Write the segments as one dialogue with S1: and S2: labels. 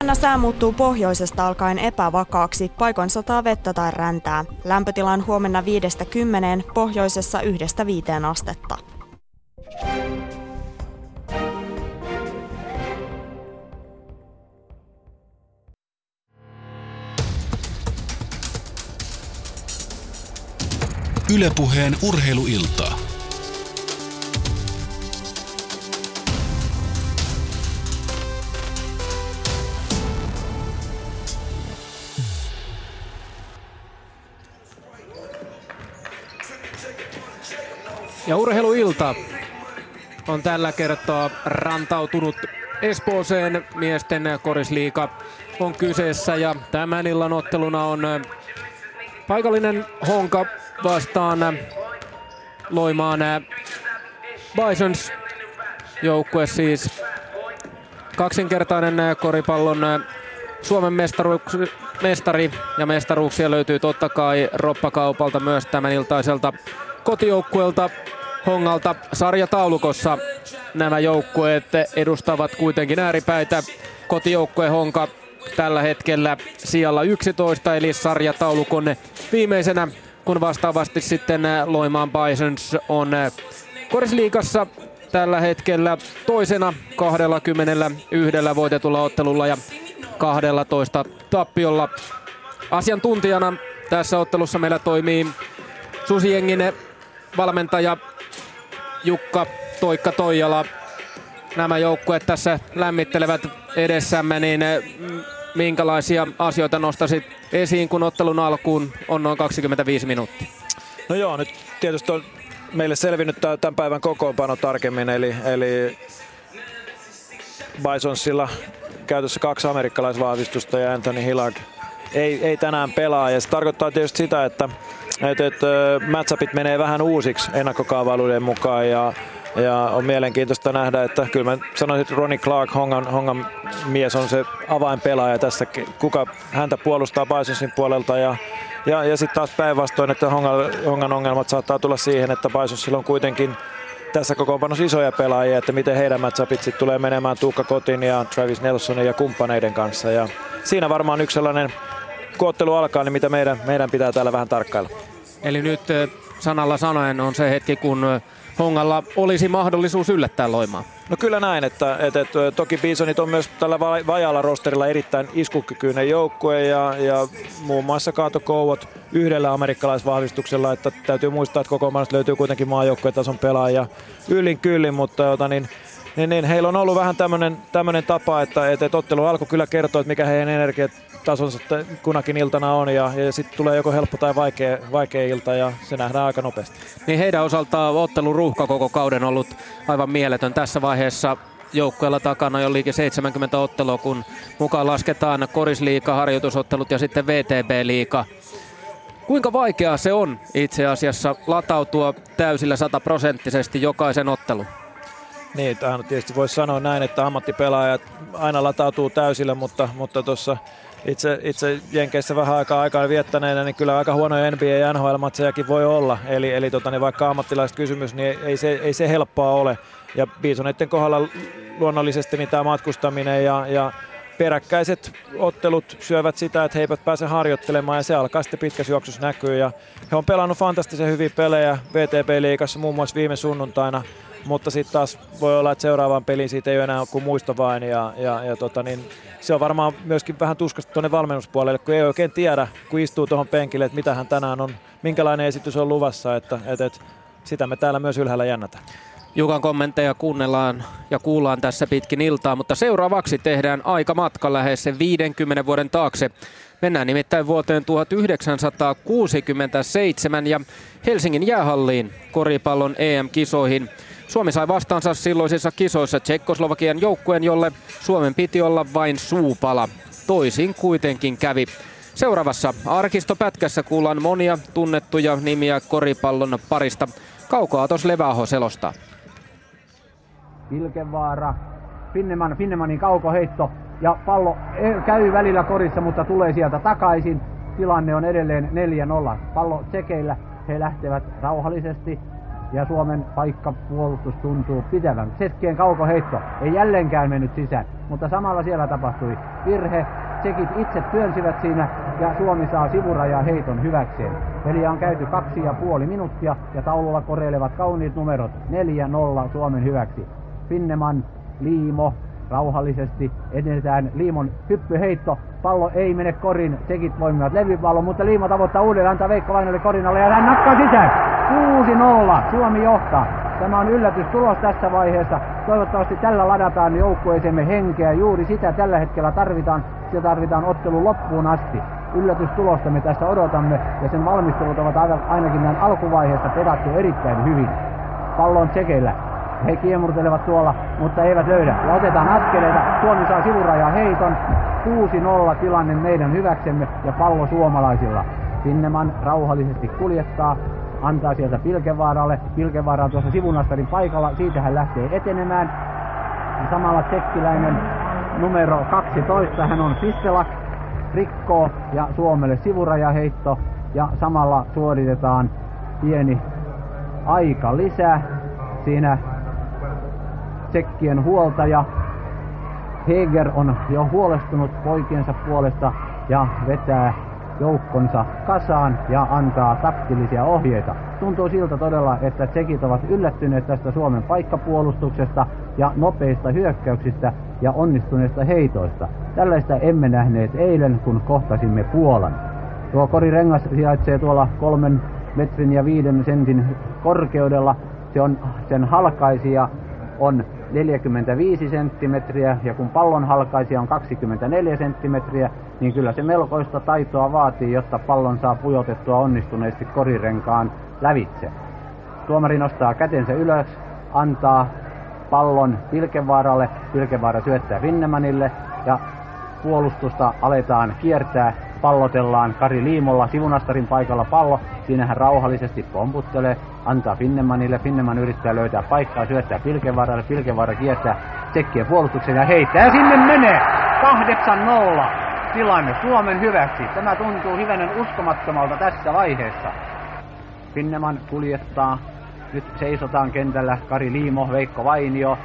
S1: Sää muuttuu pohjoisesta alkaen epävakaaksi, paikoin sataa vettä tai räntää. Lämpötila on huomenna 5–10, pohjoisessa 1–5 astetta.
S2: Yle Puheen urheiluiltaa.
S3: Ja urheiluilta on tällä kertaa rantautunut Espooseen. Miesten korisliiga on kyseessä ja tämän illan otteluna on paikallinen Honka vastaan Loimaan Bisons joukkue, siis kaksinkertainen koripallon Suomen mestari ja mestaruuksia löytyy totta kai roppakaupalta myös tämän iltaiselta kotijoukkueelta Hongalta. Sarjataulukossa nämä joukkueet edustavat kuitenkin ääripäitä. Kotijoukkue Honka tällä hetkellä sijalla 11 eli sarjataulukon viimeisenä, kun vastaavasti sitten Loimaan Bisons on korisliigassa tällä hetkellä toisena 21 voitetulla ottelulla ja 12 tappiolla. Asiantuntijana tässä ottelussa meillä toimii Susijengin valmentaja Jukka Toikka Toijala. Nämä joukkueet tässä lämmittelevät edessämme, niin minkälaisia asioita nostaisit esiin, kun ottelun alkuun on noin 25 minuuttia?
S4: No joo, nyt tietysti on meille selvinnyt tämän päivän kokoonpano tarkemmin, eli Bisonsilla käytössä 2 amerikkalaisvahvistusta ja Anthony Hillard ei tänään pelaa, ja se tarkoittaa tietysti sitä, että matchupit menee vähän uusiksi ennakkokaavailuiden mukaan, ja on mielenkiintoista nähdä, että kyllä mä sanoisin, että Ronnie Clark, Hongan mies, on se avainpelaaja tässä, kuka häntä puolustaa Bisonsin puolelta, ja sitten taas päinvastoin, että Hongan ongelmat saattaa tulla siihen, että Bisonsilla on kuitenkin tässä kokoonpanossa isoja pelaajia, että miten heidän matchupit sitten tulee menemään Tuukka Kotin ja Travis Nelsonin ja kumppaneiden kanssa, ja siinä varmaan yksi sellainen, kun ottelu alkaa, niin mitä meidän pitää täällä vähän tarkkailla.
S3: Eli nyt sanalla sanoen on se hetki, kun Hongalla olisi mahdollisuus yllättää Loimaa.
S4: No kyllä näin, että toki Bisonit on myös tällä vajaalla rosterilla erittäin iskukykyinen joukkue ja muun muassa Kaato Kouot yhdellä amerikkalaisvahvistuksella, että täytyy muistaa, että kokoonpanosta löytyy kuitenkin maajoukkuetason pelaajia yllin kyllin, mutta niin heillä on ollut vähän tämmöinen tapa, että ottelu alku kyllä kertoo, että mikä heidän energiatasonsa kunakin iltana on, ja sitten tulee joko helppo tai vaikea ilta, ja se nähdään aika nopeasti.
S3: Niin heidän osaltaan ottelun ruuhka koko kauden on ollut aivan mieletön tässä vaiheessa. Joukkueella takana jo liike 70 ottelua, kun mukaan lasketaan korisliiga, harjoitusottelut ja sitten VTB-liiga. Kuinka vaikeaa se on itse asiassa latautua täysillä 100% jokaisen ottelun?
S4: Niin, tähän tietysti voisi sanoa näin, että ammattipelaajat aina latautuu täysillä, mutta tuossa itse Jenkeissä vähän aikaa viettäneenä, niin kyllä aika huonoja NBA- ja NHL-matsejakin voi olla. Eli vaikka ammattilaiset kysymys, niin ei se helppoa ole. Ja Bisoneiden kohdalla luonnollisesti niin tämä matkustaminen ja peräkkäiset ottelut syövät sitä, että he eivät pääse harjoittelemaan, ja se alkaa sitten pitkässä juoksussa näkyä. Ja he on pelannut fantastisen hyviä pelejä VTB-liigassa muun muassa viime sunnuntaina, mutta sitten taas voi olla, että seuraavaan peliin siitä ei ole enää kuin muisto vain, se on varmaan myöskin vähän tuskasta tuonne valmennuspuolelle, kun ei oikein tiedä, kun istuu tuohon penkille, että mitä hän tänään on, minkälainen esitys on luvassa, että sitä me täällä myös ylhäällä jännätään.
S3: Jukan kommentteja kuunnellaan ja kuullaan tässä pitkin iltaa, mutta seuraavaksi tehdään aikamatka lähes 50 vuoden taakse. Mennään nimittäin vuoteen 1967 ja Helsingin jäähalliin koripallon EM-kisoihin. Suomi sai vastaansa silloisissa kisoissa Tšekkoslovakian joukkueen, jolle Suomen piti olla vain suupala. Toisin kuitenkin kävi. Seuraavassa arkistopätkässä kuullaan monia tunnettuja nimiä koripallon parista. Kauko Aatos Leväaho selostaa.
S5: Vilkevaara, Finnemanin kaukoheitto ja pallo käy välillä korissa, mutta tulee sieltä takaisin. Tilanne on edelleen 4-0. Pallo tsekeillä, he lähtevät rauhallisesti ja Suomen paikkapuolustus tuntuu pitävän. Tsekkien kaukoheitto ei jälleenkään mennyt sisään, mutta samalla siellä tapahtui virhe. Tsekit itse työnsivät siinä ja Suomi saa sivurajaa heiton hyväkseen. Peliä on käyty 2,5 minuuttia ja taululla koreilevat kauniit numerot 4-0 Suomen hyväksi. Finneman, Liimo, rauhallisesti edetään. Liimon hyppyheitto, pallo ei mene korin, tsekit voimivat levypallon, mutta Liimo tavoittaa uudelleen, antaa Veikko Vainiolle Korinalle ja hän nakkaa sisään. 6-0, Suomi johtaa. Tämä on yllätystulos tässä vaiheessa. Toivottavasti tällä ladataan joukkueeseemme henkeä. Juuri sitä tällä hetkellä tarvitaan. Sitä tarvitaan ottelun loppuun asti. Yllätystulosta me tässä odotamme ja sen valmistelut ovat ainakin näin alkuvaiheessa pedattu erittäin hyvin. Pallo on tsekeillä. He kiemurtelevat tuolla, mutta eivät löydä. Ja otetaan askeleita. Suomi saa sivurajaa heiton. 6-0 tilanne meidän hyväksemme ja pallo suomalaisilla. Finneman rauhallisesti kuljettaa. Antaa sieltä Pilkevaaralle. Pilkevaara on tuossa sivunastarin paikalla. Siitä hän lähtee etenemään. Ja samalla tsekkiläinen numero 12. Hän on Pistelak. Rikkoo ja Suomelle sivurajaheitto. Ja samalla suoritetaan pieni aika lisää. Siinä tsekkien huoltaja Heger on jo huolestunut poikiensa puolesta ja vetää joukkonsa kasaan ja antaa taktillisia ohjeita. Tuntuu siltä todella, että tsekit ovat yllättyneet tästä Suomen paikkapuolustuksesta ja nopeista hyökkäyksistä ja onnistuneista heitoista. Tällaista emme nähneet eilen, kun kohtasimme Puolan. Tuo korirengas sijaitsee tuolla 3 metrin ja 5 sentin korkeudella. Sen halkaisija on 45 senttimetriä ja kun pallon halkaisija on 24 senttimetriä, niin kyllä se melkoista taitoa vaatii, jotta pallon saa pujotettua onnistuneesti korirenkaan lävitse. Tuomari nostaa kätensä ylös, antaa pallon Pilkevaaralle, Pilkevaara syöttää Finnemanille ja puolustusta aletaan kiertää. Pallotellaan Kari Liimolla sivunastarin paikalla pallo. Siinä hän rauhallisesti pomputtelee, antaa Finnemanille. Finneman yrittää löytää paikkaa, syöttää Pilkevaaralle. Pilkevaara kiertää tsekkien puolustuksen ja heittää. Ja sinne menee 8-0 tilanne Suomen hyväksi. Tämä tuntuu hivenen uskomattomalta tässä vaiheessa. Finneman kuljettaa. Nyt seisotaan kentällä Kari Liimo, Veikko Vainio.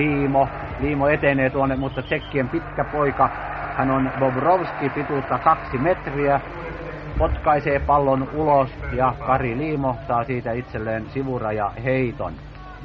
S5: Liimo etenee tuonne, mutta tsekkien pitkä poika. Hän on Bobrovski, pituutta 2 metriä, potkaisee pallon ulos ja Kari Liimo saa siitä itselleen sivurajaheiton.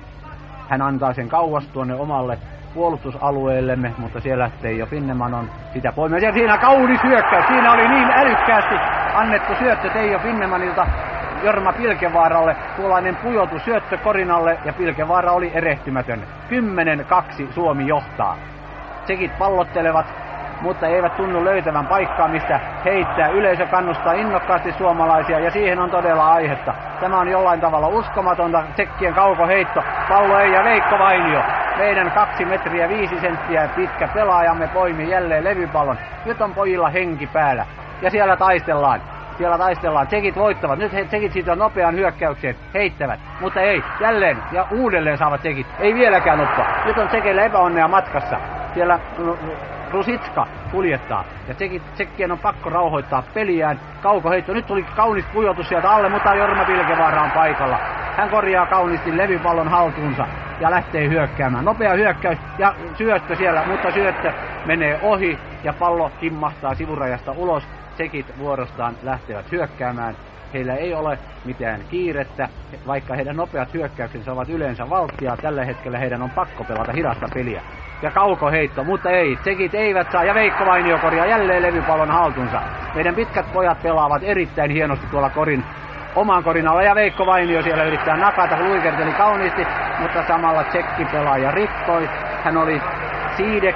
S5: Hän antaa sen kauas tuonne omalle puolustusalueellemme, mutta siellä Teijo Finneman on sitä poimia. Ja siinä kaunis hyökkäys, siinä oli niin älykkäästi annettu syöttö Teijo Finnemanilta Jorma Pilkevaaralle. Tuollainen pujotus syöttö Korinalle ja Pilkevaara oli erehtymätön. 10-2 Suomi johtaa. Tsekit pallottelevat, mutta eivät tunnu löytävän paikkaa, mistä heittää. Yleisö kannustaa innokkaasti suomalaisia ja siihen on todella aihetta. Tämä on jollain tavalla uskomatonta. Tsekkien kaukoheitto. Pallo ei ja Veikko Vainio. Meidän 2 metriä 5 senttiä pitkä pelaajamme poimii jälleen levypallon. Nyt on pojilla henki päällä. Ja siellä taistellaan. Tsekit voittavat. Nyt tsekit siitä nopean hyökkäykseen. Heittävät. Mutta ei. Jälleen ja uudelleen saavat tsekit. Ei vieläkään ottaa. Nyt on tsekeillä epäonnea matkassa. Siellä Rusitska kuljettaa. Ja tsekkien on pakko rauhoittaa peliään. Kaukoheitto. Nyt tuli kaunis pujotus sieltä alle, mutta Jorma Pilkevaara on paikalla. Hän korjaa kauniisti levypallon haltuunsa ja lähtee hyökkäämään. Nopea hyökkäys ja syöttö siellä, mutta syöttö menee ohi ja pallo kimmahtaa sivurajasta ulos. Tsekit vuorostaan lähtevät hyökkäämään. Heillä ei ole mitään kiirettä, vaikka heidän nopeat hyökkäyksensä ovat yleensä valttia. Tällä hetkellä heidän on pakko pelata hidasta peliä. Ja kaukoheitto, mutta ei. Tsekit eivät saa ja Veikko Vainio korjaa jälleen levypallon haltunsa. Meidän pitkät pojat pelaavat erittäin hienosti tuolla oman korin alla ja Veikko Vainio siellä yrittää nakata, luikerteli kauniisti, mutta samalla tsekkipelaaja rikkoi. Hän oli Siidek,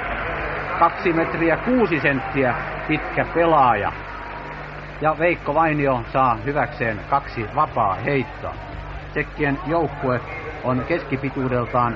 S5: 2 metriä 6 senttiä pitkä pelaaja. Ja Veikko Vainio saa hyväkseen 2 vapaa heittoa. Tsekkien joukkue on keskipituudeltaan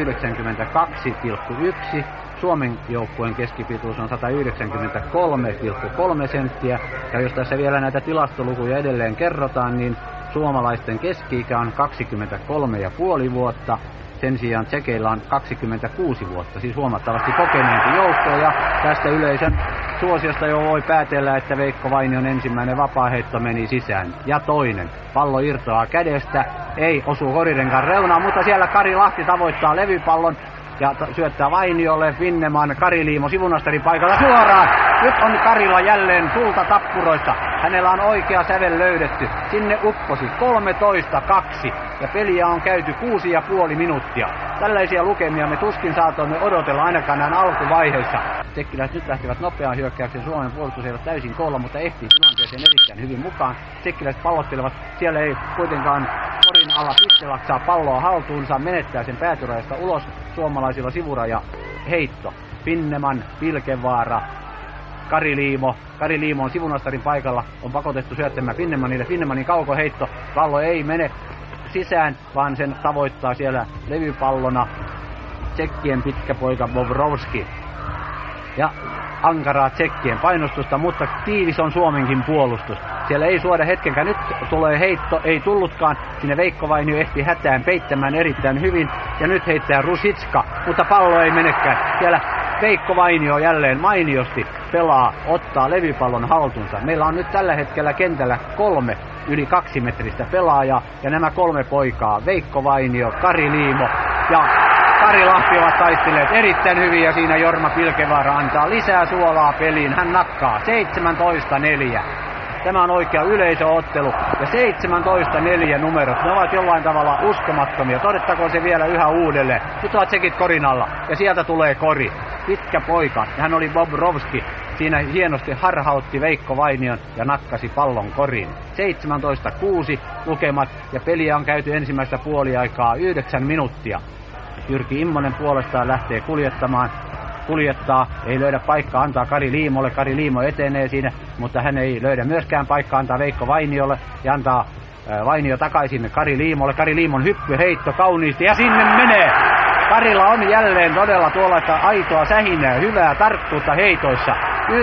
S5: 192,1. Suomen joukkueen keskipituus on 193,3 senttiä. Ja jos tässä vielä näitä tilastolukuja edelleen kerrotaan, niin suomalaisten keski-ikä on 23,5 vuotta. Sen sijaan tsekeillä on 26 vuotta, siis huomattavasti kokeneempi joukko. Ja tästä yleisön suosiosta jo voi päätellä, että Veikko Vainion ensimmäinen vapaaheitto meni sisään. Ja toinen. Pallo irtoaa kädestä. Ei osu Korirenkaan reunaan, mutta siellä Kari Lahti tavoittaa levypallon. Ja syöttää Vainiolle, Finneman, Kari Liimo sivunastarin paikalla suoraan. Nyt on Karilla jälleen tulta tappuroista. Hänellä on oikea sävel löydetty. Sinne upposi 13-2 ja peliä on käyty 6,5 minuuttia. Tällaisia lukemia me tuskin saatoimme odotella ainakaan näin alkuvaiheissa. Tsekkiläiset nyt lähtevät nopeaan hyökkäykseen. Suomen puolustus ei ole täysin koolla, mutta ehtii tilanteeseen erittäin hyvin mukaan. Tsekkiläiset pallottelevat. Siellä ei kuitenkaan korin alla Pistelak saa palloa haltuunsa, menettää sen päätyrajasta ulos. Suomalaisilla sivuraja heitto. Finneman, Pilkevaara, Kari Liimo. Kari Liimo on sivunastarin paikalla, on pakotettu syöttämään Finnemanille. Finnemanin kaukoheitto. Pallo ei mene sisään, vaan sen tavoittaa siellä levypallona tsekkien pitkä poika Bobrovski. Ja ankaraa tsekkien painostusta, mutta tiivis on Suomenkin puolustus. Siellä ei suoda hetkenkään. Nyt tulee heitto, ei tullutkaan. Sinne Veikko Vainio ehti hätään peittämään erittäin hyvin. Ja nyt heittää Rusitska, mutta pallo ei menekään. Siellä Veikko Vainio jälleen mainiosti pelaa, ottaa levypallon haltuunsa. Meillä on nyt tällä hetkellä kentällä 3 yli 2 metristä pelaajaa. Ja nämä 3 poikaa, Veikko Vainio, Kari Liimo ja Kari Lahti ovat taistelleet erittäin hyvin ja siinä Jorma Pilkevaara antaa lisää suolaa peliin. Hän nakkaa 17-4. Tämä on oikea yleisöottelu ja 17-4 numerot. Ne ovat jollain tavalla uskomattomia. Todettakoon se vielä yhä uudelleen. Nyt ovat tsekit korin alla ja sieltä tulee Kori. Pitkä poika. Hän oli Bobrovski. Siinä hienosti harhautti Veikko Vainion ja nakkasi pallon koriin. 17-6 lukemat ja peliä on käyty ensimmäistä puoliaikaa 9 minuuttia. Jyrki Immonen puolestaan lähtee kuljettaa, ei löydä paikkaa, antaa Kari Liimolle. Kari Liimo etenee siinä, mutta hän ei löydä myöskään paikkaa, antaa Veikko Vainiolle ja antaa Vainio takaisin Kari Liimolle. Kari Liimon hyppyheitto kauniisti ja sinne menee. Karilla on jälleen todella tuollaista aitoa sähinää, hyvää tarkkuutta heitoissa.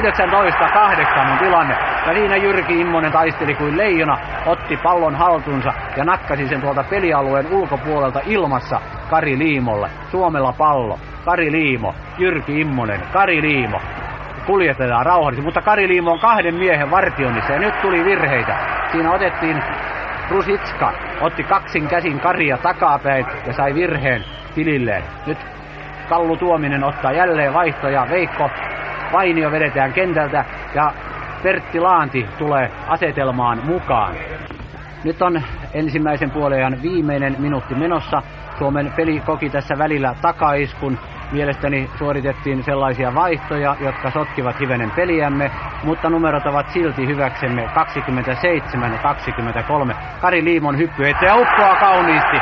S5: 19-8 on tilanne. Ja siinä Jyrki Immonen taisteli kuin leijona, otti pallon haltuunsa ja nakkasi sen tuolta pelialueen ulkopuolelta ilmassa Kari Liimolle. Suomella pallo. Kari Liimo, Jyrki Immonen, Kari Liimo. Kuljetetaan rauhallisesti, mutta Kari Liimo on 2 miehen vartioinnissa ja nyt tuli virheitä. Siinä otettiin Rusitska, otti kaksin käsin Karia takapäin ja sai virheen tililleen. Nyt Kallu Tuominen ottaa jälleen vaihtoja. Veikko Vainio vedetään kentältä ja Pertti Laanti tulee asetelmaan mukaan. Nyt on ensimmäisen puolen viimeinen minuutti menossa. Suomen peli koki tässä välillä takaiskun. Mielestäni suoritettiin sellaisia vaihtoja, jotka sotkivat hivenen peliämme, mutta numerot ovat silti hyväksemme 27-23. Kari Liimon hyppyheitto ja uppoaa kauniisti.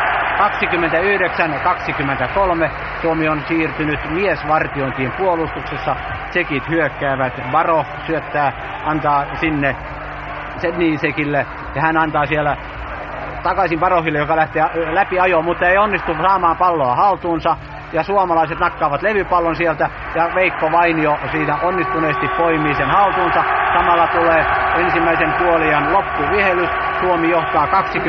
S5: 29-23. Suomi on siirtynyt miesvartiointiin puolustuksessa. Tsekit hyökkäävät. Barov syöttää, antaa sinne Sednisekille ja hän antaa siellä takaisin Baroville, joka lähtee läpi ajoon, mutta ei onnistu saamaan palloa haltuunsa. Ja suomalaiset nakkaavat levypallon sieltä ja Veikko Vainio siinä onnistuneesti poimii sen haltuunsa. Samalla tulee ensimmäisen puoliajan loppuvihelys. Suomi johtaa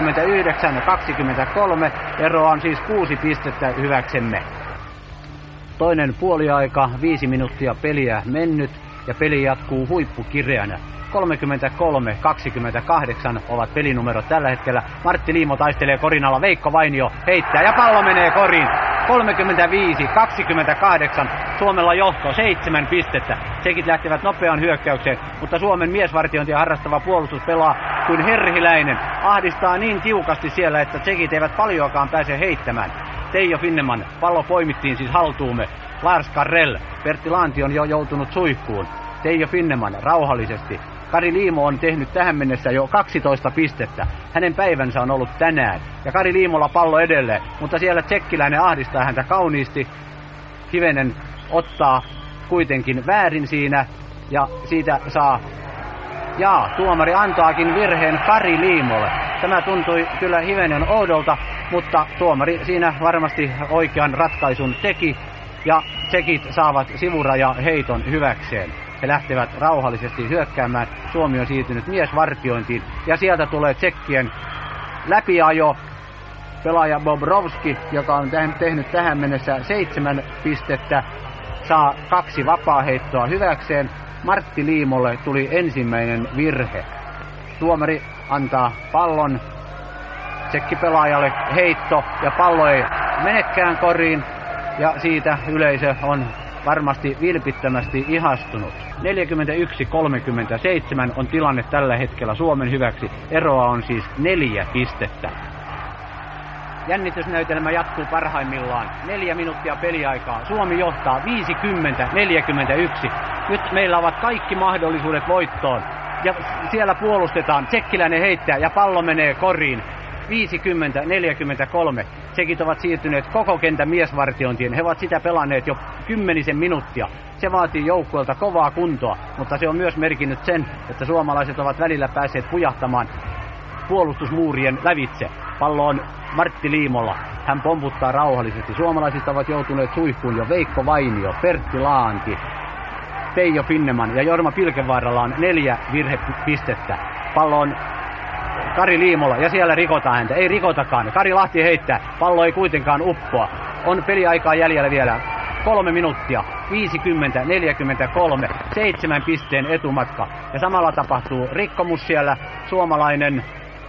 S5: 29-23. Ero on siis 6 pistettä hyväksemme. Toinen puoliaika, 5 minuuttia peliä mennyt ja peli jatkuu huippukireänä. 33-28 ovat pelinumerot tällä hetkellä. Martti Liimo taistelee korin alla, Veikko Vainio heittää ja pallo menee koriin. 35-28, Suomella johto 7 pistettä. Tsekit lähtevät nopeaan hyökkäykseen, mutta Suomen miesvartiointia harrastava puolustus pelaa kuin herhiläinen. Ahdistaa niin tiukasti siellä, että tsekit eivät paljoakaan pääse heittämään. Teijo Finneman, pallo poimittiin siis haltuumme. Lars Karrell, Pertti Laanti on jo joutunut suihkuun. Teijo Finneman rauhallisesti. Kari Liimo on tehnyt tähän mennessä jo 12 pistettä. Hänen päivänsä on ollut tänään. Ja Kari Liimolla pallo edelleen. Mutta siellä tsekkiläinen ahdistaa häntä kauniisti. Hivenen ottaa kuitenkin väärin siinä. Ja siitä saa... Jaa, tuomari antaakin virheen Kari Liimolle. Tämä tuntui kyllä hivenen oudolta, mutta tuomari siinä varmasti oikean ratkaisun teki. Ja tsekit saavat sivuraja heiton hyväkseen. He lähtevät rauhallisesti hyökkäämään. Suomi on siirtynyt miesvartiointiin. Ja sieltä tulee tsekkien läpiajo. Pelaaja Bobrovski, joka on tehnyt tähän mennessä 7 pistettä, saa 2 vapaaheittoa hyväkseen. Martti Liimolle tuli ensimmäinen virhe. Tuomari antaa pallon tsekkipelaajalle, heitto ja pallo ei menekään koriin ja siitä yleisö on varmasti vilpittömästi ihastunut. 41-37 on tilanne tällä hetkellä Suomen hyväksi. Eroa on siis 4 pistettä. Jännitysnäytelmä jatkuu parhaimmillaan. 4 minuuttia peliaikaa. Suomi johtaa 50-41. Nyt meillä ovat kaikki mahdollisuudet voittoon. Ja siellä puolustetaan. Tsekkiläinen heittää ja pallo menee koriin. 50-43. Tsekit ovat siirtyneet koko kentän miesvartiointiin. He ovat sitä pelanneet jo 10 minuuttia. Se vaatii joukkueelta kovaa kuntoa, mutta se on myös merkinnyt sen, että suomalaiset ovat välillä päässeet pujahtamaan puolustusmuurien lävitse. Pallo on Martti Liimolla. Hän pomputtaa rauhallisesti. Suomalaiset ovat joutuneet suihkuun jo Veikko Vainio, Pertti Laanti, Teijo Finneman ja Jorma Pilkevaaralla on 4 virhepistettä. Pallo on Kari Liimolla ja siellä rikotaan häntä. Ei rikotakaan. Kari Lahti heittää. Pallo ei kuitenkaan uppoa. On peliaikaa jäljellä vielä 3 minuuttia. 50-43. 7 pisteen etumatka. Ja samalla tapahtuu rikkomus siellä. Suomalainen.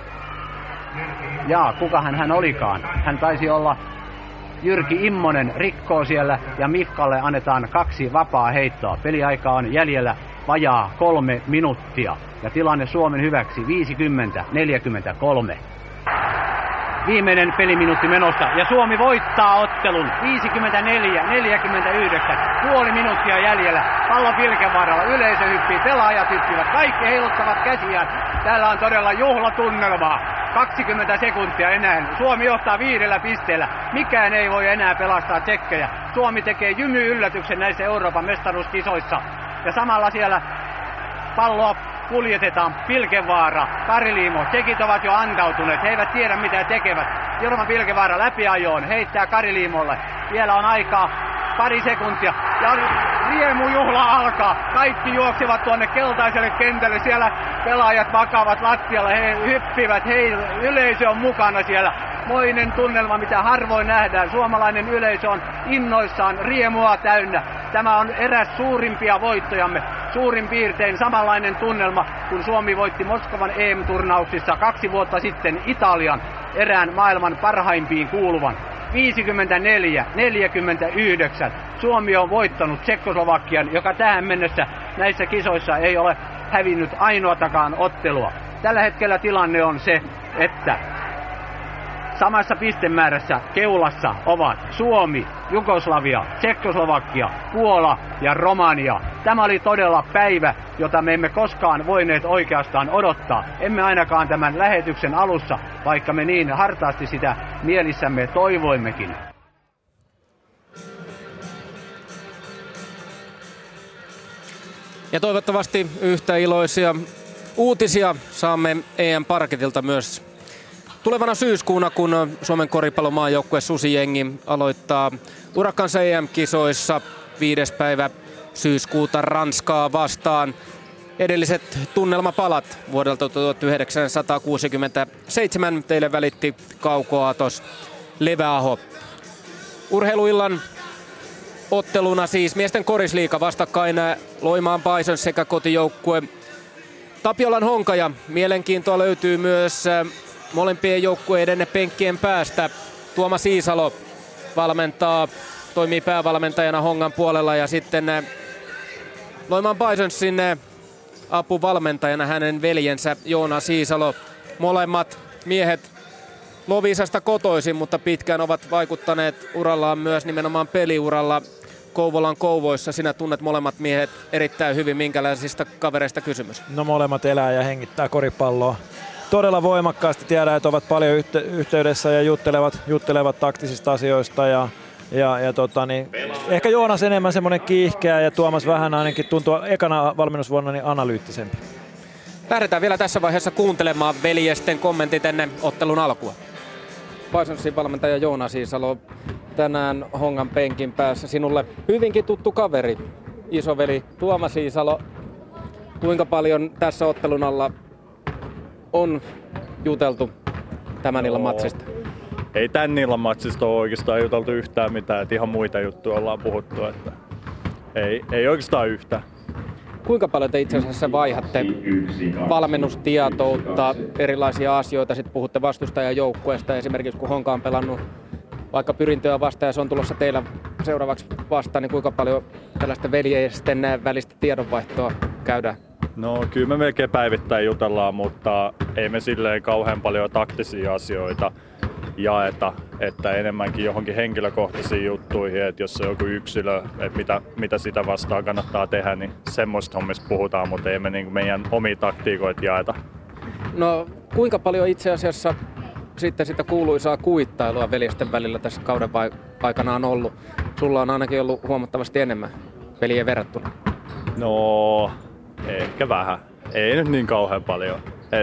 S5: Kukahan hän olikaan? Hän taisi olla Jyrki Immonen, rikkoo siellä ja Mifkalle annetaan 2 vapaa heittoa. Peliaika on jäljellä vajaa 3 minuuttia. Ja tilanne Suomen hyväksi 50-43. Viimeinen peliminuutti menossa ja Suomi voittaa ottelun 54-49. Puoli minuuttia jäljellä. Pallo Pilkevaaralla. Yleisö hyppii, pelaajat hyppivät. Kaikki heiluttavat käsiään. Täällä on todella juhlatunnelmaa. 20 sekuntia enää. Suomi johtaa 5 pisteellä. Mikään ei voi enää pelastaa tsekkejä. Suomi tekee jymy-yllätyksen näissä Euroopan mestaruuskisoissa. Ja samalla siellä palloa kuljetetaan. Pilkevaara, Kari Liimo, tsekit ovat jo antautuneet. He eivät tiedä mitä tekevät. Jorma Pilkevaara läpiajoon, heittää Kari Liimolle. Vielä on aikaa 2 sekuntia. Ja riemujuhla alkaa. Kaikki juoksevat tuonne keltaiselle kentälle. Siellä pelaajat makaavat lattialla. He hyppivät. Yleisö on mukana siellä. Moinen tunnelma, mitä harvoin nähdään. Suomalainen yleisö on innoissaan, riemua täynnä. Tämä on eräs suurimpia voittojamme. Suurin piirtein samanlainen tunnelma, kun Suomi voitti Moskovan EM-turnauksissa 2 vuotta sitten Italian, erään maailman parhaimpiin kuuluvan. 54-49. Suomi on voittanut Tšekkoslovakian, joka tähän mennessä näissä kisoissa ei ole hävinnyt ainoatakaan ottelua. Tällä hetkellä tilanne on se, että samassa pistemäärässä keulassa ovat Suomi, Jugoslavia, Tšekkoslovakia, Puola ja Romania. Tämä oli todella päivä, jota me emme koskaan voineet oikeastaan odottaa. Emme ainakaan tämän lähetyksen alussa, vaikka me niin hartaasti sitä mielissämme toivoimmekin.
S3: Ja toivottavasti yhtä iloisia uutisia saamme EM-parketilta myös tulevana syyskuuna, kun Suomen koripallomaajoukkue Susijengi aloittaa urakkansa EM-kisoissa 5. päivä syyskuuta Ranskaa vastaan. Edelliset tunnelmapalat vuodelta 1967 teille välitti Kauko-Aatos Leväaho. Urheiluillan otteluna siis miesten korisliiga vastakkain Loimaan Bisons sekä kotijoukkue Tapiolan Honka. Ja mielenkiintoa löytyy myös molempien joukkueiden penkkien päästä. Tuomas Iisalo toimii päävalmentajana Hongan puolella ja sitten Loimaan Bisonsin apuvalmentajana hänen veljensä Joonas Iisalo. Molemmat miehet Loviisasta kotoisin, mutta pitkään ovat vaikuttaneet urallaan myös nimenomaan peliuralla Kouvolan Kouvoissa. Sinä tunnet molemmat miehet erittäin hyvin. Minkälaisista kavereista kysymys?
S4: No molemmat elää ja hengittää koripalloa todella voimakkaasti. Tiedän, että ovat paljon yhteydessä ja juttelevat taktisista asioista ehkä Joonas enemmän semmoinen kiihkeä ja Tuomas vähän ainakin tuntuu ekana valmennusvuonna niin analyyttisempi.
S3: Lähdetään vielä tässä vaiheessa kuuntelemaan veljesten kommentit ennen ottelun alkua. Bisonsin valmentaja Joonas Iisalo, tänään Hongan penkin päässä sinulle hyvinkin tuttu kaveri, isoveli Tuomas Iisalo. Kuinka paljon tässä ottelun alla on juteltu tämän illan matsista?
S6: Ei tän illan matsista ole oikeastaan juteltu yhtään mitään, että ihan muita juttuja ollaan puhuttu, että ei oikeastaan yhtään.
S3: Kuinka paljon te itse asiassa vaihatte valmennustietoutta, erilaisia asioita, sitten puhutte vastustajajoukkueesta, esimerkiksi kun Honka on pelannut vaikka Pyrintöä vastaan ja se on tulossa teillä seuraavaksi vastaan, niin kuinka paljon tällaista veljesten välistä tiedonvaihtoa käydään?
S6: No kyllä me melkein päivittäin jutellaan, mutta ei me silleen kauhean paljon taktisia asioita jaeta, että enemmänkin johonkin henkilökohtaisiin juttuihin, että jos on joku yksilö, että mitä sitä vastaan kannattaa tehdä, niin semmoista hommista puhutaan, mutta ei me niin kuin meidän omia taktiikoita jaeta.
S3: No kuinka paljon itse asiassa sitten sitä kuuluisaa kuittailua veljesten välillä tässä kauden aikana on ollut? Sulla on ainakin ollut huomattavasti enemmän veljen verrattuna.
S6: No ehkä vähän. Ei nyt niin kauhean paljon.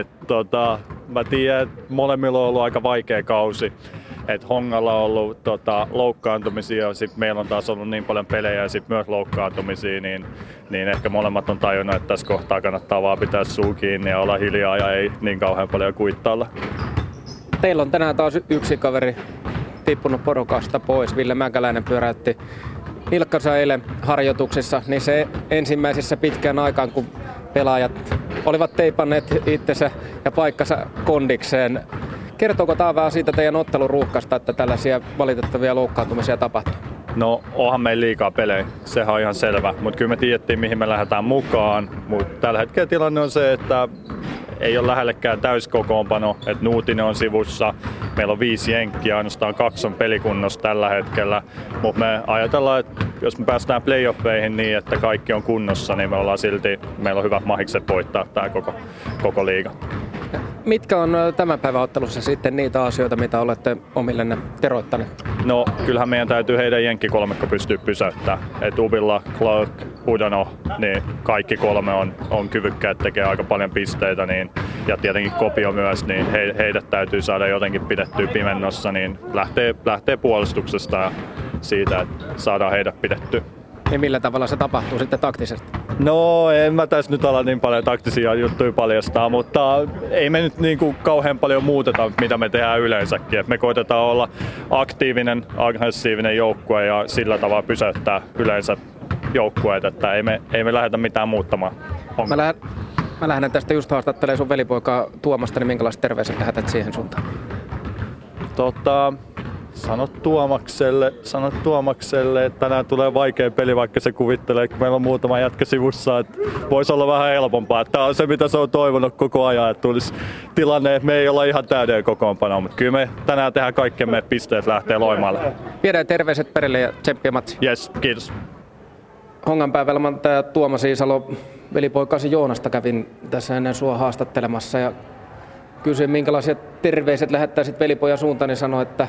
S6: Mä tiedän, että molemmilla on ollut aika vaikea kausi. Hongalla on ollut loukkaantumisia ja sitten meillä on taas ollut niin paljon pelejä ja sitten myös loukkaantumisia, niin ehkä molemmat on tajunnut, että tässä kohtaa kannattaa vaan pitää suu kiinni ja olla hiljaa ja ei niin kauhean paljon kuittailla.
S3: Teillä on tänään taas yksi kaveri tippunut porukasta pois. Ville Mäkäläinen pyöräytti nilkkansa eilen harjoituksissa, niin se ensimmäisessä pitkään aikaan, kun pelaajat olivat teipanneet itsensä ja paikkansa kondikseen. Kertooko tämä vähän siitä teidän otteluruuhkasta, että tällaisia valitettavia loukkaantumisia tapahtuu?
S6: No onhan meillä liikaa pelejä, sehän on ihan selvä, mutta kyllä me tiedettiin mihin me lähdetään mukaan, mutta tällä hetkellä tilanne on se, että ei ole lähellekään täyskokoonpano, että Nuutinen on sivussa, meillä on 5 jenkkiä, ainoastaan 2 on pelikunnossa tällä hetkellä, mutta me ajatellaan, että jos me päästään playoffeihin niin, että kaikki on kunnossa, niin meillä on hyvät mahikset voittaa tämä koko liiga.
S3: Mitkä on tämän päivän ottelussa sitten niitä asioita, mitä olette omillenne teroittaneet?
S6: No kyllähän meidän täytyy heidän jenkkikolmikko pystyä pysäyttämään. Ubilla, Clark, Udano, niin kaikki 3 on kyvykkäät, tekee aika paljon pisteitä. Niin, ja tietenkin Kopio myös, niin heidät täytyy saada jotenkin pidettyä pimennossa. Niin lähtee puolustuksesta ja siitä, että saadaan heidät pidettyä.
S3: Ja millä tavalla se tapahtuu sitten taktisesti?
S6: No en mä tässä nyt ala niin paljon taktisia juttuja paljastaa, mutta ei me nyt niin kuin kauhean paljon muuteta, mitä me tehdään yleensäkin. Et me koitetaan olla aktiivinen, aggressiivinen joukkue ja sillä tavalla pysäyttää yleensä joukkueet, että ei me lähdetä mitään muuttamaan.
S3: Mä lähden tästä just haastattelemaan sun velipoikaa Tuomasta, niin minkälaiset terveiset lähetät siihen suuntaan?
S6: Sano Tuomakselle, että tänään tulee vaikea peli, vaikka se kuvittelee, kun meillä on muutama jätkä sivussa, että voisi olla vähän helpompaa. Tämä on se, mitä se on toivonut koko ajan, että tulisi tilanne, että me ei olla ihan täydellä kokoonpanoa, mutta kyllä me tänään tehdään kaikkemme, että pisteet lähtee Loimaalle.
S3: Viedään terveiset perille ja tsemppiä matsi.
S6: Yes, kiitos.
S3: Hongan päävalmentaja Tuomas Iisalo, velipoikasi Joonasta kävin tässä ennen sua haastattelemassa ja kysyin, minkälaisia terveiset lähettäisit velipojan suuntaan, niin sanoi, että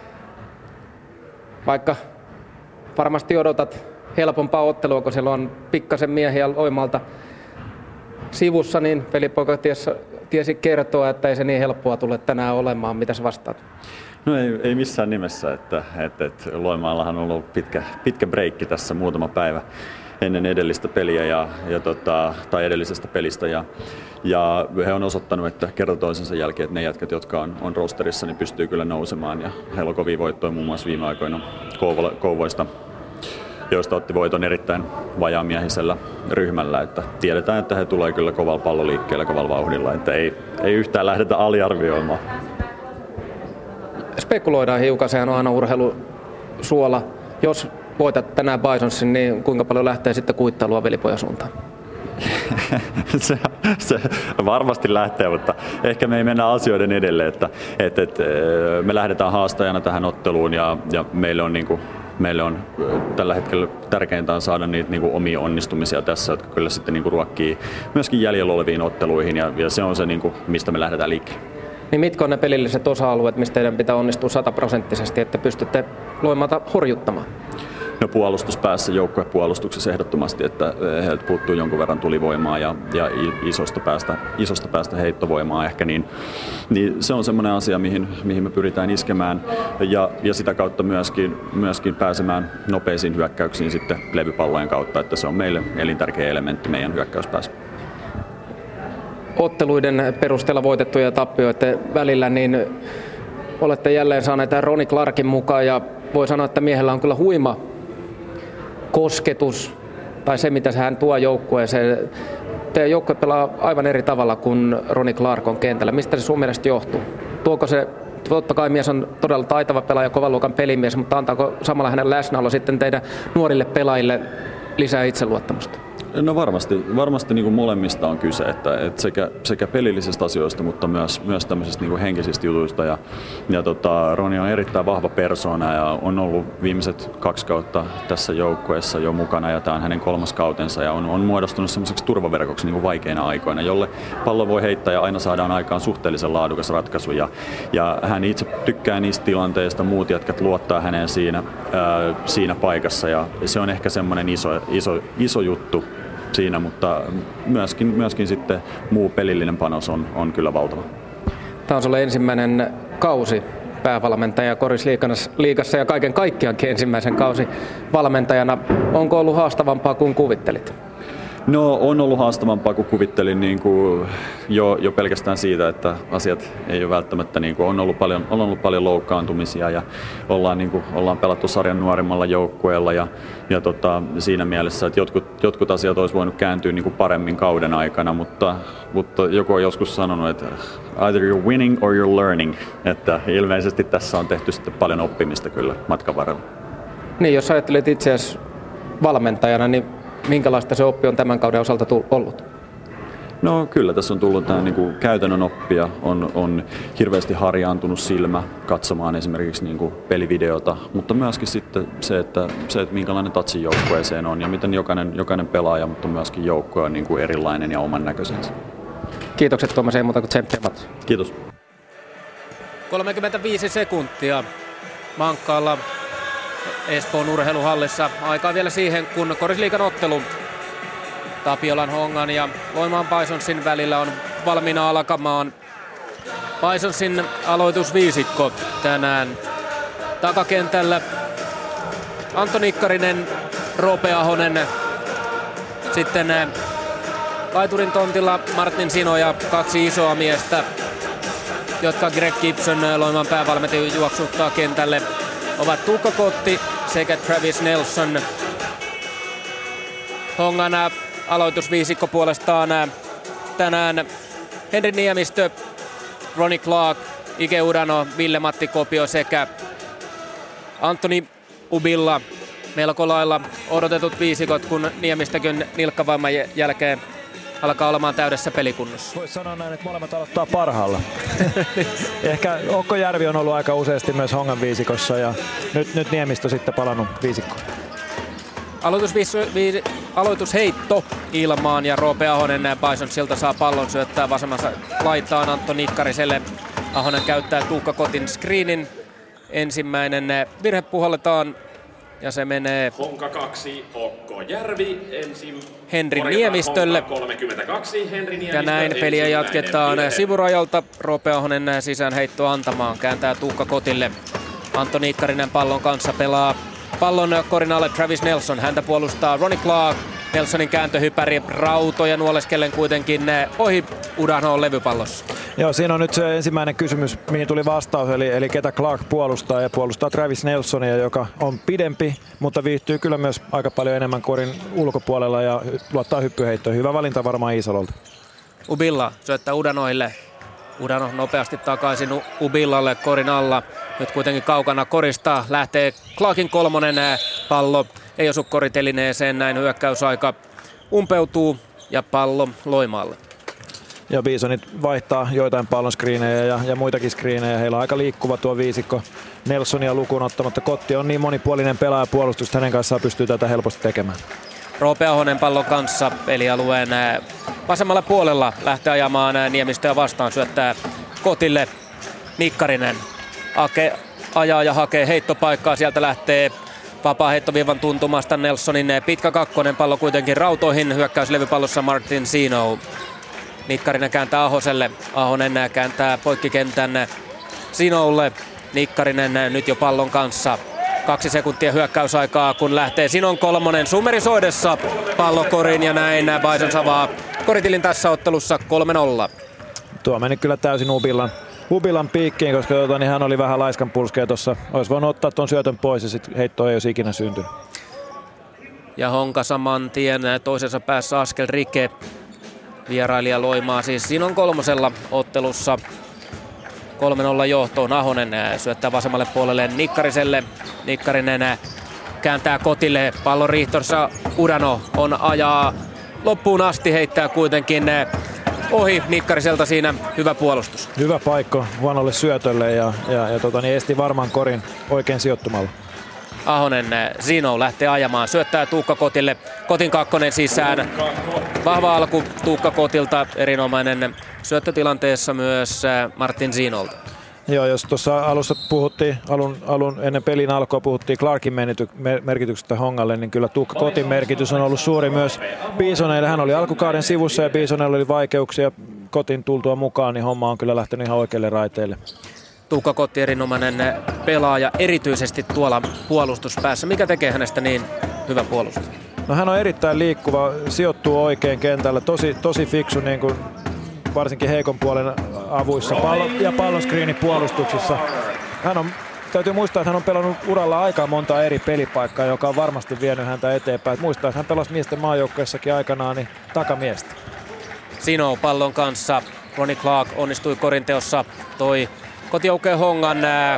S3: vaikka varmasti odotat helpompaa ottelua, kun siellä on pikkasen miehiä Loimaalta sivussa, niin velipoika tiesi kertoa, että ei se niin helppoa tule tänään olemaan. Mitä sä vastaat?
S7: No ei missään nimessä, että Loimaallahan on ollut pitkä breikki tässä muutama päivä ennen edellistä peliä tai edellisestä pelistä ja he on osoittanut, että kerta toisensa jälkeen, että ne jätkät, jotka on rosterissa, niin pystyy kyllä nousemaan ja heillä on kovia voittoja muun muassa viime aikoina Kouvoista, joista otti voiton erittäin vajaamiehisellä ryhmällä, että tiedetään, että he tulee kyllä kovalla palloliikkeellä, kovalla vauhdilla, että ei yhtään lähdetä aliarvioimaan.
S3: Spekuloidaan hiukan, sehän on aina urheilusuola. Jos voitat tänään Bisonsin, niin kuinka paljon lähtee sitten kuittailua velipojan suuntaan?
S7: se varmasti lähtee, mutta ehkä me ei mennä asioiden edelle, että me lähdetään haastajana tähän otteluun ja meille on tällä hetkellä tärkeintä on saada niitä omia onnistumisia tässä, jotka kyllä sitten ruokkii myöskin jäljellä oleviin otteluihin ja se on se, mistä me lähdetään liikkeelle.
S3: Niin mitkä on ne pelilliset osa-alueet, mistä teidän pitää onnistua 100%, että pystytte Loimaata horjuttamaan?
S7: No puolustuspäässä, joukkuepuolustuksessa ehdottomasti, että heiltä puuttuu jonkun verran tulivoimaa ja isosta päästä heittovoimaa ehkä, niin se on semmoinen asia, mihin me pyritään iskemään ja sitä kautta myöskin pääsemään nopeisiin hyökkäyksiin sitten levypallojen kautta, että se on meille elintärkeä elementti meidän hyökkäyspäässä.
S3: Otteluiden perusteella voitettuja ja tappioiden välillä, niin olette jälleen saaneet Ronnie Clarkin mukaan ja voi sanoa, että miehellä on kyllä huima kosketus tai se mitä hän tuo joukkueeseen. Teidän joukkue pelaa aivan eri tavalla kuin Ronnie Clark on kentällä. Mistä se sun mielestä johtuu? Tuoko se, totta kai mies on todella taitava pelaaja, kovan luokan pelimies, mutta antaako samalla hänen läsnäolo sitten teidän nuorille pelaajille lisää itseluottamusta?
S7: No varmasti niin kuin molemmista on kyse, että sekä pelillisistä asioista, mutta myös tämmöisistä niin kuin henkisistä jutuista. Ja Roni on erittäin vahva persoona ja on ollut viimeiset 2 kautta tässä joukkueessa jo mukana ja tämä on hänen 3. kautensa ja on muodostunut semmoiseksi turvaverkoksi niin kuin vaikeina aikoina, jolle pallo voi heittää ja aina saadaan aikaan suhteellisen laadukas ratkaisu. Ja hän itse tykkää niistä tilanteista, muut jätkät luottaa häneen siinä paikassa ja se on ehkä semmoinen iso juttu siinä, mutta myöskin sitten muu pelillinen panos on kyllä valtava.
S3: Tämä on sulle ensimmäinen kausi päävalmentaja Korisliigassa ja kaiken kaikkiaankin ensimmäisen kausi valmentajana. Onko ollut haastavampaa kuin kuvittelit?
S7: No on ollut haastavampaa kuin kuvittelin niin kuin jo pelkästään siitä, että asiat ei ole välttämättä, niin kuin on ollut paljon loukkaantumisia ja ollaan pelattu sarjan nuorimmalla joukkueella ja siinä mielessä, että jotkut asiat olisi voinut kääntyä niin kuin paremmin kauden aikana, mutta joku on joskus sanonut, että either you're winning or you're learning, että ilmeisesti tässä on tehty sitten paljon oppimista kyllä matkan varrella.
S3: Niin, jos ajattelet itseäsi valmentajana, niin minkälaista se oppi on tämän kauden osalta ollut?
S7: No kyllä, tässä on tullut tämä niin kuin käytännön oppia, on hirveästi harjaantunut silmä katsomaan esimerkiksi niin kuin pelivideota, mutta myöskin sitten se, että minkälainen tatsi joukkueeseen on ja miten jokainen pelaaja, mutta myöskin joukkue on niin kuin erilainen ja oman näköisensä.
S3: Kiitokset Tuomas, ei muuta kuin tsemppiä.
S7: Kiitos.
S3: 35 sekuntia Mankkaalla Espoon urheiluhallissa. Aikaa vielä siihen, kun Korisliigan ottelu Tapiolan Hongan ja Loimaan Bisonsin välillä on valmiina alkamaan. Bisonsin aloitusviisikko tänään takakentällä. Antto Nikkarinen, Roope Ahonen, sitten laiturin tontilla Martin Sino ja 2 isoa miestä, jotka Greg Gibson, Loimaan päävalmentaja, juoksuttaa kentälle, ovat Tuukka Kotti sekä Travis Nelson. Hongan aloitusviisikko puolestaan tänään Henri Niemistö, Ronnie Clark, Ike Udano, Ville-Matti Kopio sekä Anthony Ubilla. Melko lailla odotetut viisikot, kun Niemistäkin nilkkavamman jälkeen alkaa olemaan täydessä pelikunnossa.
S4: Voisi sanoa näin, että molemmat aloittaa parhaalla. Ehkä Okko Järvi on ollut aika useasti myös Hongan viisikossa ja nyt Niemistö sitten palannut viisikkoon.
S3: Aloitusheitto ilmaan ja Roope Ahonen Bisonsilta saa pallon syöttää vasemmassa laitaan Antto Nikkariselle. Ahonen käyttää Tuukka Kotin screenin. Ensimmäinen virhe puhalletaan ja se menee
S8: Honka 2, Okko Järvi
S3: Henri Niemistölle.
S8: 32, Henri Niemistö,
S3: ja näin peliä jatketaan sivurajalta. Roope Ahonen sisäänheitto antamaan, kääntää Tuukka Kotille. Antto Nikkarinen pallon kanssa pelaa pallon korin alle Travis Nelson. Häntä puolustaa Ronnie Clark. Nelsonin kääntöhypäri rautoja nuoleskellen kuitenkin ohi Udanoon levypallossa.
S4: Joo, siinä on nyt se ensimmäinen kysymys, mihin tuli vastaus, eli ketä Clark puolustaa. Ja puolustaa Travis Nelsonia, joka on pidempi, mutta viihtyy kyllä myös aika paljon enemmän korin ulkopuolella ja luottaa hyppyheittoon. Hyvä valinta varmaan Iisalolta.
S3: Ubilla syöttää Udanoille. Udano nopeasti takaisin Ubillalle korin alla. Nyt kuitenkin kaukana korista lähtee Clarkin 3. pallo. Ei osu koritelineeseen, näin hyökkäysaika umpeutuu ja pallo Loimaalle.
S4: Ja Bisonit vaihtaa joitain pallon screenejä ja muitakin screenejä. Heillä on aika liikkuva tuo viisikko Nelsonia lukuun ottamatta. Kotti on niin monipuolinen pelaaja puolustusta, hänen kanssaan pystyy tätä helposti tekemään.
S3: Roope Ahonen pallon kanssa pelialueen vasemmalla puolella lähtee ajamaan Niemistöä vastaan, syöttää Kotille. Nikkarinen ajaa ja hakee heittopaikkaa, sieltä lähtee vapaa heittoviivan tuntumasta Nelsonin pitkä 2. pallo kuitenkin rautoihin, hyökkäyslevypallossa Martin Sino. Nikkarinen kääntää Ahoselle, Ahonen kääntää poikkikentän Sinoulle. Nikkarinen nyt jo pallon kanssa. 2 sekuntia hyökkäysaikaa, kun lähtee Sinon 3. sumerisoidessa pallokoriin ja näin Bison avaa koritilin tässä ottelussa 3-0.
S4: Tuo meni kyllä täysin Ubilan piikkiin, koska niin hän oli vähän laiskan pulskea tuossa. Olisi voinut ottaa tuon syötön pois ja sitten heitto ei olisi ikinä syntynyt.
S3: Ja Honka saman tien toisessa päässä askel rike. Vierailija Loimaa siis siinä on 3. ottelussa 3-0 johtoon. Ahonen syöttää vasemmalle puolelle Nikkariselle. Nikkarinen kääntää kotille. Pallon riihtossa Udano on ajaa loppuun asti, heittää kuitenkin ohi Nikkariselta, siinä hyvä puolustus.
S4: Hyvä paikka huonolle syötölle ja esti varmaan korin oikein sijoittumalla.
S3: Ahonen, Zino lähtee ajamaan, syöttää Tuukka Kotille. Kotin kakkonen sisään. Vahva alku Tuukka Kotilta, erinomainen syöttötilanteessa myös Martin Zinolta.
S4: Joo, jos tuossa alussa puhuttiin, alun ennen pelin alkua puhuttiin Clarkin merkityksestä Hongalle, niin kyllä Tuukka Kotin merkitys on ollut suuri myös Bisonille. Hän oli alkukauden sivussa ja Bisonille oli vaikeuksia Kotin tultua mukaan, niin homma on kyllä lähtenyt ihan oikeille raiteille.
S3: Tuukka Kotti erinomainen pelaaja, erityisesti tuolla puolustuspäässä. Mikä tekee hänestä niin hyvän puolustus?
S4: No hän on erittäin liikkuva, sijoittuu oikein kentällä, tosi fiksu niin kuin varsinkin heikon puolen avuissa ja pallonskriinin puolustuksissa. Täytyy muistaa, että hän on pelannut uralla aika monta eri pelipaikkaa, joka on varmasti vienyt häntä eteenpäin. Muistaa, että hän pelasi miesten maajoukkueessakin aikanaan niin takamiestä.
S3: Sino pallon kanssa. Ronnie Clark onnistui korinteossa. Toi kotijoukkueen Hongan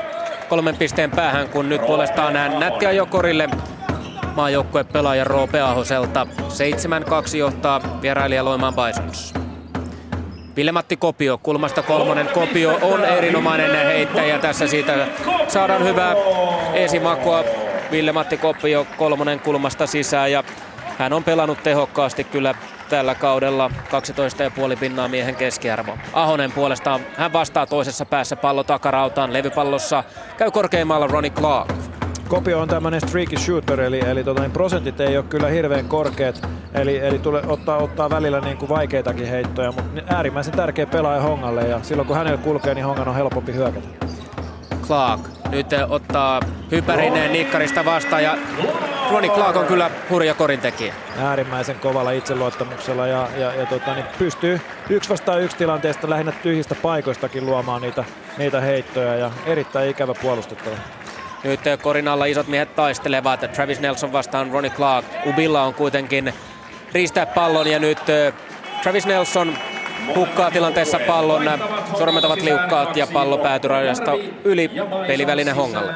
S3: 3 pisteen päähän, kun nyt puolestaan nätti ajo korille maajoukkueen pelaaja Roope Ahoselta. 7-2 johtaa vierailija Loimaan Bisons. Ville-Matti Kopio, kulmasta 3. Kopio on erinomainen heittäjä. Tässä siitä saadaan hyvää esimakua. Ville-Matti Kopio 3. kulmasta sisään ja hän on pelannut tehokkaasti kyllä tällä kaudella. 12,5 pinnaa miehen keskiarvo. Ahonen puolestaan, hän vastaa toisessa päässä, pallo takarautaan. Levypallossa käy korkeimmalla Ronnie Clark.
S4: Kopio on tämmöinen streaky shooter, eli prosentit ei ole kyllä hirveän korkeat, eli ottaa välillä niin kuin vaikeitakin heittoja, mutta äärimmäisen tärkeä pelaaja Hongalle, ja silloin kun hänellä kulkee, niin Hongan on helpompi hyökätä.
S3: Clark nyt ottaa hypärin Nikkarista vastaan, ja Ronnie Clark on kyllä hurja korintekijä.
S4: Äärimmäisen kovalla itseluottamuksella ja pystyy 1-1 tilanteesta lähinnä tyhjistä paikoistakin luomaan niitä heittoja, ja erittäin ikävä puolustettava.
S3: Nyt korin alla isot miehet taistelevat. Travis Nelson vastaan Ronnie Clark. Ubilla on kuitenkin riistää pallon ja nyt Travis Nelson hukkaa tilanteessa pallon. Sormet ovat liukkaat ja pallo päätyy rajasta yli, peliväline Hongalle.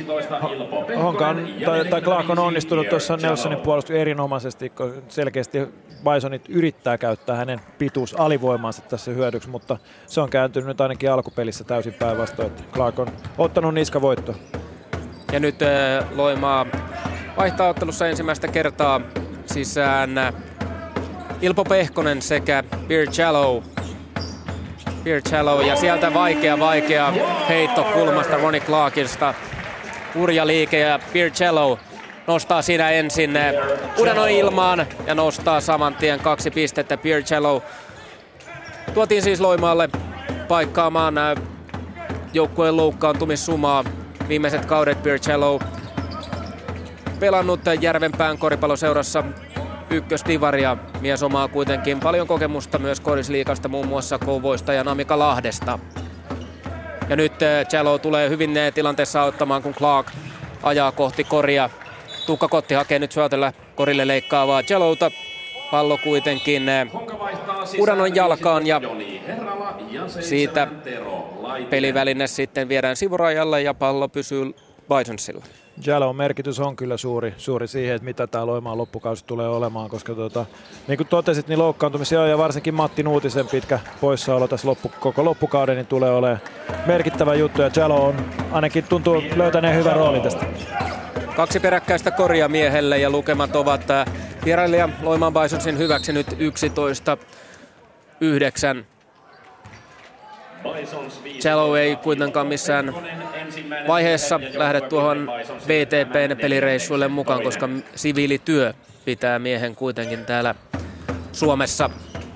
S4: Clark on onnistunut tuossa Nelsonin puolustus erinomaisesti, kun selkeästi Bisonit yrittää käyttää hänen pituus alivoimaansa tässä hyödyksi, mutta se on kääntynyt nyt ainakin alkupelissä täysin päinvastoin, että Clark on ottanut niskavoittoa.
S3: Ja nyt Loimaa vaihtaa ottelussa ensimmäistä kertaa sisään Ilpo Pehkonen sekä Pierre Jallow ja sieltä vaikea heitto kulmasta Ronnie Clarkista. Hurja liike ja Pierre Jallow nostaa siinä ensin Udano ilmaan ja nostaa saman tien 2 pistettä. Pierre Jallow tuotiin siis Loimaalle paikkaamaan joukkueen loukkaantumissumaa. Viimeiset kaudet Pierre Jallow pelannut Järvenpään koripalloseurassa ykkösdivaria. Mies omaa kuitenkin paljon kokemusta myös korisliigasta, muun muassa Kouvoista ja Namika Lahdesta. Ja nyt Jallow tulee hyvin tilanteessa auttamaan, kun Clark ajaa kohti koria. Tuukka Kotti hakee nyt syötellä korille leikkaavaa Jallowta. Pallo kuitenkin Udanon jalkaan ja siitä peliväline sitten viedään sivurajalle ja pallo pysyy Bisonsilla.
S4: Jallown merkitys on kyllä suuri siihen, että mitä tämä Loimaan loppukausi tulee olemaan, koska niin kuin totesit, niin loukkaantumisia ja varsinkin Matti Nuutisen pitkä poissaolo tässä koko loppukauden niin tulee olemaan merkittävä juttu ja Jallow on ainakin tuntuu löytäneen hyvän roolin tästä.
S3: 2 peräkkäistä koria miehelle ja lukemat ovat vierailija Loimaan Bisonsin hyväksi nyt 11-9. Jallow ei kuitenkaan missään vaiheessa lähde tuohon VTP:n pelireissuille mukaan, koska siviilityö pitää miehen kuitenkin täällä Suomessa.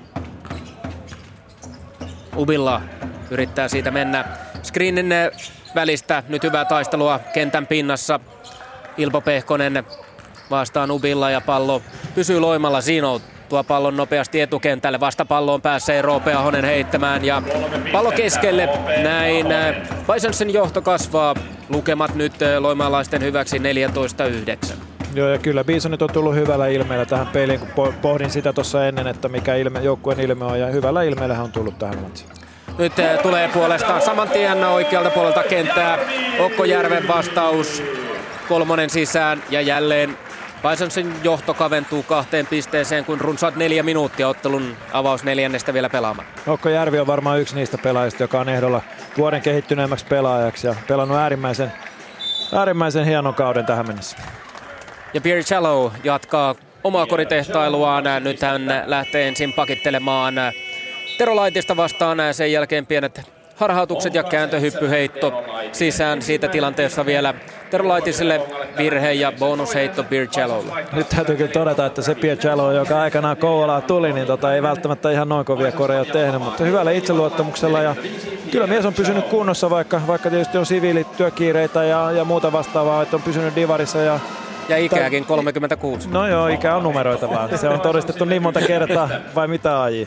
S3: Ubilla yrittää siitä mennä screenin välistä. Nyt hyvää taistelua kentän pinnassa. Ilpo Pehkonen vastaan Ubilla ja pallo pysyy Loimalla. Zino tuo pallon nopeasti etukentälle. Vastapalloon pääsee Roope Ahonen heittämään ja pallo keskelle. Näin Bisonsin johto kasvaa. Lukemat nyt loimaalaisten hyväksi 14-9.
S4: Joo, ja kyllä Bisonit on tullut hyvällä ilmeellä tähän peliin, kun pohdin sitä tuossa ennen, että mikä joukkueen ilme on, ja hyvällä ilmeellä hän on tullut tähän matsiin.
S3: Nyt tulee puolestaan saman tien oikealta puolelta kenttää Okkojärven vastaus, 3 sisään ja jälleen Bisonsin johto kaventuu 2 pisteeseen, kun runsaat 4 minuuttia ottelun avausneljännestä vielä pelaamaan.
S4: Okkojärvi on varmaan yksi niistä pelaajista, joka on ehdolla vuoden kehittyneemmäksi pelaajaksi ja pelannut äärimmäisen hienon kauden tähän mennessä.
S3: Ja Pierre Challow jatkaa omaa koritehtailuaan. Nyt hän lähtee ensin pakittelemaan Tero Laitista vastaan. Sen jälkeen pienet harhautukset ja kääntöhyppyheitto sisään siitä tilanteessa vielä Tero Laitiselle virhe ja bonusheitto Pierre Challowlle.
S4: Nyt täytyy kyllä todeta, että se Pierre Challow, joka aikanaan Kouvolaan tuli, niin ei välttämättä ihan noin kovia koreja ole tehnyt, mutta hyvällä itseluottamuksella ja kyllä mies on pysynyt kunnossa, vaikka tietysti on siviilityökiireitä ja muuta vastaavaa, että on pysynyt divarissa
S3: ja ikääkin 36.
S4: No joo, ikä on numeroita vaan. Se on todistettu niin monta kertaa, vai mitä Aji?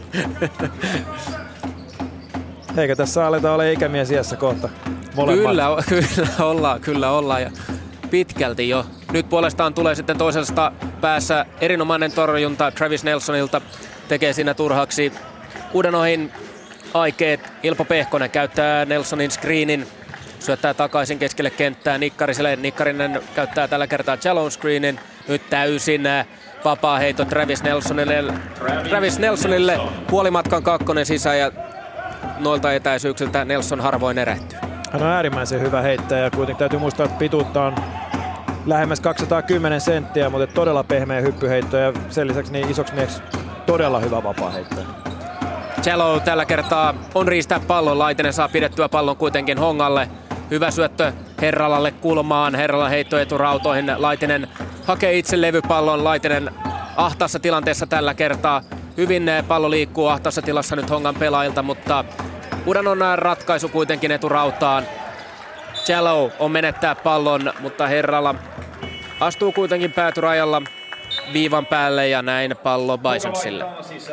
S4: Eikö tässä aleta ole ikämies iässä kohta? Molemmat.
S3: Kyllä ollaan ja pitkälti jo. Nyt puolestaan tulee sitten toisesta päässä erinomainen torjunta Travis Nelsonilta. Tekee siinä turhaksi Udanohin aikeet. Ilpo Pehkonen käyttää Nelsonin screenin. Syöttää takaisin keskelle kenttää Nikkariselle. Nikkarinen käyttää tällä kertaa Challown screenin. Nyt täysin vapaa heitto Travis Nelsonille. Puolimatkan 2 sisään ja noilta etäisyyksiltä Nelson harvoin erehtyy.
S4: Hän on äärimmäisen hyvä heittäjä ja kuitenkin täytyy muistaa, että pituutta on lähemmäs 210 senttiä, mutta todella pehmeä hyppyheitto ja sen lisäksi niin isoksi mieksi todella hyvä vapaa heittäjä.
S3: Challow tällä kertaa on riistää pallon. Laitinen saa pidettyä pallon kuitenkin Hongalle. Hyvä syöttö Herralalle kulmaan. Herrala heitto eturautoihin. Laitinen hakee itse levypallon. Laitinen ahtaassa tilanteessa tällä kertaa. Hyvin pallo liikkuu ahtaassa tilassa nyt Hongan pelaajilta, mutta Udanon ratkaisu kuitenkin eturautaan. Challow on menettää pallon, mutta Herrala astuu kuitenkin päätyrajalla viivan päälle ja näin pallo Bisonsille.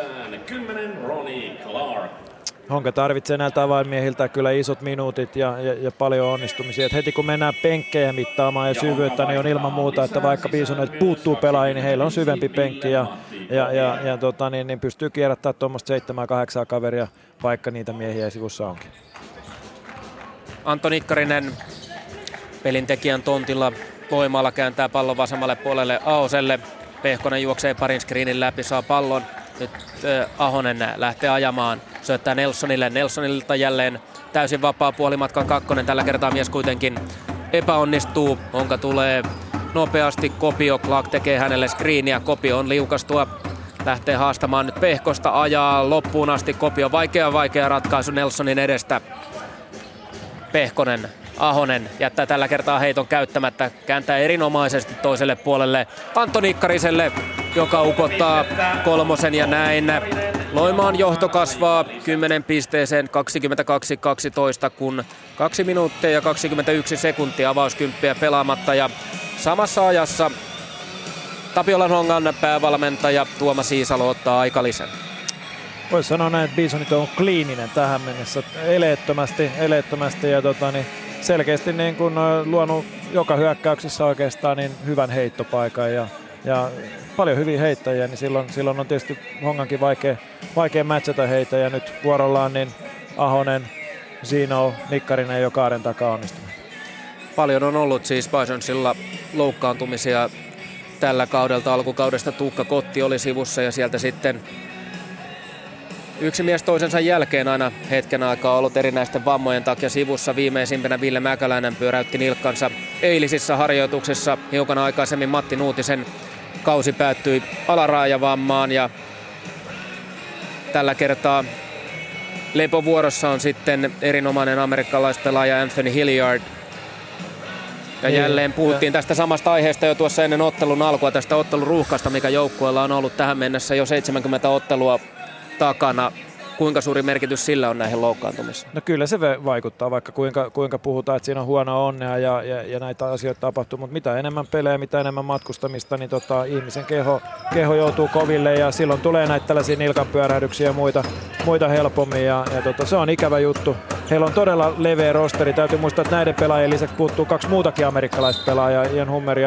S4: Honka tarvitsee näiltä avainmiehiltä kyllä isot minuutit ja paljon onnistumisia. Et heti kun mennään penkkejä mittaamaan ja syvyyttä, niin on ilman muuta, että vaikka Bisonilta puuttuu pelaajia, niin heillä on syvempi penkki ja pystyy kierrättämään tuommoista 7-8 kaveria, vaikka niitä miehiä sivussa onkin.
S3: Anto Nikkarinen pelintekijän tontilla voimalla kääntää pallon vasemmalle puolelle Aoselle. Pehkonen juoksee parin screenin läpi, saa pallon. Nyt Ahonen lähtee ajamaan. Syöttää Nelsonille. Nelsonilta jälleen täysin vapaa puolimatkan 2. Tällä kertaa mies kuitenkin epäonnistuu. Honka tulee nopeasti Kopio. Clark tekee hänelle screeniä. Kopio on liukastua. Lähtee haastamaan nyt Pehkosta. Ajaa loppuun asti. Kopio vaikea ratkaisu Nelsonin edestä. Pehkonen. Ahonen jättää tällä kertaa heiton käyttämättä. Kääntää erinomaisesti toiselle puolelle Antto Nikkariselle, joka upottaa 3 ja näin. Loimaan johto kasvaa 10 pisteeseen 22-12, kun 2 minuuttia ja 21 sekuntia avauskymppiä pelaamatta. Ja samassa ajassa Tapiolan Hongan päävalmentaja Tuomas Iisalo ottaa aikalisän.
S4: Voisi sanoa näin, että Bisonit on kliininen tähän mennessä eleettömästi ja selkeästi niin kun luonut joka hyökkäyksessä oikeastaan niin hyvän heittopaikan ja paljon hyviä heittäjiä, niin silloin on tietysti Hongankin vaikea matchata heitä ja nyt vuorollaan niin Ahonen, Zino, Nikkarinen jo kaaren takaa onnistunut.
S3: Paljon on ollut siis Bisonsilla loukkaantumisia tällä kaudelta. Alkukaudesta Tuukka Kotti oli sivussa ja sieltä sitten yksi mies toisensa jälkeen aina hetken aikaa ollut erinäisten vammojen takia sivussa. Viimeisimpänä Ville Mäkäläinen pyöräytti nilkkansa eilisissä harjoituksissa. Hiukan aikaisemmin Matti Nuutisen kausi päättyi alaraajavammaan ja tällä kertaa lepovuorossa on sitten erinomainen amerikkalaispelaaja Anthony Hilliard. Ja jälleen puhuttiin tästä samasta aiheesta jo tuossa ennen ottelun alkua, tästä ottelun ruuhkasta, mikä joukkueella on ollut tähän mennessä jo 70 ottelua takana. Kuinka suuri merkitys sillä on näihin loukkaantumisiin?
S4: No kyllä se vaikuttaa, vaikka kuinka puhutaan, että siinä on huono onnea ja näitä asioita tapahtuu, mutta mitä enemmän pelejä, mitä enemmän matkustamista, niin ihmisen keho joutuu koville ja silloin tulee näitä tällaisia nilkanpyörähdyksiä ja muita helpommin ja se on ikävä juttu. Heillä on todella leveä rosteri, täytyy muistaa, että näiden pelaajien lisäksi puuttuu 2 muutakin amerikkalaispelaajaa, Ian Hummer ja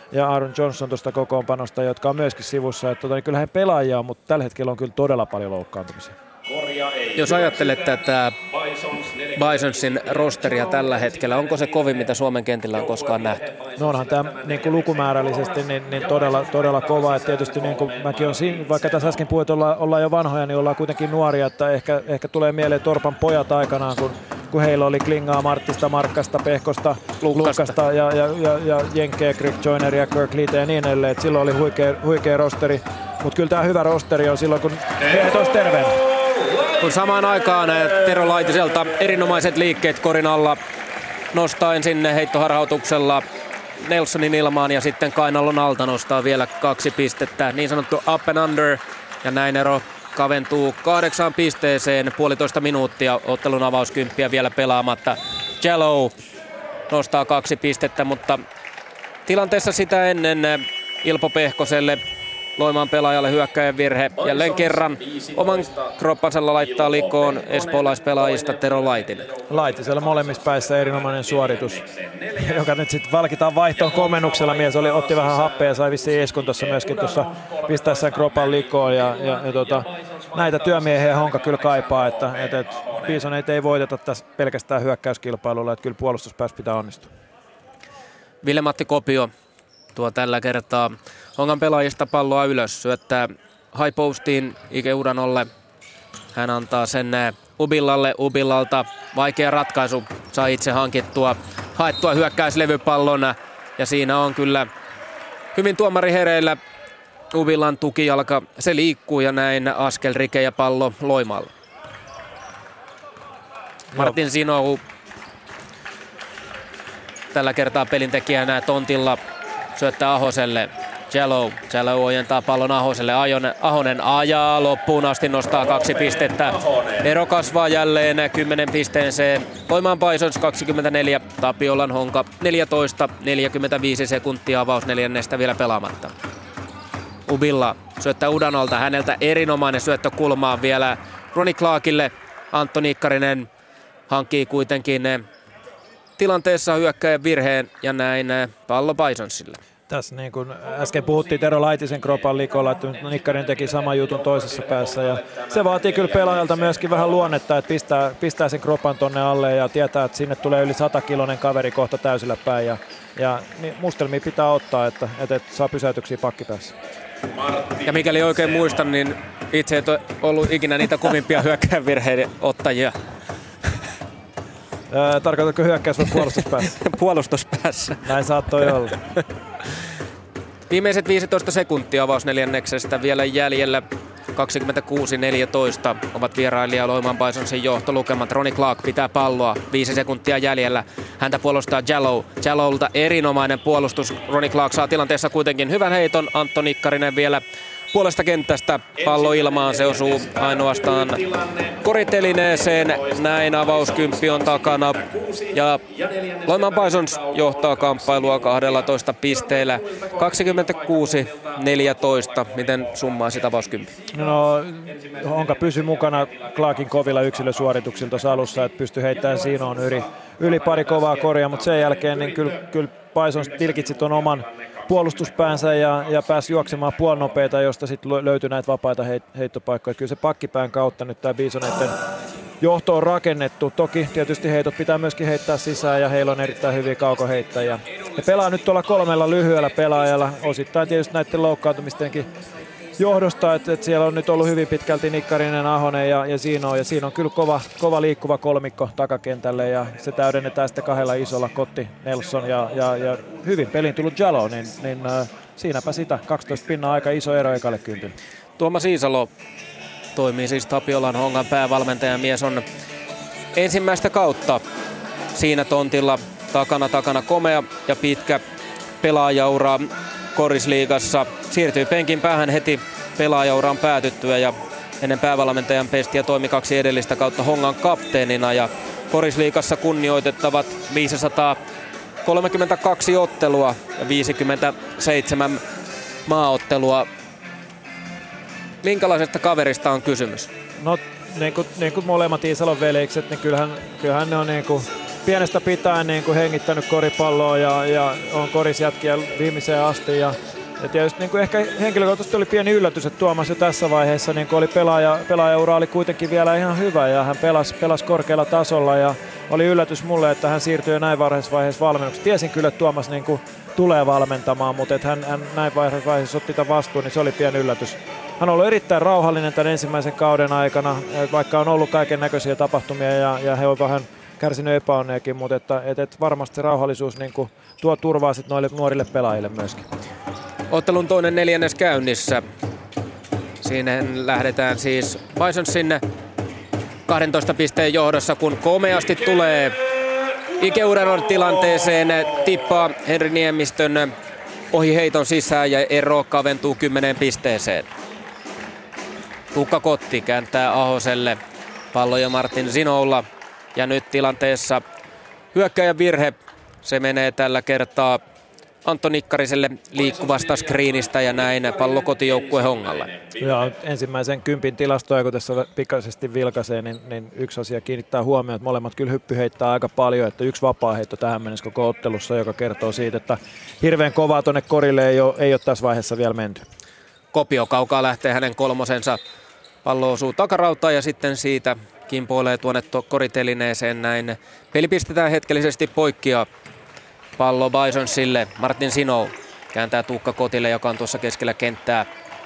S4: ja Aaron Johnson tuosta kokoonpanosta, jotka on myöskin sivussa. Että kyllä he pelaajia on, mutta tällä hetkellä on kyllä todella paljon loukkaantumisia.
S3: Jos ajattelet tätä Bisonsin rosteria tällä hetkellä, onko se kovin, mitä Suomen kentillä on koskaan nähty?
S4: No onhan tämä niin kuin lukumäärällisesti niin todella kova. Et tietysti niin kuin mäkin on siinä, vaikka tässä äsken puhuit, ollaan jo vanhoja, niin ollaan kuitenkin nuoria. Että ehkä tulee mieleen Torpan pojat aikanaan, kun heillä oli Klingaa, Marttista, Markkasta, Pehkosta, Lukkasta ja Jenkeä, Greg Joineria, Kirk Leeta ja niin edelleen. Et silloin oli huikea rosteri. Mutta kyllä tämä hyvä rosteri on silloin, kun he olisi terveenä.
S3: Kun samaan aikaan Tero Laitiselta erinomaiset liikkeet korin alla nostaa ensin heittoharhautuksella Nelsonin ilmaan ja sitten kainalon alta nostaa vielä 2 pistettä. Niin sanottu up and under ja näin ero kaventuu 8 pisteeseen, 1,5 minuuttia ottelun avauskymppiä vielä pelaamatta. Jallow nostaa 2 pistettä, mutta tilanteessa sitä ennen Ilpo Pehkoselle Loimaan pelaajalle hyökkäjän virhe. Jälleen kerran oman kroppansa laittaa likoon espoolaispelaajista Tero Laitinen.
S4: Laitisella molemmissa päissä erinomainen suoritus, joka nyt sitten valkitaan vaihtoon komennuksella. Mies otti vähän happea ja sai vissiin Eskun tuossa myöskin pistäessään kropan likoon. Näitä työmiehiä Honka kyllä kaipaa, että Bisoneita ei voiteta tässä pelkästään hyökkäyskilpailulla, että kyllä puolustuspäässä pitää onnistua.
S3: Ville-Matti Kopio tuo tällä kertaa Hongan pelaajista palloa ylös, syöttää high postiin Ike Udanolle. Hän antaa sen Ubillalle. Ubillalta vaikea ratkaisu, saa itse haettua hyökkäyslevypallon ja siinä on kyllä hyvin tuomari hereillä. Ubillan tukijalka, se liikkuu ja näin askel rike ja pallo Loimaalla. Martin Sinou tällä kertaa pelintekijänä tontilla syöttää Ahoselle. Jallow ojentaa pallon Ahoselle. Ahonen ajaa loppuun asti, nostaa 2 pistettä. Ero kasvaa jälleen 10 pisteeseen. Loimaan Bisons 24, Tapiolan Honka 14, 45 sekuntia avausneljännestä vielä pelaamatta. Ubilla syöttää Udanolta, häneltä erinomainen syöttö kulmaan vielä Ronnie Clarkille. Antto Nikkarinen hankkii kuitenkin tilanteessa hyökkäjän virheen ja näin pallo Bisonsille.
S4: Tässä niin kuin äsken puhuttiin Tero Laitisen kropan likolla, että Nikkarin teki saman jutun toisessa päässä. Ja se vaatii kyllä pelaajalta myöskin vähän luonnetta, että pistää sen kropan tonne alle ja tietää, että sinne tulee yli 100-kiloinen kaveri kohta täysillä päin. Ja niin mustelmia pitää ottaa, että saa pysäytyksiä pakkipäässä.
S3: Ja mikäli oikein muistan, niin itse et ole ollut ikinä niitä kovimpia hyökkäjän virheiden ottajia.
S4: Tarkoitatko hyökkäys vai puolustuspäässä?
S3: Puolustuspäässä.
S4: Näin saattoi olla.
S3: Viimeiset 15 sekuntia avausneljänneksestä vielä jäljellä. 26-14 ovat vierailija Loimaan Bisonsin johtolukemat. Ronnie Clark pitää palloa, 5 sekuntia jäljellä. Häntä puolustaa Jallow. Jallowlta erinomainen puolustus. Ronnie Clark saa tilanteessa kuitenkin hyvän heiton. Antto Nikkarinen vielä puolesta kentästä pallo ilmaan. Se osuu ainoastaan koritelineeseen. Näin avauskymppi on takana. Ja Loimaan Bisons johtaa kamppailua 12 pisteellä. 26-14. Miten summaa sitä avauskymppi?
S4: No, Honka pysyi mukana Clarkin kovilla yksilösuorituksilla tuossa alussa, että pystyi heittämään Sinoon yli pari kovaa koria, mutta sen jälkeen niin kyllä Bisons tilkitsi tuon oman puolustuspäänsä ja pääsi juoksemaan puolinopeita, josta sitten löytyi näitä vapaita heittopaikkoja. Kyllä se pakkipään kautta nyt tämä Bisoneiden johto on rakennettu. Toki tietysti heitot pitää myöskin heittää sisään ja heillä on erittäin hyviä kaukoheittäjiä. He pelaa nyt tuolla 3 lyhyellä pelaajalla, osittain tietysti näiden loukkaantumistenkin johdosta, että siellä on nyt ollut hyvin pitkälti Nikkarinen, Ahonen ja Sino, ja siinä on kyllä kova liikkuva kolmikko takakentälle, ja se täydennetään sitten 2 isolla, Kotti, Nelson ja hyvin pelin tullut Jallow, niin siinäpä sitä, 12 pinnaa aika iso ero ekalle kympille.
S3: Tuomas Iisalo toimii siis Tapiolan Hongan päävalmentaja, mies on ensimmäistä kautta siinä tontilla, takana komea ja pitkä pelaajaura Korisliigassa, siirtyi penkin päähän heti pelaajauraan päätyttyä ja ennen päävalmentajan pestiä toimi 2 edellistä kautta Hongan kapteenina ja Korisliigassa kunnioitettavat 532 ottelua ja 57 maaottelua. Minkälaisesta kaverista on kysymys?
S4: No niin kuin molemmat Iisalon veljekset, niin kyllähän ne on niin kuin pienestä pitäen niin kuin hengittänyt koripalloa ja on korisjätkiä viimeiseen asti. Ja tietysti niin kuin ehkä henkilökohtaisesti oli pieni yllätys, että Tuomas jo tässä vaiheessa niin kuin oli pelaajaura oli kuitenkin vielä ihan hyvä ja hän pelasi korkealla tasolla ja oli yllätys mulle, että hän siirtyi jo näin varhaisessa vaiheessa valmennukseen. Tiesin kyllä, että Tuomas niin kuin tulee valmentamaan, mutta että hän näin vaiheessa otti tämän vastuun, niin se oli pieni yllätys. Hän on ollut erittäin rauhallinen tämän ensimmäisen kauden aikana, vaikka on ollut kaiken näköisiä tapahtumia ja he on vähän kärsinyt epäonneakin, mutta että varmasti se rauhallisuus niin kuin tuo turvaa sit noille nuorille pelaajille myöskin.
S3: Ottelun toinen neljännes käynnissä. Siinä lähdetään siis Bisonsin 12 pisteen johdossa, kun komeasti tulee Ike Uranon tilanteeseen, tippaa Henri Niemistön ohi heiton sisään ja ero kaventuu 10 pisteeseen. Tuukka Kotti kääntää Ahoselle, pallo ja Martin Zinoulla ja nyt tilanteessa hyökkäjän virhe. Se menee tällä kertaa Antto Nikkariselle liikkuvasta screenistä ja näin pallo kotijoukkue Hongalle.
S4: Ja ensimmäisen 10 tilastoja, kun tässä pikaisesti vilkaisee, niin yksi asia kiinnittää huomioon, että molemmat kyllä hyppy heittää aika paljon, että yksi vapaaheitto tähän mennessä koko ottelussa, joka kertoo siitä, että hirveän kovaa tuonne korille ei ole tässä vaiheessa vielä menty.
S3: Kopio kaukaa lähtee hänen kolmosensa. Pallo osuu takarautaan ja sitten siitä kimpoilee tuonne koritelineeseen näin. Peli pistetään hetkellisesti poikki ja pallo Bisonsille. Martin Zinou kääntää Tuukka Kotille, joka on tuossa keskellä kenttää.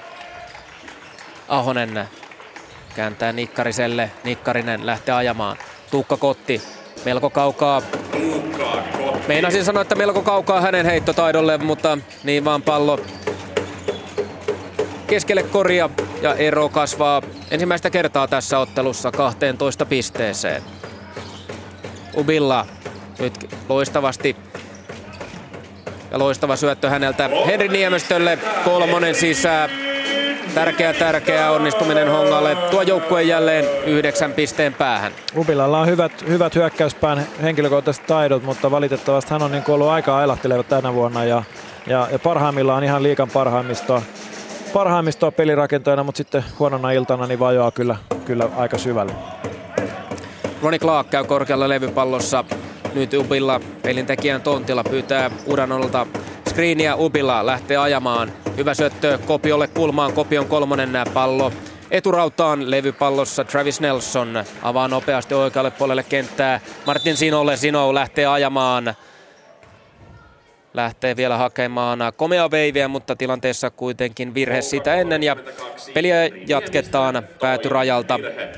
S3: Ahonen kääntää Nikkariselle. Nikkarinen lähtee ajamaan. Tuukka Kotti melko kaukaa. Meinasin sanoa, että melko kaukaa hänen heittotaidolle, mutta niin vaan pallo keskelle koria ja ero kasvaa ensimmäistä kertaa tässä ottelussa 12 pisteeseen. Ubilla nyt loistavasti ja loistava syöttö häneltä Henri Niemistölle, kolmonen sisään. Tärkeä onnistuminen Hongalle. Tuo joukkue jälleen 9 pisteen päähän.
S4: Ubillalla on hyvät hyökkäyspään henkilökohtaiset taidot, mutta valitettavasti hän on niin ollut aika ailahteleva tänä vuonna ja parhaimmillaan ihan liigan parhaimmistoa pelirakentajana, mutta sitten huonona iltana niin vajoaa kyllä aika syvälle.
S3: Ronnie Clark käy korkealla levypallossa. Nyt Ubilla pelintekijän tontilla pyytää Uranolta screeniä. Ubilla lähtee ajamaan. Hyvä syöttö Kopiolle kulmaan. Kopion kolmonen pallo eturautaan levypallossa. Travis Nelson avaa nopeasti oikealle puolelle kenttää. Martin Zinoulle. Zinou lähtee ajamaan. Lähtee vielä hakemaan komea veiviä, mutta tilanteessa kuitenkin virhe sitä ennen ja peliä jatketaan päätyrajalta.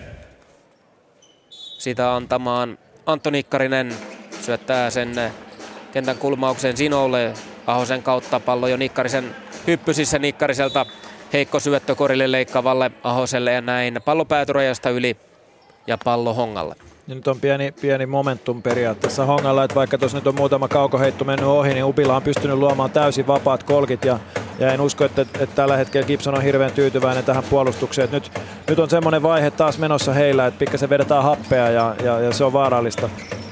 S3: Sitä antamaan Antto Nikkarinen syöttää sen kentän kulmaukseen Zinoulle. Ahosen kautta pallo jo Nikkarisen hyppysissä. Nikkariselta heikko syöttö korille leikkaavalle Ahoselle ja näin pallo päätyrajasta yli ja pallo Hongalle.
S4: Ja nyt on pieni momentum periaatteessa Hongalla, että vaikka tuossa nyt on muutama kaukoheitto mennyt ohi, niin Ubilla on pystynyt luomaan täysin vapaat kolkit ja en usko, että tällä hetkellä Gibson on hirveän tyytyväinen tähän puolustukseen. Nyt on semmoinen vaihe taas menossa heillä, että pikkasen vedetään happea ja se on vaarallista.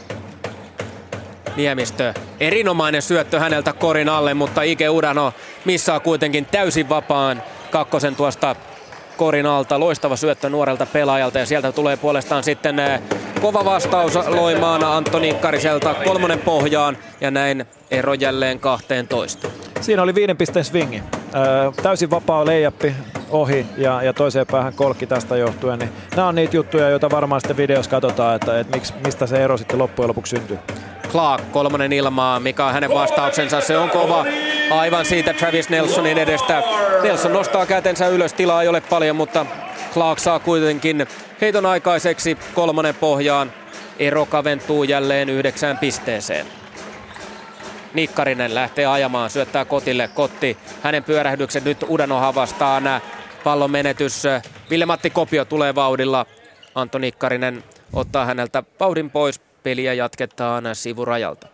S3: Niemistö, erinomainen syöttö häneltä korin alle, mutta Ike Urano missaa kuitenkin täysin vapaan kakkosen tuosta korin alta. Loistava syöttö nuorelta pelaajalta ja sieltä tulee puolestaan sitten kova vastaus Loimaan Antto Nikkariselta, kolmonen pohjaan ja näin ero jälleen 12.
S4: Siinä oli 5 pisteen swingi. Täysin vapaa leijappi ohi ja toiseen päähän kolkki tästä johtuen. Niin nämä on niitä juttuja, joita varmaan sitten videossa katsotaan, että mistä se ero sitten loppujen lopuksi syntyy.
S3: Clark, kolmonen ilmaa. Mikä on hänen vastauksensa? Se on kova. Aivan siitä Travis Nelsonin edestä. Nelson nostaa kätensä ylös. Tilaa ei ole paljon, mutta Clark saa kuitenkin heiton aikaiseksi kolmonen pohjaan. Ero kaventuu jälleen 9 pisteeseen. Nikkarinen lähtee ajamaan, syöttää Kotille. Kotti, hänen pyörähdyksen nyt Udanoha vastaan. Pallon menetys. Ville-Matti Kopio tulee vauhdilla. Antto Nikkarinen ottaa häneltä vauhdin pois. Peliä jatketaan sivurajalta.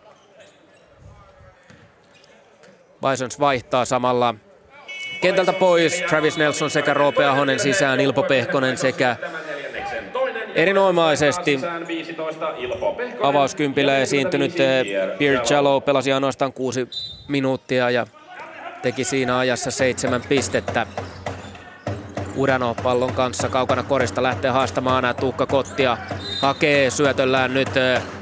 S3: Bisons vaihtaa samalla kentältä pois. Travis Nelson sekä Roope Ahonen sisään. Ilpo Pehkonen sekä erinomaisesti avauskympillä esiintynyt Pierre Jallow pelasi ainoastaan 6 minuuttia ja teki siinä ajassa 7 pistettä. Urano pallon kanssa kaukana korista lähtee haastamaan Tuukka Kottia. Hakee syötöllään nyt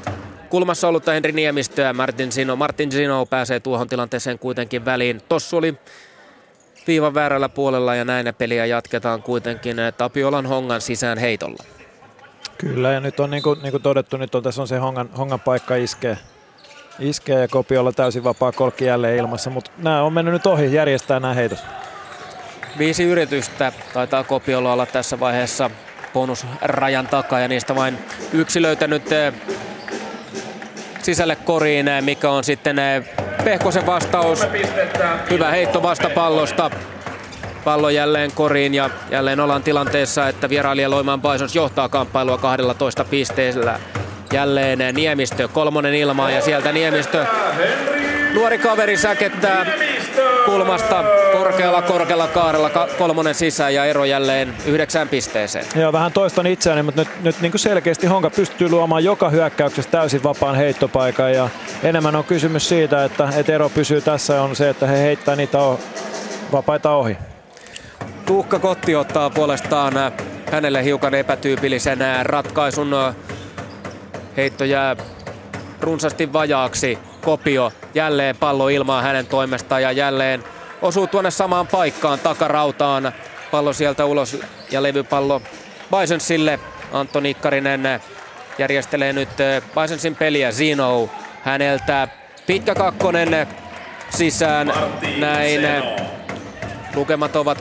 S3: kulmassa ollutta Henri Niemistöä. Martin Zino pääsee tuohon tilanteeseen kuitenkin väliin. Tossu oli viivan väärällä puolella ja näin peliä jatketaan kuitenkin Tapiolan Hongan sisään heitolla.
S4: Kyllä, ja nyt on niin kuin todettu, nyt tässä on se Hongan paikka iskee ja Kopiolla täysin vapaa kolkki jälleen ilmassa, mutta nämä on mennyt nyt ohi, järjestää nämä heitot.
S3: 5 yritystä taitaa Kopiolla olla tässä vaiheessa bonusrajan takaa ja niistä vain yksi löytänyt sisälle koriin, mikä on sitten Pehkosen vastaus. Hyvä heitto vastapallosta. Pallo jälleen koriin ja jälleen ollaan tilanteessa, että vierailija Loimaan Bisons johtaa kamppailua 12 pisteellä. Jälleen Niemistö, 3 ilmaa ja sieltä Niemistö. Nuori kaveri säkettää kulmasta korkealla kaarella 3 sisään ja ero jälleen 9 pisteeseen.
S4: Joo, vähän toistan itseäni, mutta nyt niin kuin selkeästi Honka pystyy luomaan joka hyökkäyksessä täysin vapaan heittopaikan ja enemmän on kysymys siitä, että ero pysyy tässä on se, että he heittää niitä vapaita ohi.
S3: Tuukka Kotti ottaa puolestaan hänelle hiukan epätyypillisen ratkaisun. Heitto jää runsaasti vajaaksi. Kopio jälleen pallo ilmaan hänen toimestaan ja jälleen osuu tuonne samaan paikkaan takarautaan. Pallo sieltä ulos ja levypallo Bisonsille. Antto Nikkarinen järjestelee nyt Bisonsin peliä. Zino häneltä pitkä kakkonen sisään. Näin lukemat ovat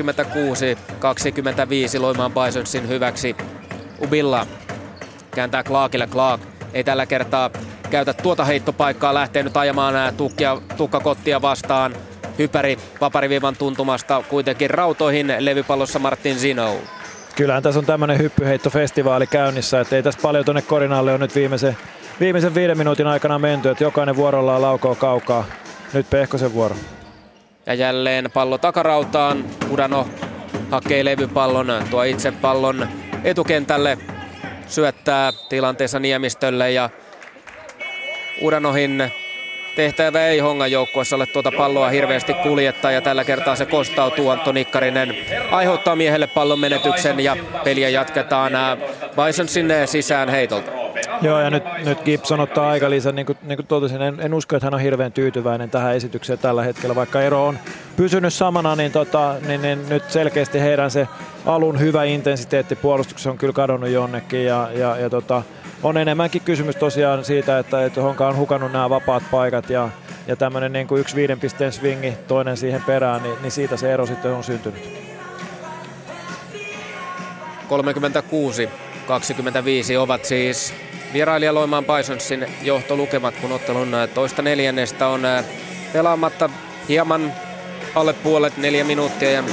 S3: 36-25 Loimaan Bisonsin hyväksi. Ubilla kääntää Clarkille. Clark ei tällä kertaa käytä tuota heittopaikkaa, lähtee nyt ajamaan Tuukka Kottia vastaan. Hypäri vapariviivan tuntumasta kuitenkin rautoihin levypallossa Martin Zino.
S4: Kyllähän tässä on tämmöinen hyppyheittofestivaali käynnissä, että ei tässä paljon tuonne korinalle on nyt viimeisen 5 minuutin aikana menty, että jokainen vuorollaan laukoo kaukaa. Nyt Pehkosen vuoro.
S3: Ja jälleen pallo takarautaan. Udano hakee levypallon, tuo itse pallon etukentälle. Syöttää tilanteessa Niemistölle ja Udanohin tehtävä ei Hongan joukkueessa ole tuota palloa hirveästi kuljettaa ja tällä kertaa se kostautuu. Antto Nikkarinen aiheuttaa miehelle pallon menetyksen ja peliä jatketaan Bisonsin sisään heitolta.
S4: Joo, ja nyt Gibson ottaa aikalisän, niin kuin totesin, en usko, että hän on hirveän tyytyväinen tähän esitykseen tällä hetkellä, vaikka ero on pysynyt samana, niin nyt selkeästi heidän se alun hyvä intensiteetti puolustuksessa on kyllä kadonnut jonnekin, ja on enemmänkin kysymys tosiaan siitä, että Honka on hukannut nämä vapaat paikat, ja tämmöinen niin kuin 1 5 pisteen swingi, toinen siihen perään, niin siitä se ero sitten on syntynyt.
S3: 36-25 ovat siis vierailija Loimaan Bisonsin johtolukemat, kun ottelun toista neljännestä on pelaamatta hieman alle puolet, 4 minuuttia ja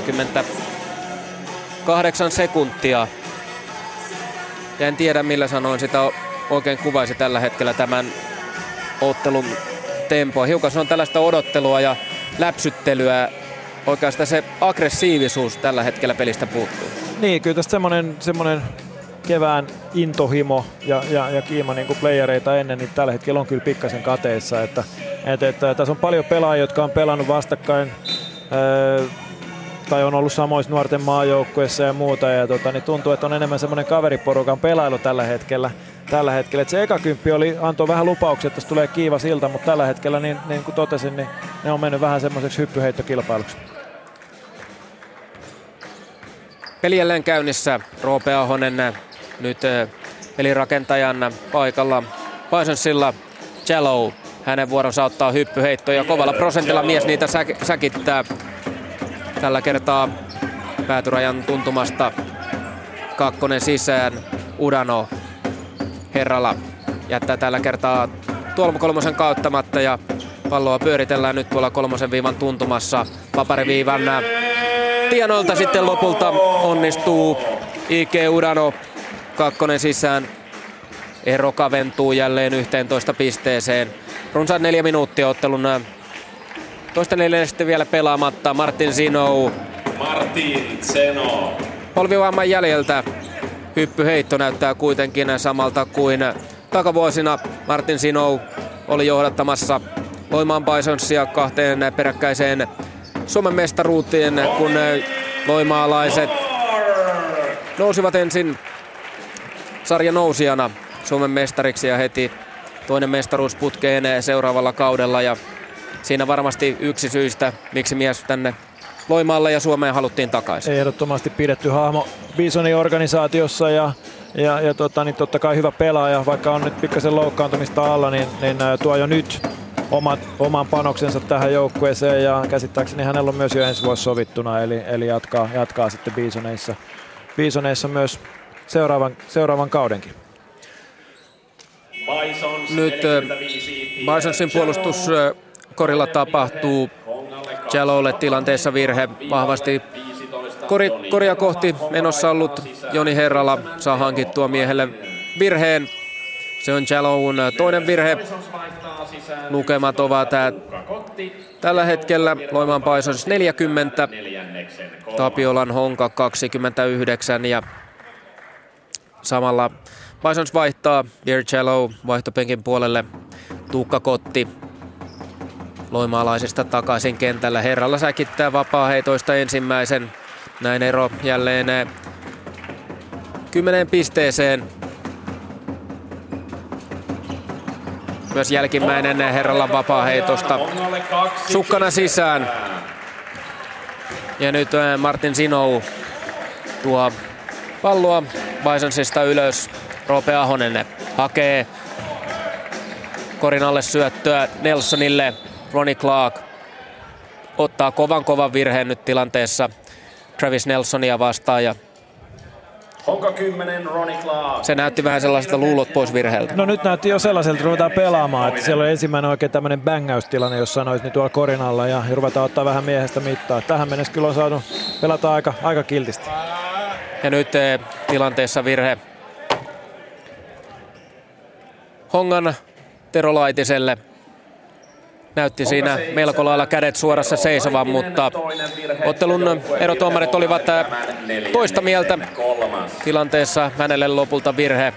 S3: 48 sekuntia. Ja en tiedä millä sanoin sitä oikein kuvaisi tällä hetkellä tämän ottelun tempoa. Hiukan se on tällaista odottelua ja läpsyttelyä. Oikeastaan se aggressiivisuus tällä hetkellä pelistä puuttuu.
S4: Niin, kyllä tästä semmoinen kevään intohimo ja kiima niin kuin playereita ennen, niin tällä hetkellä on kyllä pikkasen kateessa. Että tässä on paljon pelaajia, jotka on pelannut vastakkain tai on ollut samoissa nuorten maajoukkueessa ja muuta. Ja niin tuntuu, että on enemmän semmoinen kaveriporukan pelailu tällä hetkellä. Että se eka kymppi antoi vähän lupauksia, että tässä tulee kiivas ilta, mutta tällä hetkellä, niin kuin totesin, niin ne on mennyt vähän semmoiseksi hyppyheittokilpailuksi.
S3: Peli jälleen käynnissä. Roope Ahonen nyt pelirakentajan paikalla. Bisonsilla Jallow. Hänen vuoronsa ottaa hyppyheittoja. Kovalla prosentilla mies niitä säkittää. Tällä kertaa päätyrajan tuntumasta kakkonen sisään. Udano Herrala jättää tällä kertaa kolmosen kauttamatta ja palloa pyöritellään nyt tuolla 3. viivan tuntumassa. Vapariviivan tienoilta sitten lopulta onnistuu Ike Udano, kakkonen sisään. Ero kaventuu jälleen 11 pisteeseen. Runsaat 4 minuuttia ottelun toista neljännestä vielä pelaamatta. Martin Zino. Polvivamman jäljeltä hyppyheitto näyttää kuitenkin samalta kuin takavuosina. Martin Zino oli johdattamassa Loimaan Bisonsia 2 peräkkäiseen Suomen mestaruuteen, kun loimaalaiset nousivat ensin sarjanousijana Suomen mestariksi ja heti toinen mestaruus putkeen seuraavalla kaudella ja siinä varmasti yksi syistä, miksi mies tänne Loimaalle ja Suomeen haluttiin takaisin.
S4: Ehdottomasti pidetty hahmo Bisonin organisaatiossa ja totta kai hyvä pelaaja, vaikka on nyt pikkasen loukkaantumista alla, niin tuo jo nyt oman panoksensa tähän joukkueeseen ja käsittääkseni hänellä on myös jo ensi vuosi sovittuna, eli jatkaa sitten Bisoneissa myös seuraavan kaudenkin.
S3: Nyt Bisonsin puolustuskorilla tapahtuu Jalloulle tilanteessa virhe vahvasti koria kohti menossa ollut Joni Herrala saa hankittua miehelle virheen. Se on Jalloun toinen virhe. Lukemat ovat tällä hetkellä Loimaan Bisons 40, Tapiolan Honka 29 ja samalla Bisons vaihtaa Dear Jallow vaihtopenkin puolelle Tuukka Kotti loimaalaisista takaisin kentällä. Herralla säkittää vapaaheitoista ensimmäisen. Näin ero jälleen 10 pisteeseen. Myös jälkimmäinen Herrallan vapaaheitosta sukkana sisään. Ja nyt Martin Sinou tuo palloa Bisonsista ylös. Roope Ahonen hakee korin alle syöttöä Nelsonille. Ronnie Clark ottaa kovan virheen nyt tilanteessa Travis Nelsonia vastaan ja
S8: Honka 10, Ronnie Clark.
S3: Se näytti vähän sellaiselta luulot pois virheeltä.
S4: No nyt näytti jo sellaiselta, että ruvetaan pelaamaan. Että siellä on ensimmäinen oikein tämmöinen bängäystilanne, jos sanoisi, niin tuolla korin alla ja ruvetaan ottaa vähän miehestä mittaa. Tähän mennessä kyllä on saatu pelata aika kiltisti.
S3: Ja nyt tilanteessa virhe Hongan Tero Laitiselle. Näytti siinä melko lailla kädet suorassa seisovan, mutta ottelun erotuomarit olivat toista mieltä. Tilanteessa hänelle lopulta virhe.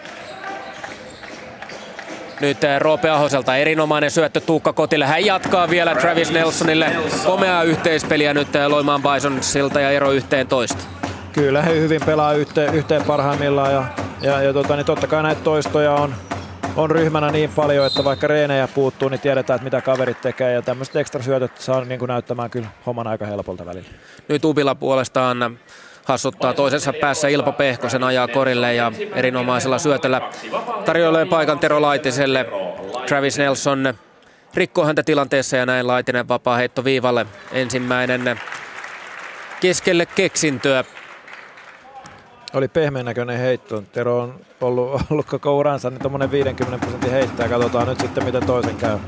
S3: Nyt Roope Ahoselta erinomainen syöttö Tuukka Kotille. Hän jatkaa vielä Travis Nelsonille. Komeaa yhteispeliä nyt Loimaan Bisonsilta ja ero 11.
S4: Kyllä he hyvin pelaa yhteen parhaimmillaan ja totta kai näitä toistoja on ryhmänä niin paljon, että vaikka reenejä puuttuu, niin tiedetään, että mitä kaverit tekee. Ja tämmöiset ekstra syötöt saa niin kuin näyttämään kyllä homman aika helpolta välillä.
S3: Nyt Ubila puolestaan hassuttaa toisessa päässä Ilpo Pehkosen ajaa korille ja erinomaisella syötöllä tarjoilee paikan Tero Laitiselle. Travis Nelson rikkoo häntä tilanteessa ja näin Laitinen vapaa heitto viivalle. Ensimmäinen keskelle keksintöä.
S4: Oli pehmeän näköinen heitto. Tero on ollut koko uransa niin tommonen 50% heittää. Katsotaan nyt sitten miten toisen käy.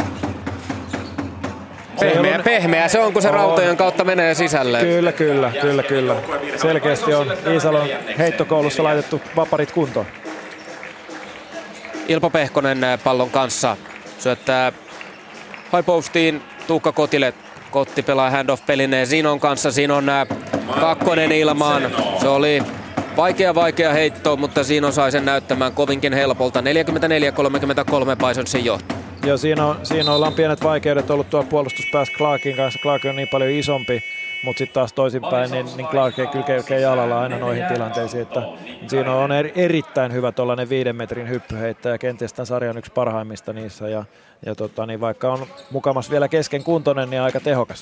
S3: Pehmeä se on, kun se rautojen kautta menee sisälle.
S4: Kyllä. Selkeästi on Iisalon heittokoulussa laitettu vaparit kuntoon.
S3: Ilpo Pehkonen pallon kanssa syöttää high postiin Tuukka Kotille. Kotti pelaa handoff-pelin Zinon kanssa. Zinon kakkonen ilmaan. Se oli vaikea heitto, mutta Zino sai sen näyttämään kovinkin helpolta. 44-33 Bisonsin johto.
S4: Joo, siinä ollaan pienet vaikeudet ollut tuolla puolustuspäässä Clarkin kanssa. Clark on niin paljon isompi, mutta sitten taas toisinpäin, niin Clark ei kyllä kerkeä jalalla aina noihin tilanteisiin. Että siinä on erittäin hyvä tuollainen 5 metrin hyppyheittäjä, kenties tämän sarjan yksi parhaimmista niissä. Niin vaikka on mukamas vielä kesken kuntoinen, niin aika tehokas.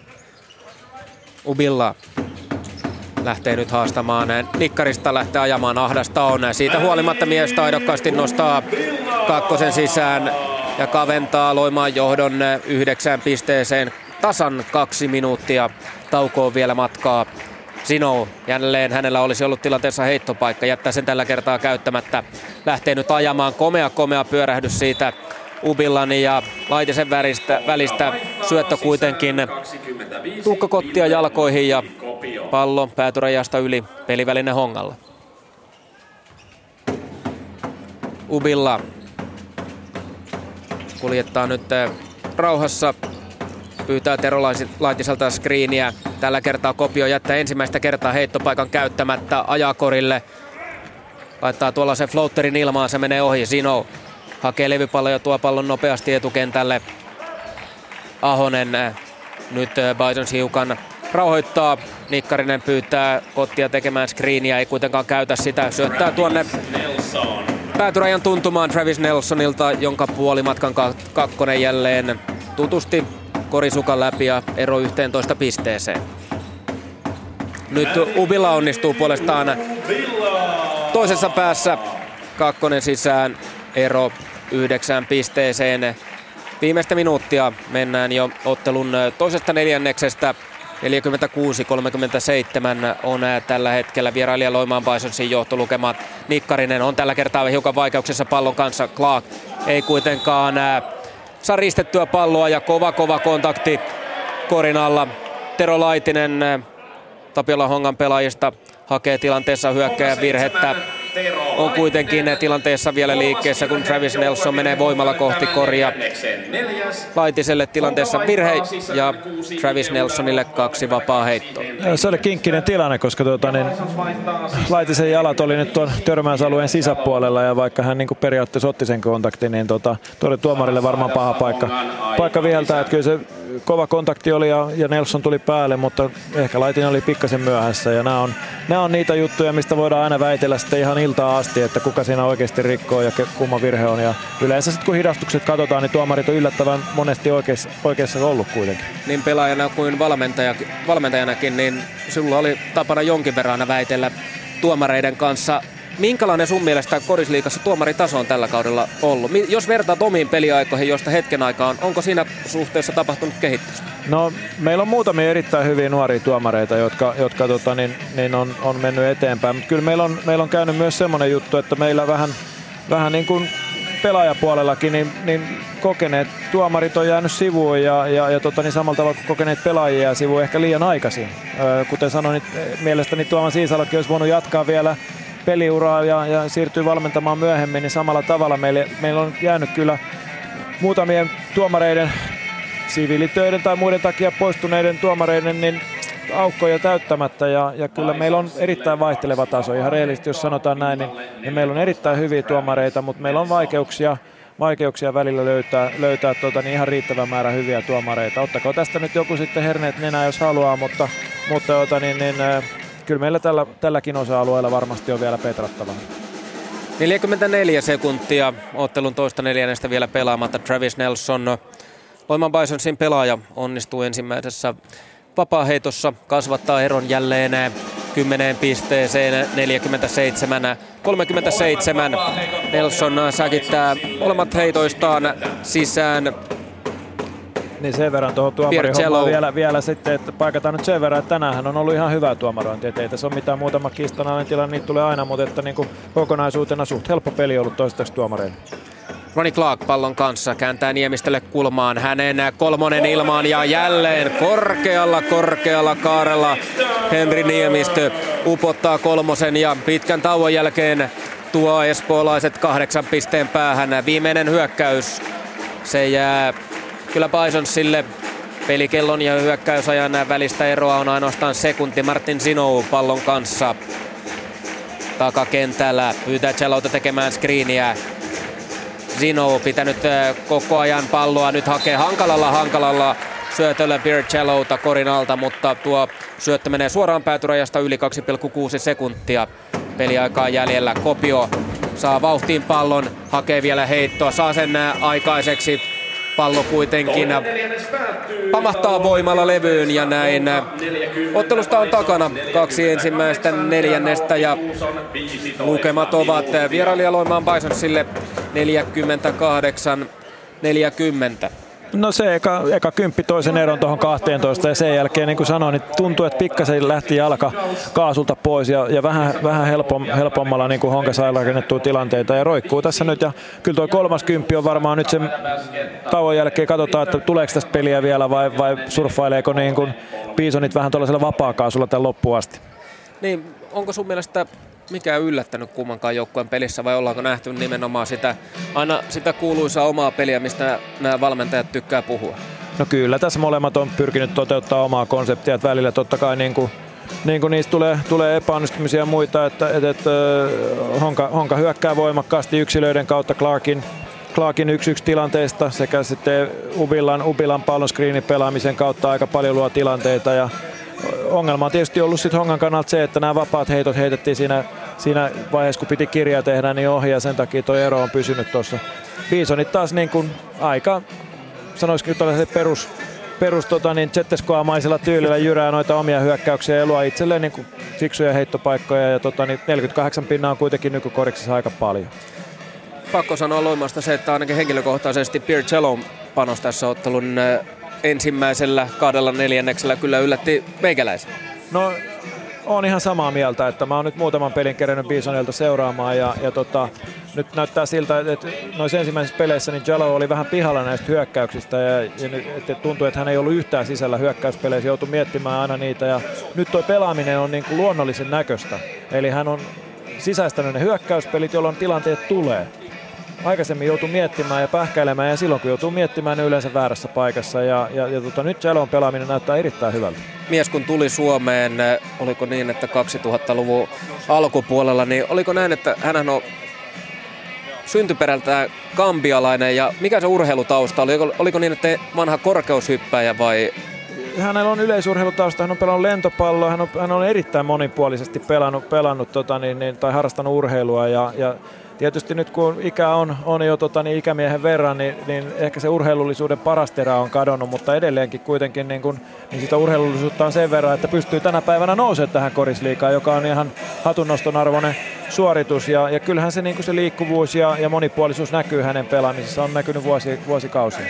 S3: Ubilla lähtee nyt haastamaan. Nikkarista lähtee ajamaan, ahdasta on. Siitä huolimatta mies taidokkaasti nostaa kakkosen sisään ja kaventaa Loimaan johdon 9 pisteeseen. Tasan 2 minuuttia. Taukoon vielä matkaa. Zino jälleen hänellä olisi ollut tilanteessa heittopaikka. Jättää sen tällä kertaa käyttämättä. Lähtee nyt ajamaan. Komea pyörähdys siitä Ubillan ja Laitisen välistä. Syöttö kuitenkin Tuukka Kottia jalkoihin ja pallo päätyrajasta yli pelivälinen Hongalla. Ubilla kuljettaa nyt rauhassa. Pyytää Tero Laitiselta screeniä. Tällä kertaa Kopio jättää ensimmäistä kertaa heittopaikan käyttämättä. Ajaa korille. Laittaa tuollaisen floatterin ilmaan. Se menee ohi. Zino hakee levypallon ja tuo pallon nopeasti etukentälle. Ahonen nyt Bisons hiukan rauhoittaa. Nikkarinen pyytää Kottia tekemään screeniä. Ei kuitenkaan käytä sitä. Syöttää tuonne päätyrajan tuntumaan Travis Nelsonilta, jonka puolimatkan kakkonen jälleen tutusti korisukan läpi ja ero 11 pisteeseen. Nyt Ubila onnistuu puolestaan toisessa päässä. Kakkonen sisään, ero 9 pisteeseen. Viimeistä minuuttia mennään jo ottelun toisesta neljänneksestä. 46-37 on tällä hetkellä vierailija Loimaan Bisonsin johtolukema. Nikkarinen on tällä kertaa hiukan vaikeuksissa pallon kanssa. Clark ei kuitenkaan saa ristettyä palloa ja kova kontakti korin alla. Tero Laitinen Tapiola Hongan pelaajista hakee tilanteessa hyökkääjän virhettä. On kuitenkin tilanteessa vielä liikkeessä, kun Travis Nelson menee voimalla kohti koria. Laitiselle tilanteessa virhe ja Travis Nelsonille 2 vapaa heittoa.
S4: Se oli kinkkinen tilanne, koska Laitisen jalat oli nyt tuon törmäysalueen sisäpuolella ja vaikka hän niin periaatteessa otti sen kontaktin, niin tuomarille varmaan paha paikka viheltää. Että kyllä se kova kontakti oli ja Nelson tuli päälle, mutta ehkä Laitinen oli pikkasen myöhässä ja nämä on niitä juttuja, mistä voidaan aina väitellä sitten ihan iltaa asti, että kuka siinä oikeasti rikkoo ja kumma virhe on. Ja yleensä sitten kun hidastukset katsotaan, niin tuomarit on yllättävän monesti oikeassa ollut kuitenkin.
S3: Niin pelaajana kuin valmentajanakin, niin sinulla oli tapana jonkin verran väitellä tuomareiden kanssa. Minkälainen sun mielestä Korisliigassa tuomaritaso on tällä kaudella ollut? Jos vertaat omiin peliaikoihin, josta hetken aikaan, onko siinä suhteessa tapahtunut kehitystä? No,
S4: meillä on muutamia erittäin hyviä nuoria tuomareita, jotka on mennyt eteenpäin. Mutta kyllä meillä on käynyt myös semmoinen juttu, että meillä vähän niin kuin pelaajapuolellakin niin kokeneet tuomarit on jäänyt sivuun ja samalla tavalla kuin kokeneet pelaajia jää sivuun ehkä liian aikaisin. Kuten sanoin, niin mielestäni Tuomas Iisalokin olisi voinut jatkaa vielä peliuraa ja siirtyy valmentamaan myöhemmin, niin samalla tavalla meillä on jäänyt kyllä muutamien tuomareiden siviilitöiden tai muiden takia poistuneiden tuomareiden niin aukkoja täyttämättä ja kyllä meillä on erittäin vaihteleva taso. Ihan rehellisesti, jos sanotaan näin, niin meillä on erittäin hyviä tuomareita, mutta meillä on vaikeuksia välillä löytää niin ihan riittävän määrä hyviä tuomareita. Ottakaa tästä nyt joku sitten herneet nenää, jos haluaa, mutta kyllä meillä tälläkin osa-alueella varmasti on vielä petrattavaa.
S3: 44 sekuntia ottelun toista neljännestä vielä pelaamatta. Travis Nelson, Loimaan Bisonsin pelaaja, onnistuu ensimmäisessä vapaaheitossa, kasvattaa eron jälleen 10 pisteeseen 47-37. Nelson säkittää molemmat heitoistaan sisään.
S4: Niin sen verran tuohon tuomarihommaan vielä sitten, että paikataan nyt sen verran, että tänään on ollut ihan hyvä tuomarointi. Ei tässä ole mitään muutama kiistanalainen tilanne, niitä tulee aina, mutta että niin kuin kokonaisuutena suht helppo peli ollut toistaiseksi tuomareille.
S3: Ronnie Clark pallon kanssa kääntää Niemistölle kulmaan. Hänen kolmonen ilmaan ja jälleen korkealla kaarella Henri Niemistö upottaa kolmosen ja pitkän tauon jälkeen tuo espoolaiset 8 pisteen päähän. Viimeinen hyökkäys, se jää kyllä Bisonsille. Pelikellon ja hyökkäysajan välistä eroa on ainoastaan sekunti. Martin Zinou pallon kanssa takakentällä pyytää Celouta tekemään screeniä. Zinou pitänyt koko ajan palloa, nyt hakee hankalalla syötöllä Celouta korin alta, mutta tuo syöttö menee suoraan päätyrajasta yli 2,6 sekuntia. Peliaikaa jäljellä. Kopio saa vauhtiin pallon, hakee vielä heittoa, saa sen aikaiseksi. Pallo kuitenkin pamahtaa voimalla levyyn ja näin. Ottelusta on takana 2 ensimmäistä neljännestä ja lukemat ovat vierailija Loimaan Bisonsille 48-40.
S4: No se eka 10 toisen eron tuohon 12 ja sen jälkeen niin kuin sanoin, niin tuntuu, että pikkasen lähti jalka kaasulta pois ja vähän helpommalla niin kuin Honka sai rakennettua tilanteita ja roikkuu tässä nyt ja kyllä tuo 30 on varmaan nyt sen tauon jälkeen katsotaan, että tuleeko tästä peliä vielä vai surffaileeko niin kuin Bisonit vähän tuollaisella vapaakaasulla tämän loppuun asti.
S3: Niin, onko sun mielestä mikään yllättänyt kummankaan joukkueen pelissä vai ollaanko nähty nimenomaan aina sitä kuuluisaa omaa peliä, mistä nämä valmentajat tykkää puhua?
S4: No kyllä, tässä molemmat on pyrkinyt toteuttaa omaa konseptia, että välillä totta kai niin kuin niistä tulee epäonnistumisia ja muita, että Honka hyökkää voimakkaasti yksilöiden kautta Clarkin 1-1 tilanteesta sekä sitten Ubilan pallon screenin pelaamisen kautta aika paljon luo tilanteita ja ongelma on tietysti ollut sit Hongan kannalta se, että nämä vapaat heitot heitettiin siinä siinä vaiheessa, kun piti kirjaa tehdä, niin ohi ja sen takia tuo ero on pysynyt tuossa. Bisonit taas niin kuin aika, sanoisikin tällaisen perus Zetteskoamaisella tyylillä jyrää noita omia hyökkäyksiä ja luo itselleen niin kuin fiksuja heittopaikkoja ja 48 pinnaa on kuitenkin nykykoriksessa aika paljon.
S3: Pakko sanoa Loimaasta se, että ainakin henkilökohtaisesti Piercellon panos tässä ottelun ensimmäisellä 2/4 kyllä yllätti meikäläisen.
S4: No on ihan samaa mieltä, että mä oon nyt muutaman pelin kerennyt Bisonilta seuraamaan ja nyt näyttää siltä, että noissa ensimmäisissä peleissä niin Jallow oli vähän pihalla näistä hyökkäyksistä ja tuntuu, että hän ei ollut yhtään sisällä hyökkäyspeleissä, joutui miettimään aina niitä ja nyt tuo pelaaminen on niin kuin luonnollisen näköistä. Eli hän on sisäistänyt ne hyökkäyspelit, jolloin tilanteet tulee. Aikaisemmin joutuu miettimään ja pähkäilemään ja silloin kun joutuu miettimään, ne yleensä väärässä paikassa ja nyt Jallown pelaaminen näyttää erittäin hyvältä.
S3: Mies kun tuli Suomeen, oliko niin, että 2000-luvun alkupuolella, niin oliko näin, että hänhän on syntyperältään gambialainen ja mikä se urheilutausta oli? Oliko niin, että vanha korkeushyppäjä vai?
S4: Hänellä on yleisurheilutausta, hän on pelannut lentopalloa, hän on erittäin monipuolisesti pelannut tai harrastanut urheilua ja tietysti nyt kun ikä on jo ikämiehen verran, niin ehkä se urheilullisuuden paras terä on kadonnut, mutta edelleenkin kuitenkin niin sitä urheilullisuutta on sen verran, että pystyy tänä päivänä nousemaan tähän korisliigaan, joka on ihan hatunnoston arvoinen suoritus. Ja kyllähän se, niin se liikkuvuus ja monipuolisuus näkyy hänen pelaamisessa, on näkynyt vuosikausia.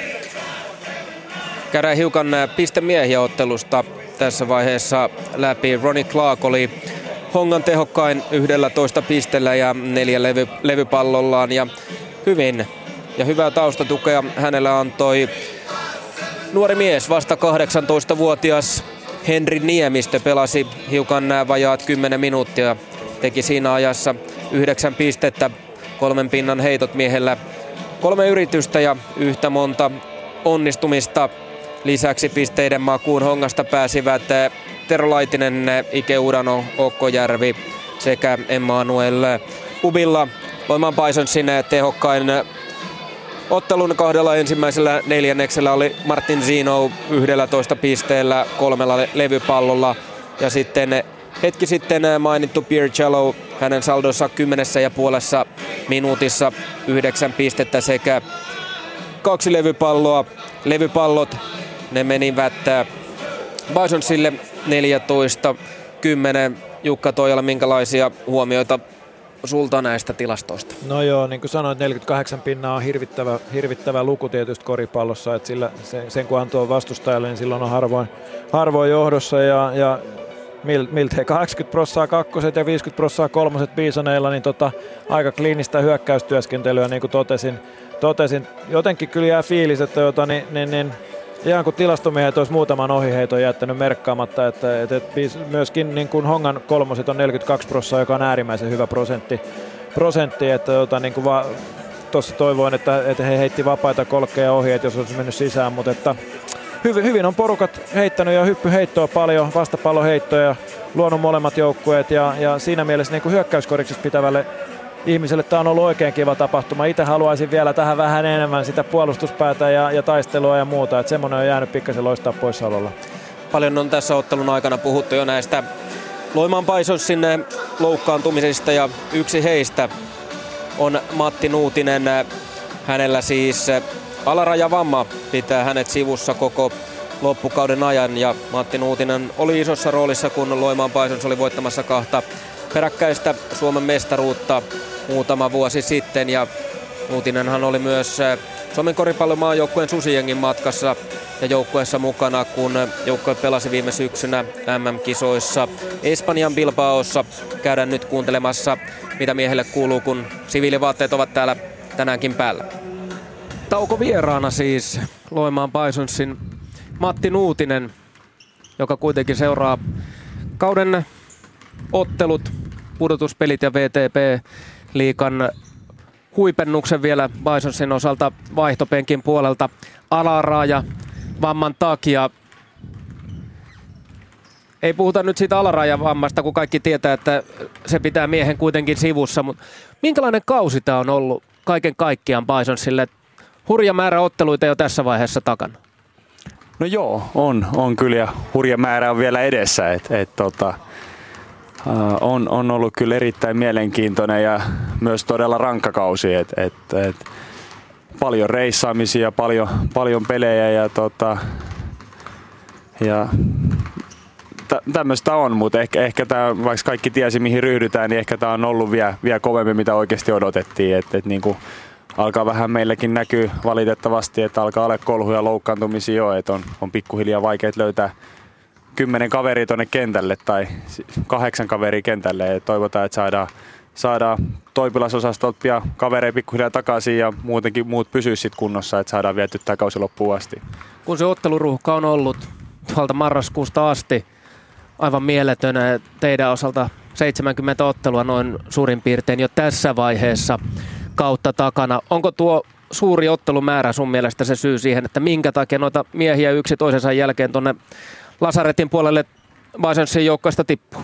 S3: Käydään hiukan pistemiehiä ottelusta tässä vaiheessa läpi. Ronnie Clark oli Hongan tehokkain 11 pisteellä ja 4 levypallollaan ja hyvää taustatukea hänellä antoi nuori mies, vasta 18-vuotias Henri Niemistö, pelasi hiukan vajaat 10 minuuttia, teki siinä ajassa 9 pistettä, 3 pinnan heitot miehellä, 3 yritystä ja yhtä monta onnistumista. Lisäksi pisteiden makuun Hongasta pääsivät Tero Laitinen, Ike Udano, Okkojärvi sekä Emmanuel Ubilla. Loimaan Bisonsin tehokkain ottelun 2 ensimmäisellä neljänneksellä oli Martin Zino 11 pisteellä 3 levypallolla. Ja sitten hetki sitten mainittu Pierre Jallow, hänen saldonsa 10,5 minuutissa 9 pistettä sekä 2 levypalloa. Levypallot, ne menivät Bisonsille 14-10. Jukka Toijala, minkälaisia huomioita sulta näistä tilastoista?
S4: No joo, niin kuin sanoit, 48 pinnaa on hirvittävä luku tietysti koripallossa, että sen kun antoi vastustajalle, niin silloin on harvoin johdossa ja miltei 80% kakkoset ja 50% kolmoset Bisoneilla, niin aika kliinistä hyökkäystyöskentelyä, niin kuin totesin. Jotenkin kyllä jää fiilis, että ihan kuin tilastomiehet olisi muutaman ohiheiton jättänyt merkkaamatta, että myöskin niin kuin Hongan kolmoset on 42%, joka on äärimmäisen hyvä prosentti että niin kuin tuossa toivoin, että he heitti vapaita kolkkeja ohi, että jos olisi mennyt sisään, mutta että hyvin on porukat heittänyt ja hyppyheittoa paljon, vastapalloheittoja, luonut molemmat joukkueet ja siinä mielessä niin kuin hyökkäyskoriksesta pitävälle ihmiselle tämä on ollut oikein kiva tapahtuma. Itse haluaisin vielä tähän vähän enemmän sitä puolustuspäätä ja taistelua ja muuta, että semmoinen on jäänyt pikkasen loistaa poissaololla.
S3: Paljon on tässä ottelun aikana puhuttu jo näistä Loimaan Bisonsin loukkaantumisista ja yksi heistä on Matti Nuutinen. Hänellä siis alarajavamma pitää hänet sivussa koko loppukauden ajan ja Matti Nuutinen oli isossa roolissa, kun Loimaan Bisons oli voittamassa 2 peräkkäistä Suomen mestaruutta muutama vuosi sitten ja Nuutinenhan oli myös Suomen koripallomaajoukkueen Susijengin matkassa ja joukkueessa mukana, kun joukkue pelasi viime syksynä MM-kisoissa Espanjan Bilbaossa. Käydään nyt kuuntelemassa, mitä miehelle kuuluu, kun siviilivaatteet ovat täällä tänäänkin päällä. Tauko vieraana siis Loimaan Bisonsin Matti Nuutinen, joka kuitenkin seuraa kauden ottelut, pudotuspelit ja VTB-liigan huipennuksen vielä Bisonsin osalta vaihtopenkin puolelta alaraja vamman takia. Ei puhuta nyt siitä alarajavammasta, kun kaikki tietää, että se pitää miehen kuitenkin sivussa, mutta minkälainen kausi tämä on ollut kaiken kaikkiaan Bisonsille? Hurja määrä otteluita jo tässä vaiheessa takana.
S9: No joo, on kyllä ja hurja määrä on vielä edessä. On ollut kyllä erittäin mielenkiintoinen ja myös todella rankka kausi. Paljon reissaamisia, paljon pelejä ja tämmöistä on, mutta ehkä tämä, vaikka kaikki tiesi mihin ryhdytään, niin ehkä tämä on ollut vielä kovemmin mitä oikeasti odotettiin. Niin kuin alkaa vähän meilläkin näkyy valitettavasti, että alkaa olla kolhuja ja loukkaantumisia jo, että on pikkuhiljaa vaikeat löytää 10 kaveria tuonne kentälle tai 8 kaveria kentälle. Et toivotaan, että saadaan toipilasosastolta pian kavereja pikkuhiljaa takaisin ja muutenkin muut pysyy sitten kunnossa, että saadaan viety tämä kausi loppuun asti.
S3: Kun se otteluruuhka on ollut tuolta marraskuusta asti aivan mieletön teidän osalta 70 ottelua noin suurin piirtein jo tässä vaiheessa kautta takana. Onko tuo suuri ottelumäärä sun mielestä se syy siihen, että minkä takia noita miehiä yksi toisensa jälkeen tuonne lasaretin puolelle Bisonsin joukkoista tippuu?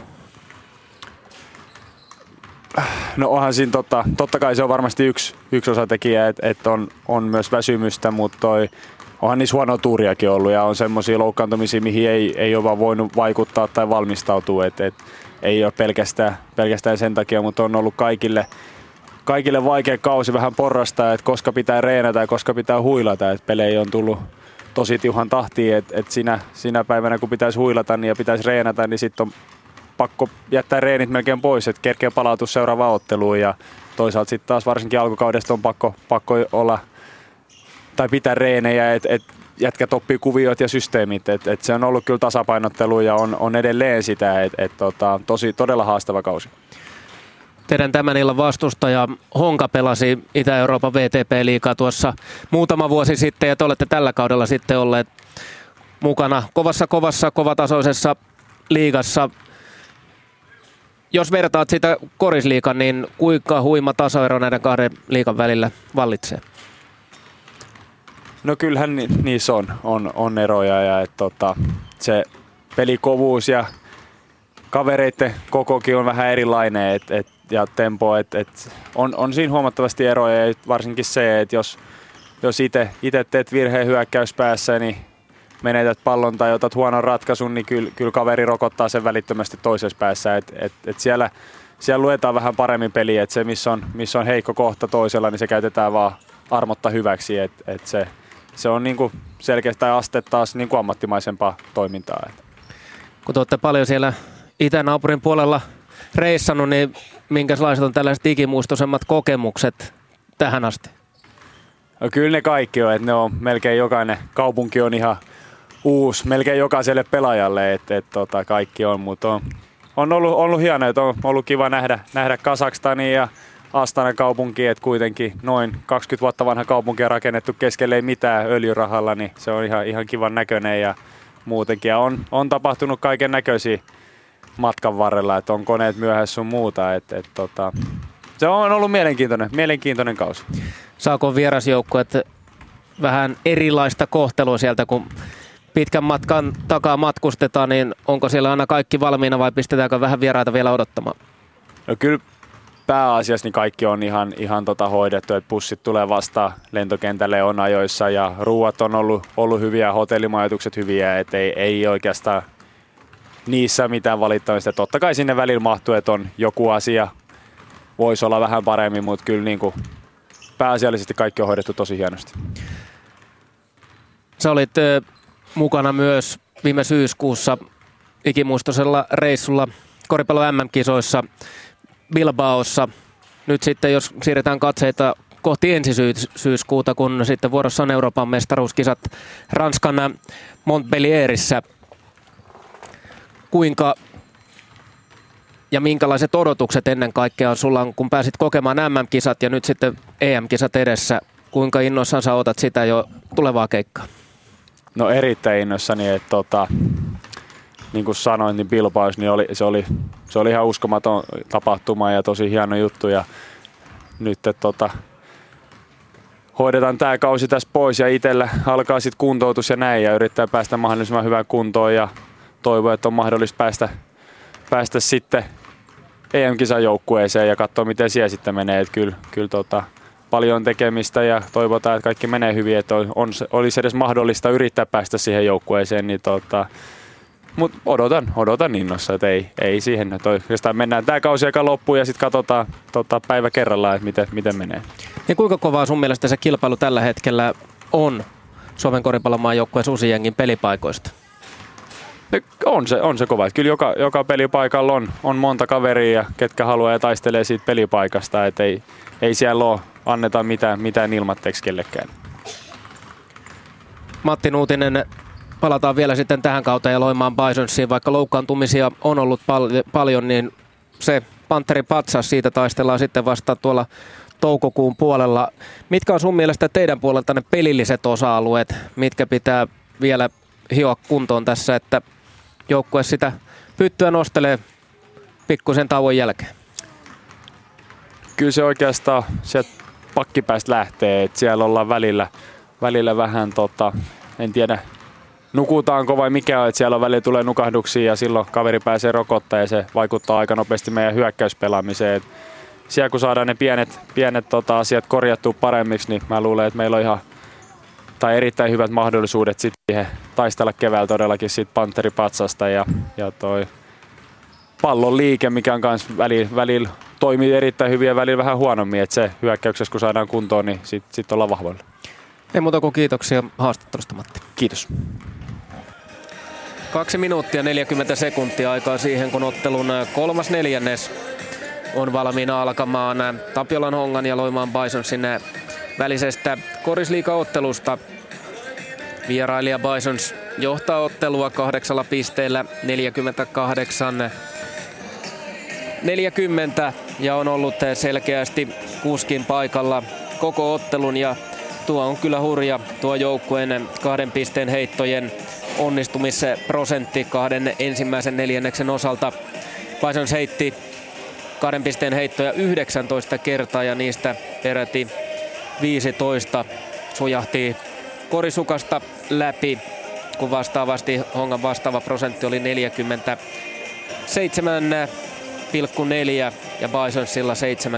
S9: No onhan siinä totta kai se on varmasti yksi osatekijä, että on myös väsymystä, mutta onhan niissä huonoa tuuriakin ollut ja on semmoisia loukkaantumisia, mihin ei ole vaan voinut vaikuttaa tai valmistautua. Ei ole pelkästään sen takia, mutta on ollut kaikille vaikea kausi vähän porrastaa, että koska pitää reenata ja koska pitää huilata. Että pelejä on tullut tosi tiuhan tahtiin, että sinä päivänä kun pitäisi huilata niin ja pitäisi reenata, niin sitten on pakko jättää reenit melkein pois, että kerkeä palautua seuraavaan otteluun. Ja toisaalta sitten taas varsinkin alkukaudesta on pakko olla tai pitää reenejä, että jätkät oppii kuviot ja systeemit. Et se on ollut kyllä tasapainottelu ja on edelleen sitä, todella haastava kausi.
S3: Teidän tämän illan vastustaja Honka pelasi Itä-Euroopan VTP-liigaa tuossa muutama vuosi sitten ja te olette tällä kaudella sitten olleet mukana kovatasoisessa liigassa. Jos vertaat sitä korisliigan, niin kuinka huima tasoero näiden kahden liigan välillä vallitsee?
S9: No kyllähän niissä on eroja ja se pelikovuus ja kavereiden kokokin on vähän erilainen ja tempo, on siinä huomattavasti eroja ja varsinkin se, että jos itse teet virheen hyökkäyspäässä, niin menetät pallon tai otat huonon ratkaisun, niin kyllä kaveri rokottaa sen välittömästi toisessa päässä. Siellä luetaan vähän paremmin peliä, että se missä on heikko kohta toisella, niin se käytetään vaan armotta hyväksi. Se on niinku selkeästi aste taas niinku ammattimaisempaa toimintaa.
S3: Kun te olette paljon siellä itänaapurin puolella reissannut, niin minkälaiset on tällaiset ikimuistoisemmat kokemukset tähän asti?
S9: No kyllä ne kaikki on, että ne on melkein jokainen kaupunki on ihan uusi, melkein jokaiselle pelaajalle, että kaikki on, mutta on ollut hienoa, että on ollut kiva nähdä Kazakstanin ja Astanan kaupunki, että kuitenkin noin 20 vuotta vanha kaupunki on rakennettu keskelle ei mitään öljyrahalla, niin se on ihan kivan näköinen ja muutenkin. Ja on tapahtunut kaiken näköisiä matkan varrella, että on koneet myöhässä sun muuta. Se on ollut mielenkiintoinen kausi.
S3: Saako vierasjoukkueet vähän erilaista kohtelua sieltä, kun pitkän matkan takaa matkustetaan, niin onko siellä aina kaikki valmiina vai pistetäänkö vähän vieraita vielä odottamaan?
S9: No kyllä pääasiassa niin kaikki on ihan hoidettu, että bussit tulee vastaan lentokentälle on ajoissa ja ruuat on ollut hyviä, hotellimajoitukset hyviä, että ei oikeastaan niissä mitään valittamista. Totta kai sinne välillä mahtuu, että on joku asia, voisi olla vähän paremmin, mutta kyllä niin kuin pääasiallisesti kaikki on hoidettu tosi hienosti.
S3: Sä olit mukana myös viime syyskuussa ikimuistoisella reissulla koripallon MM-kisoissa Bilbaossa. Nyt sitten jos siirretään katseita kohti ensi syyskuuta, kun sitten vuorossa on Euroopan mestaruuskisat Ranskan Montpellierissä. Kuinka ja minkälaiset odotukset ennen kaikkea sulla on, kun pääsit kokemaan MM-kisat ja nyt sitten EM-kisat edessä? Kuinka innoissaan sä otat sitä jo tulevaa keikkaa?
S9: No erittäin innoissani, että niin kuin sanoin, niin Bilbaos, niin se oli ihan uskomaton tapahtuma ja tosi hieno juttu ja nyt hoidetaan tämä kausi tässä pois ja itsellä alkaa sitten kuntoutus ja näin ja yrittää päästä mahdollisimman hyvään kuntoon ja toivon, että on mahdollista päästä sitten EM-kisan joukkueeseen ja katsoa miten siellä sitten menee, että kyllä paljon tekemistä ja toivotaan, että kaikki menee hyvin, että olisi edes mahdollista yrittää päästä siihen joukkueeseen, niin Mutta odotan innossa, että ei siihen. Että oikeastaan mennään tämä kausi aika loppuun ja sitten katsotaan päivä kerrallaan, että miten menee.
S3: Ja kuinka kovaa sun mielestä se kilpailu tällä hetkellä on Suomen koripallomaajoukkueen Susijengin pelipaikoista?
S9: On se kova. Kyllä joka pelipaikalla on monta kaveria, ketkä haluaa ja taistelee siitä pelipaikasta. Et ei siellä ole anneta mitään ilmatteeksi kellekään.
S3: Matti Nuutinen, palataan vielä sitten tähän kauteen ja Loimaan Bisonsiin. Vaikka loukkaantumisia on ollut paljon, niin se Pantheri patsas, siitä taistellaan sitten vasta tuolla toukokuun puolella. Mitkä on sun mielestä teidän puolelta ne pelilliset osa-alueet, mitkä pitää vielä hioa kuntoon tässä, että joukkue sitä pyttyä nostelee pikkusen tauon jälkeen?
S9: Kyllä se oikeastaan sieltä pakkipäästä lähtee, että siellä ollaan välillä vähän, en tiedä nukutaanko vai mikä on, että siellä on välillä tulee nukahduksia ja silloin kaveri pääsee rokottamaan ja se vaikuttaa aika nopeasti meidän hyökkäyspelaamiseen. Et siellä kun saadaan ne pienet asiat korjattua paremmiksi, niin mä luulen, että meillä on erittäin hyvät mahdollisuudet siihen taistella keväällä todellakin siitä Pantheri-patsasta ja toi pallon liike, mikä on kans välillä toimii erittäin hyvin ja välillä vähän huonommin, että se hyökkäyksessä kun saadaan kuntoon, niin sit ollaan vahvoilla.
S3: Ei muuta kuin kiitoksia haastattelusta, Matti.
S9: Kiitos.
S3: 2 minuuttia 40 sekuntia aikaa siihen, kun ottelun kolmas neljännes on valmiina alkamaan Tapiolan Hongan ja Loimaan Bisonsin välisestä korisliigaottelusta. Vierailija Bisons johtaa ottelua 8 pisteellä 48-40 ja on ollut selkeästi kuskin paikalla koko ottelun ja tuo on kyllä hurja tuo joukkueen 2 pisteen heittojen onnistumisprosentti 2 ensimmäisen neljänneksen osalta. Bisons heitti 2 pisteen heittoja 19 kertaa ja niistä peräti 15 sujahti korisukasta läpi, kun vastaavasti Hongan vastaava prosentti oli 47,4 ja Bisonsilla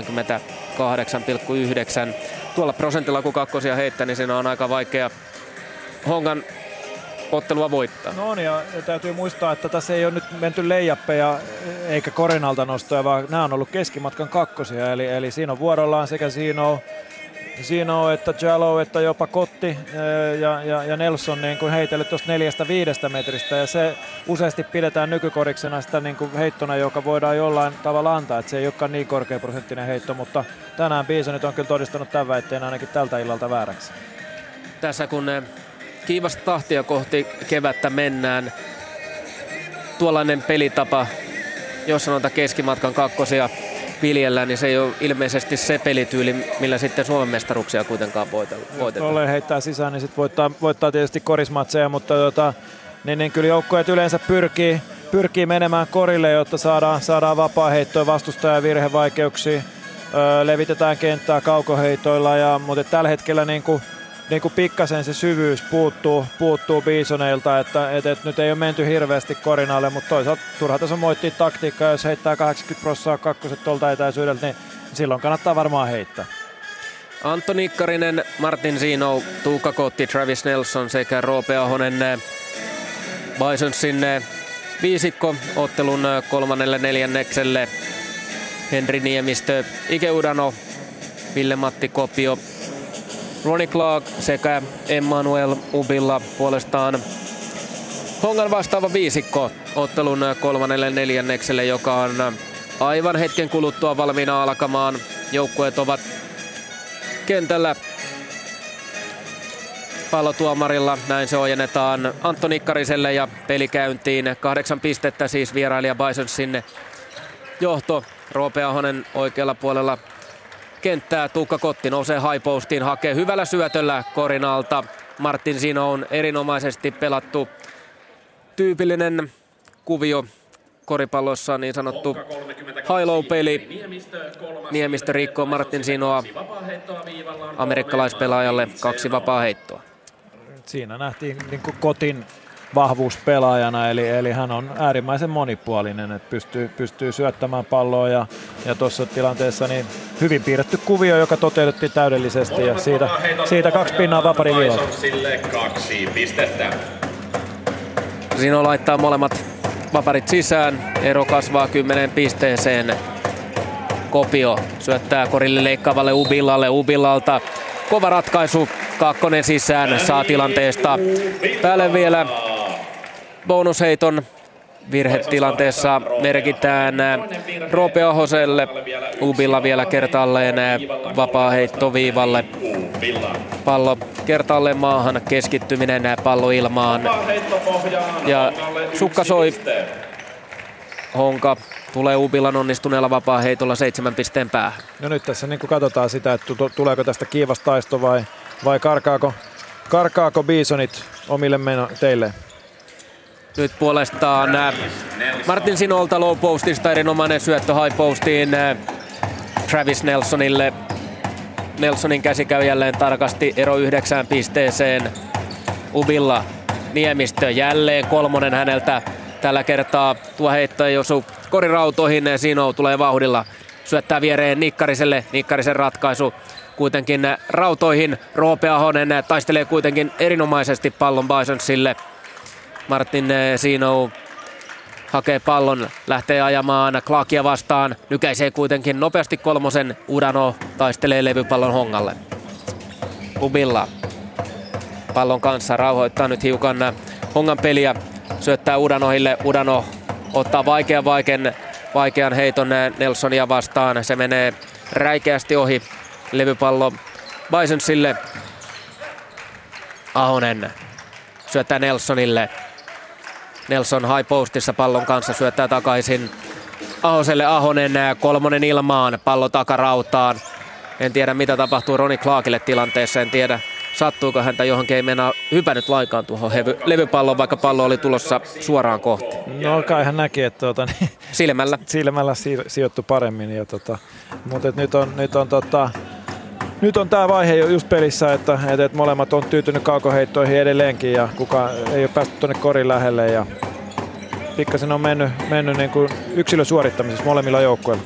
S3: 78,9. Tuolla prosentilla kun kakkosia heittää, niin siinä on aika vaikea Hongan ottelua voittaa.
S4: No on, ja täytyy muistaa, että tässä ei ole nyt menty leijappeja eikä korinalta nostoja, vaan nämä on ollut keskimatkan kakkosia, eli siinä on vuorollaan sekä Zino että Jallow että jopa Kotti ja Nelson niin kuin heitellyt tuosta 4-5 metristä, ja se useasti pidetään nykykoriksena sitä niin kuin heittona, joka voidaan jollain tavalla antaa, että se ei olekaan niin korkeaprosenttinen heitto, mutta tänään Bisonit on kyllä todistanut tämän väitteen ainakin tältä illalta vääräksi.
S3: Tässä kun kiivasta tahtia kohti kevättä mennään, tuollainen pelitapa, jos sanotaan keskimatkan kakkosia viljellään, niin se ei ole ilmeisesti se pelityyli, millä sitten Suomen mestaruuksia kuitenkaan voitetaan.
S4: Tolleen heittää sisään, niin sitten voittaa tietysti korismatseja, mutta niin kyllä joukkueet yleensä pyrkii menemään korille, jotta saadaan vapaa-heittoja, vastustajan virhevaikeuksia, levitetään kenttää kaukoheitoilla, mutta tällä hetkellä niin kuin pikkasen se syvyys puuttuu Bisoneilta, että nyt ei ole menty hirveästi korinalle, mutta toisaalta turha tässä on moittia taktiikkaa, jos heittää 80% kakkoset tuolta etäisyydeltä, niin silloin kannattaa varmaan heittää.
S3: Antto Nikkarinen, Martin Zino, Tuukka Kotti, Travis Nelson sekä Roope Ahonen Bisonsin viisikko ottelun kolmannelle neljännekselle. Henri Niemistö, Ike Udano, Ville-Matti Kopio, Ronnie Clark sekä Emmanuel Ubilla puolestaan Hongan vastaava viisikko ottelun kolmannelle neljännekselle, joka on aivan hetken kuluttua valmiina alkamaan. Joukkueet ovat kentällä pallotuomarilla, näin se ojennetaan Antto Nikkariselle ja peli käyntiin. 8 pistettä siis vierailija Bisonsin johto. Roope Ahonen oikealla puolella kenttää, Tuukka Kotti nousee high postiin, hakee hyvällä syötöllä korinalta. Martin Zino on erinomaisesti pelattu. Tyypillinen kuvio koripallossa, niin sanottu high-low-peli. Niemistö rikkoo Martin Zinoa amerikkalaispelaajalle 2 vapaa heittoa.
S4: Siinä nähtiin niin kuin Kotin vahvuus pelaajana, eli hän on äärimmäisen monipuolinen, että pystyy syöttämään palloa ja tuossa tilanteessa niin hyvin piirretty kuvio, joka toteutettiin täydellisesti ja siitä 2 pinnaa vapariviivalta.
S3: Sino laittaa molemmat vaparit sisään. Ero kasvaa 10 pisteeseen. Kopio syöttää korille leikkaavalle Ubillalle. Ubillalta kova ratkaisu. Kakkonen sisään. Saa tilanteesta päälle vielä bonusheiton. Virhetilanteessa merkitään Roope Ahoselle. Ubilla vielä kertaalleen vapaa heitto viivalle. Pallo kertaalleen maahan, keskittyminen pallo ilmaan. Ja sukka soi. Honka tulee Ubilan onnistuneella vapaa heitolla 7 pisteen päähän.
S4: No nyt tässä niin katsotaan sitä, että tuleeko tästä kiivas taisto vai karkaako Bisonit omille teille.
S3: Nyt puolestaan Martin Sinolta low postista erinomainen syöttö high postiin Travis Nelsonille. Nelsonin käsi käy jälleen tarkasti, ero 9 pisteeseen. Ubilla Niemistö jälleen kolmonen häneltä. Tällä kertaa tuo heitto ei osu korirautoihin. Sino tulee vauhdilla. Syöttää viereen Nikkariselle. Nikkarisen ratkaisu kuitenkin rautoihin. Roope Ahonen taistelee kuitenkin erinomaisesti pallon Bisonsille. Martin Sino hakee pallon, lähtee ajamaan Clarkia vastaan. Nykäisee kuitenkin nopeasti kolmosen. Udano taistelee levypallon Hongalle. Ubilla pallon kanssa rauhoittaa nyt hiukan Hongan peliä. Syöttää Udanohille. Udano ottaa vaikean heiton Nelsonia vastaan. Se menee räikeästi ohi. Levypallo Bisonsille. Ahonen syöttää Nelsonille. Nelson high postissa pallon kanssa, syöttää takaisin Ahoselle. Ahonen kolmonen ilmaan, pallo takarautaan. En tiedä mitä tapahtuu Ronnie Clarkille tilanteessa, en tiedä sattuuko häntä johonkin, ei mennä hypännyt lainkaan tuohon levypallon, vaikka pallo oli tulossa suoraan kohti.
S4: No kai hän näki, että
S3: silmällä
S4: sijoittui paremmin. Ja mutta nyt on tämä vaihe just pelissä, että molemmat on tyytynyt kaukoheittoihin edelleenkin ja kukaan ei ole päästy tuonne korin lähelle. Ja pikkasen on mennyt niin kuin yksilösuorittamisessa molemmilla joukkueilla.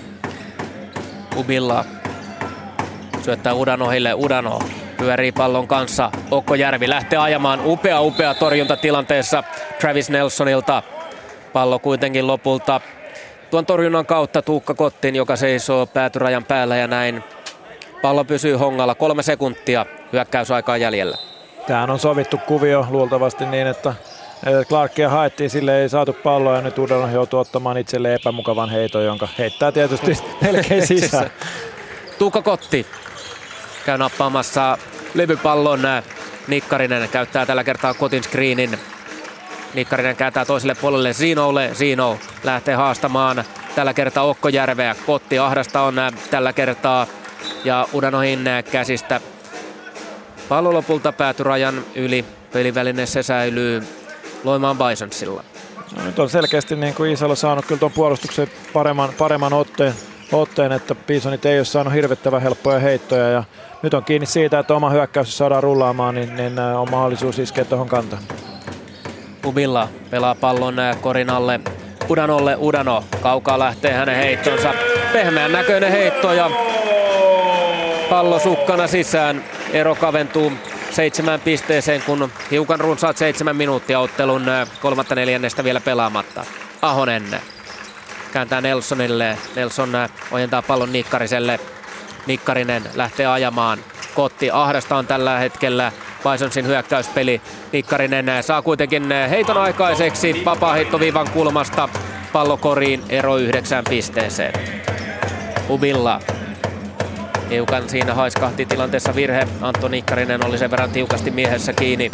S3: Ubilla syöttää Udanohille. Udano pyörii pallon kanssa. Okkojärvi lähtee ajamaan. Upea torjunta tilanteessa Travis Nelsonilta. Pallo kuitenkin lopulta tuon torjunnan kautta Tuukka Kottiin, joka seisoo päätyrajan päällä ja näin. Pallo pysyy Hongalla 3 sekuntia hyökkäysaikaa jäljellä.
S4: Tämähän on sovittu kuvio luultavasti niin, että Clarkia haettiin, sille ei saatu palloa ja nyt Udano joutuu ottamaan itselleen epämukavan heiton, jonka heittää tietysti melkein sisään.
S3: Tuukka Kotti käy nappaamassa levypallon. Nikkarinen käyttää tällä kertaa Kotin screenin. Nikkarinen kääntää toiselle puolelle Zinolle. Zino lähtee haastamaan tällä kertaa Okkojärveä. Kotti ahdasta on tällä kertaa ja Udanohin käsistä. Pallo lopulta päätyrajan yli. Pelivälineessä säilyy Loimaan Bisonsilla.
S4: No, nyt on selkeästi niin kuin Iisalo saanut kyllä tuon puolustuksen paremman otteen, että Bisonit ei ole saanut hirvittävän helppoja heittoja. Ja nyt on kiinni siitä, että oma hyökkäys saadaan rullaamaan, niin on mahdollisuus iskeä tuohon kantaan.
S3: Ubilla pelaa pallon korin alle Udanolle. Udano kaukaa lähtee hänen heittonsa. Pehmeän näköinen heitto ja pallo sukkana sisään. Ero kaventuu 7 pisteeseen, kun hiukan runsaat 7 minuuttia ottelun 3/4 vielä pelaamatta. Ahonen kääntää Nelsonille. Nelson ojentaa pallon Nikkariselle. Nikkarinen lähtee ajamaan. Kotti ahdasta on tällä hetkellä Bisonsin hyökkäyspeli. Nikkarinen saa kuitenkin heiton aikaiseksi vapaaheittoviivan kulmasta. Pallo koriin, ero 9 pisteeseen. Ubilla hiukan siinä haiskahti tilanteessa virhe. Antto Nikkarinen oli sen verran tiukasti miehessä kiinni.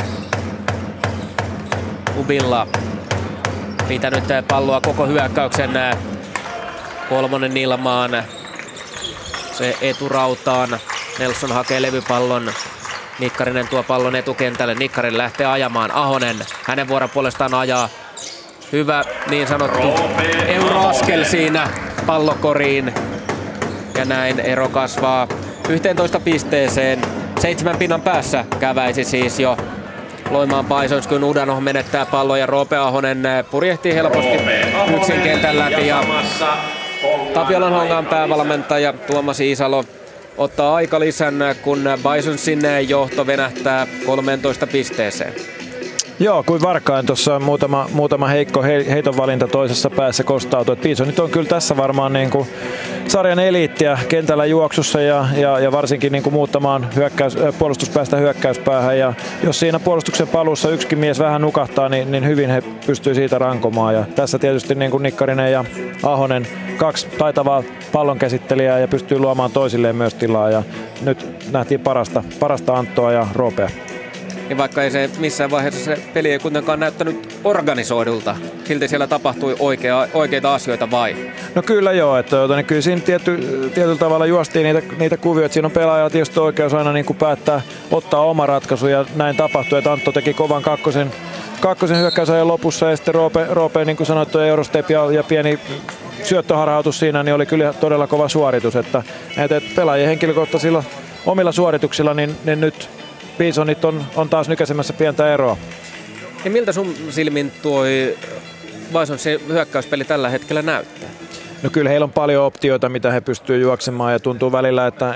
S3: Ubilla pitänyt palloa koko hyökkäyksen. Kolmonen ilmaan. Se eturautaan. Nelson hakee levypallon. Nikkarinen tuo pallon etukentälle. Nikkarinen lähtee ajamaan. Ahonen hänen vuoron puolestaan ajaa. Hyvä niin sanottu euroaskel siinä pallokoriin. Ja näin ero kasvaa 11 pisteeseen. 7 pinnan päässä käväisi siis jo Loimaan Bisons, kun Udano menettää pallon ja Roope Ahonen purjehtii helposti yksin kentän läpi. Ja Tapiolan Hongan päävalmentaja Tuomas Iisalo ottaa aikalisän, kun Bisonsin johto venähtää 13 pisteeseen.
S4: Joo, kuin Varkain tuossa muutama heikko heiton valinta toisessa päässä kostautui. Bisonit on kyllä tässä varmaan niin kuin sarjan eliittiä kentällä juoksussa ja varsinkin niin kuin muuttamaan puolustuspäästä hyökkäyspäähän. Ja jos siinä puolustuksen paluussa yksikin mies vähän nukahtaa, niin hyvin he pystyy siitä rankomaan. Ja tässä tietysti niin kuin Nikkarinen ja Ahonen, 2 taitavaa pallonkäsittelijää ja pystyy luomaan toisilleen myös tilaa. Ja nyt nähtiin parasta Anttoa ja Roopea.
S3: Ja vaikka ei se missään vaiheessa se peli ei kuitenkaan näyttänyt organisoidulta, silti siellä tapahtui oikeita asioita vai?
S4: No kyllä joo, että niin kyllä siinä tietyllä tavalla juostiin niitä kuvioita. Siinä on pelaajalla tietysti oikeus aina niin kuin päättää ottaa oma ratkaisu ja näin tapahtui, että Antto teki kovan kakkosen hyökkäysajan lopussa ja sitten Roope niin kuin sanottu, Eurostep ja pieni syöttöharhautus siinä, niin oli kyllä todella kova suoritus, että pelaajien henkilökohtaisilla omilla suorituksilla niin nyt Bisonit on taas nykäisemässä pientä eroa.
S3: Ja miltä sun silmin tuo Bisonsin hyökkäyspeli tällä hetkellä näyttää?
S4: No kyllä heillä on paljon optioita, mitä he pystyvät juoksemaan ja tuntuu välillä, että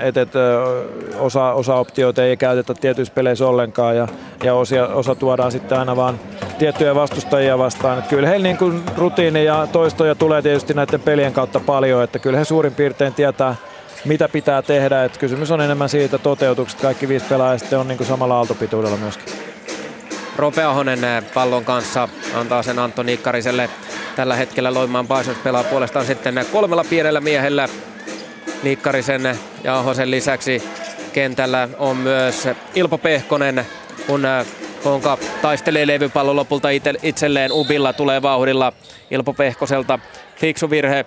S4: osa optioita ei käytetä tietyissä peleissä ollenkaan ja osa tuodaan sitten aina vaan tiettyjä vastustajia vastaan. Että kyllä heillä niin kuin rutiini ja toistoja tulee tietysti näiden pelien kautta paljon, että kyllä he suurin piirtein tietää, mitä pitää tehdä. Että kysymys on enemmän siitä toteutuksesta. Kaikki 5 pelaajia sitten on niin kuin samalla aaltopituudella myöskin.
S3: Roope Ahonen pallon kanssa antaa sen Antto Nikkariselle. Tällä hetkellä Loimaan Bisons pelaa puolestaan sitten 3 pienellä miehellä. Nikkarisen ja Ahosen lisäksi kentällä on myös Ilpo Pehkonen, kun Honka taistelee levypallon lopulta itselleen. Ubilla tulee vauhdilla Ilpo Pehkoselta. Fiksu virhe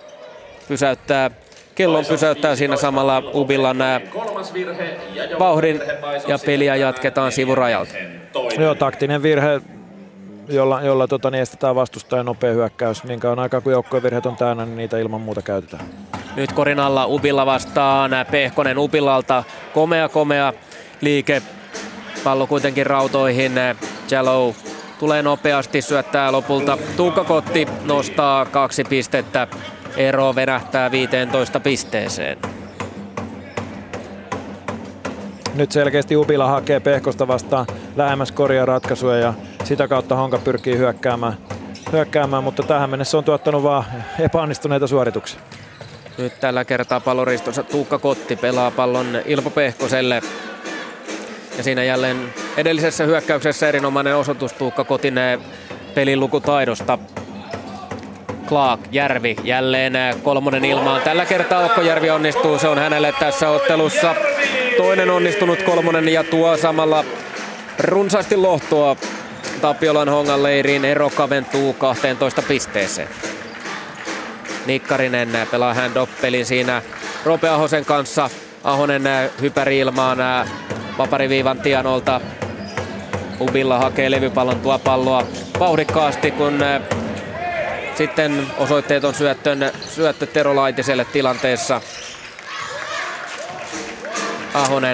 S3: Kellon pysäyttää siinä samalla Ubillan vauhdin ja peliä jatketaan sivurajalta.
S4: Joo, taktinen virhe, jolla estetään vastustajan nopea hyökkäys. Niin kauan aikaa kun joukkojen virheet on täynnä, niin niitä ilman muuta käytetään.
S3: Nyt korin alla Ubilla vastaan Pehkonen Ubillalta. Komea liike. Pallo kuitenkin rautoihin. Jallow tulee nopeasti, syöttää lopulta. Tuukka Kotti nostaa 2 pistettä. Ero venähtää 15 pisteeseen.
S4: Nyt selkeästi Ubila hakee Pehkosta vastaan lähemmäs koria ratkaisuja ja sitä kautta Honka pyrkii hyökkäämään, mutta tähän mennessä on tuottanut vaan epäonnistuneita suorituksia.
S3: Nyt tällä kertaa palloristossa Tuukka Kotti pelaa pallon Ilpo Pehkoselle. Ja siinä jälleen edellisessä hyökkäyksessä erinomainen osoitus Tuukka Kotin pelilukutaidosta. Clark, Järvi jälleen 3 ilmaan. Tällä kertaa Okko Järvi onnistuu, se on hänelle tässä ottelussa toinen onnistunut 3 ja tuo samalla runsaasti lohtoa Tapiolan Hongan leiriin. Ero kaventuu 12 pisteeseen. Nikkarinen pelaa hand-off-pelin siinä Roope Ahosen kanssa. Ahonen hypäri ilmaan vapariviivan tienolta. Ubilla hakee levypallon, tuo palloa vauhdikkaasti, kun sitten osoitteeton syöttö Tero Laitiselle tilanteessa. Ahonen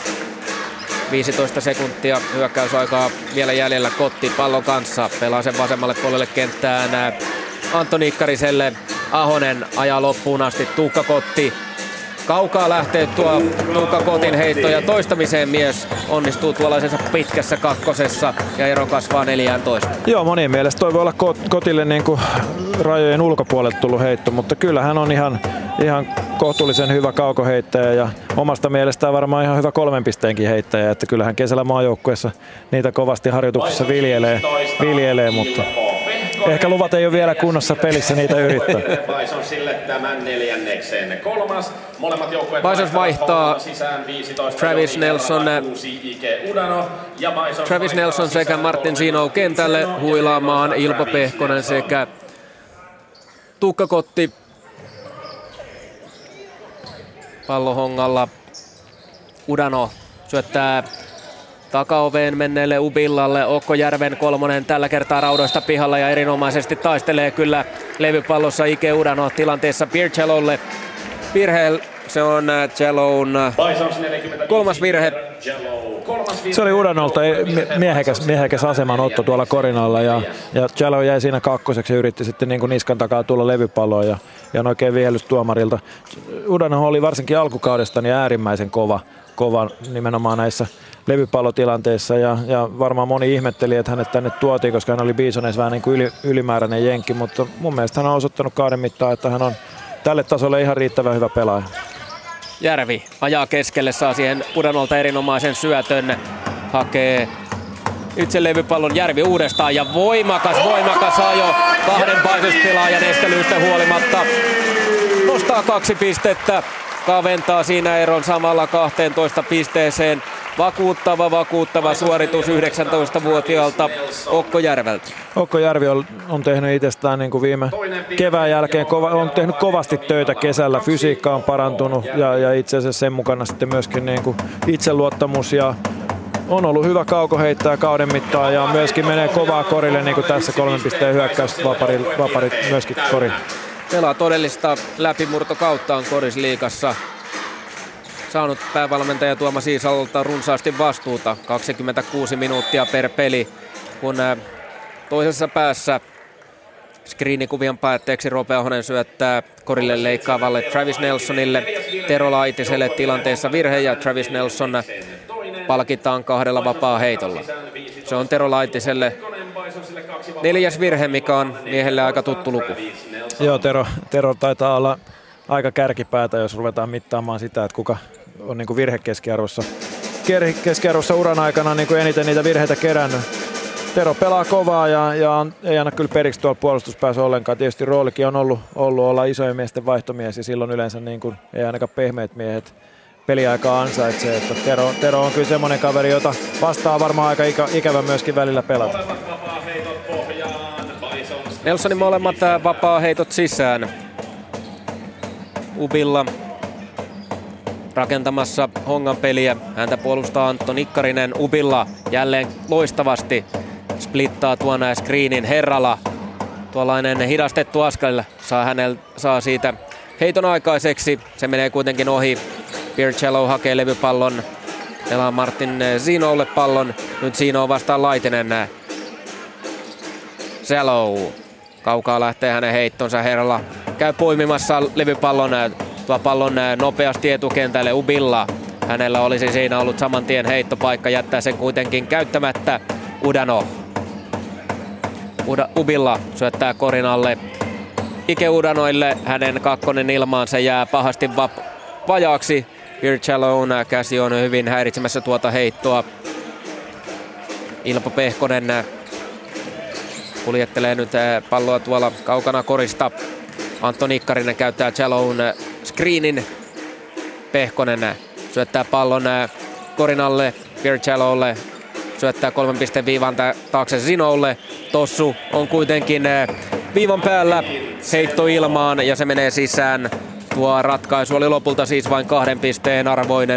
S3: 15 sekuntia hyökkäysaikaa vielä jäljellä. Kotti pallon kanssa pelaa sen vasemmalle puolelle kenttään Antto Nikkariselle. Ahonen ajaa loppuun asti. Tuukka Kotti kaukaa lähtee tuo Tuukka Kotin heitto ja toistamiseen mies onnistuu tuollaisessa pitkässä kakkosessa ja ero kasvaa 14.
S4: Joo, monien mielestä toi voi olla Kotille niin kuin rajojen ulkopuolelta tullut heitto, mutta kyllä hän on ihan kohtuullisen hyvä kaukoheittäjä ja omasta mielestään varmaan ihan hyvä 3 pisteenkin heittäjä, että kyllähän kesällä maajoukkueessa niitä kovasti harjoituksessa viljelee, mutta ehkä luvat ei ole vielä kunnossa pelissä niitä yrittää.
S3: Bisons vaihtaa Travis Nelson sekä Martin Zino kentälle huilaamaan Ilpo Pehkonen sekä Tuukka Kotti. Pallo Hongalla. Udano syöttää takaoveen menneelle Ubillalle. Okko Järven 3 tällä kertaa raudoista pihalla ja erinomaisesti taistelee kyllä levypallossa Ike Udano tilanteessa Piercellolle. Virhe, se on Cellown 3. virhe.
S4: Se oli Udanolta miehekäs asemanotto tuolla korinalla ja Cellow jäi siinä kakkoseksi ja yritti sitten niin kuin niskan takaa tulla levypalloon ja oikein vihelys tuomarilta. Udano oli varsinkin alkukaudesta niin äärimmäisen kova nimenomaan näissä levypallotilanteissa ja varmaan moni ihmetteli, että hänet tänne tuotiin, koska hän oli Bisoneissa vähän niin kuin ylimääräinen jenkki, mutta mun mielestä hän on osoittanut kauden mittaan, että hän on tälle tasolle ihan riittävän hyvä pelaaja.
S3: Järvi ajaa keskelle, saa siihen Udanolta erinomaisen syötön, hakee itse levypallon Järvi uudestaan ja voimakas ajo kahden Bisons-pelaajan estelyistä huolimatta. Nostaa 2 pistettä, kaventaa siinä eron samalla 12 pisteeseen. Vakuuttava suoritus 19-vuotiaalta Okko Järveltä.
S4: Okko Järvi on tehnyt itsestään niin kuin viime kevään jälkeen, on tehnyt kovasti töitä kesällä. Fysiikka on parantunut ja itse asiassa sen mukana sitten myöskin niin kuin itseluottamus ja on ollut hyvä kaukoheittäjä kauden mittaan ja myöskin menee kovaa korille niin kuin tässä 3 pisteen hyökkäys vaparit myöskin kori.
S3: Pelaa todellista läpimurtokauttaan Korisliigassa. Saanut päävalmentaja Tuomas Iisalolta runsaasti vastuuta, 26 minuuttia per peli, kun toisessa päässä screenikuvien päätteeksi Roope Ahonen syöttää korille leikkaavalle Travis Nelsonille. Tero Laitiselle tilanteessa virhe ja Travis Nelson palkitaan 2 vapaaheitolla. Se on Tero Laitiselle 4. virhe, mikä on miehelle aika tuttu luku.
S4: Joo, Tero taitaa olla aika kärkipäätä, jos ruvetaan mittaamaan sitä, että kuka on niin kuin virhekeskiarvossa uran aikana niin kuin eniten niitä virheitä kerännyt. Tero pelaa kovaa ja ei anna kyllä periksi tuolla puolustuspäässä ollenkaan. Tietysti roolikin on ollut olla isojen miesten vaihtomies ja silloin yleensä niin kuin, ei ainakaan pehmeät miehet peliaikaa ansaitsee. Että Tero on kyllä semmoinen kaveri, jota vastaa varmaan aika ikävä myöskin välillä pelata.
S3: Nelsonin molemmat vapaaheitot sisään. Ubilla rakentamassa Hongan peliä. Häntä puolustaa Antto Nikkarinen. Ubilla jälleen loistavasti splittaa tuon screenin. Herrala, tuollainen hidastettu askel, saa siitä heiton aikaiseksi. Se menee kuitenkin ohi. Piercello hakee levypallon. Pelaa Martin Zinolle pallon. Nyt Zino vastaan Laitinen. Cello. Kaukaa lähtee hänen heittonsa. Herrala käy poimimassa levypallon. Tuo pallon nopeasti etukentälle Ubilla. Hänellä olisi siinä ollut saman tien heittopaikka, jättää sen kuitenkin käyttämättä. Udano. Ubilla syöttää korin alle Ike Udanoille. Hänen kakkonen ilmaan, se jää pahasti vajaaksi. Pirchalon käsi on hyvin häiritsemässä tuota heittoa. Ilpo Pehkonen kuljettelee nyt palloa tuolla kaukana korista. Antto Nikkarinen käyttää Chalon screenin. Pehkonen syöttää pallon korin alle Pirchalolle. Syöttää 3 pisteen viivan taakse Zinolle. Tossu on kuitenkin viivan päällä. Heitto ilmaan ja se menee sisään. Tuo ratkaisu oli lopulta siis vain 2 pisteen arvoinen.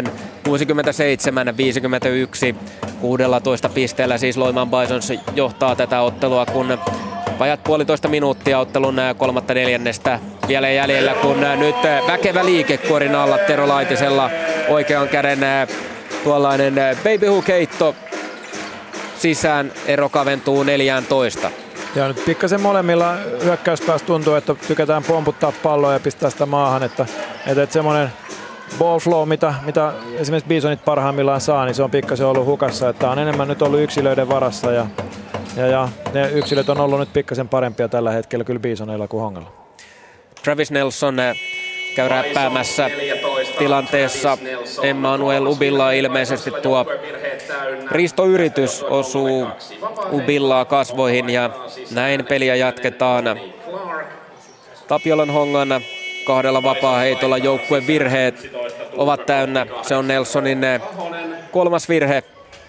S3: 67-51. 16 pisteellä siis Loimaan Bisons johtaa tätä ottelua, kun vajat 1,5 minuuttia ottelun 3/4 vielä jäljellä, kun nyt väkevä liike korin alla Tero Laitisella. Oikean käden tuollainen baby hook heitto sisään, ero kaventuu 14.
S4: Ja nyt pikkasen molemmilla hyökkäyspäässä tuntuu, että tykätään pomputtaa palloa ja pistää sitä maahan, että semmoinen ball flow, mitä esimerkiksi Bisonit parhaimmillaan saa, niin se on pikkasen ollut hukassa, että on enemmän nyt ollut yksilöiden varassa ja ne yksilöt on ollut nyt pikkasen parempia tällä hetkellä kyllä Bisoneilla kuin Hongalla.
S3: Travis Nelson käy räppäämässä tilanteessa. Emmanuel Ubilla ilmeisesti tuo ristoyritys osuu Ubillaa kasvoihin ja näin peliä jatketaan. Tapiolan Hongan 2 vapaaheitolla joukkueen virheet ovat täynnä. Se on Nelsonin 3. virhe.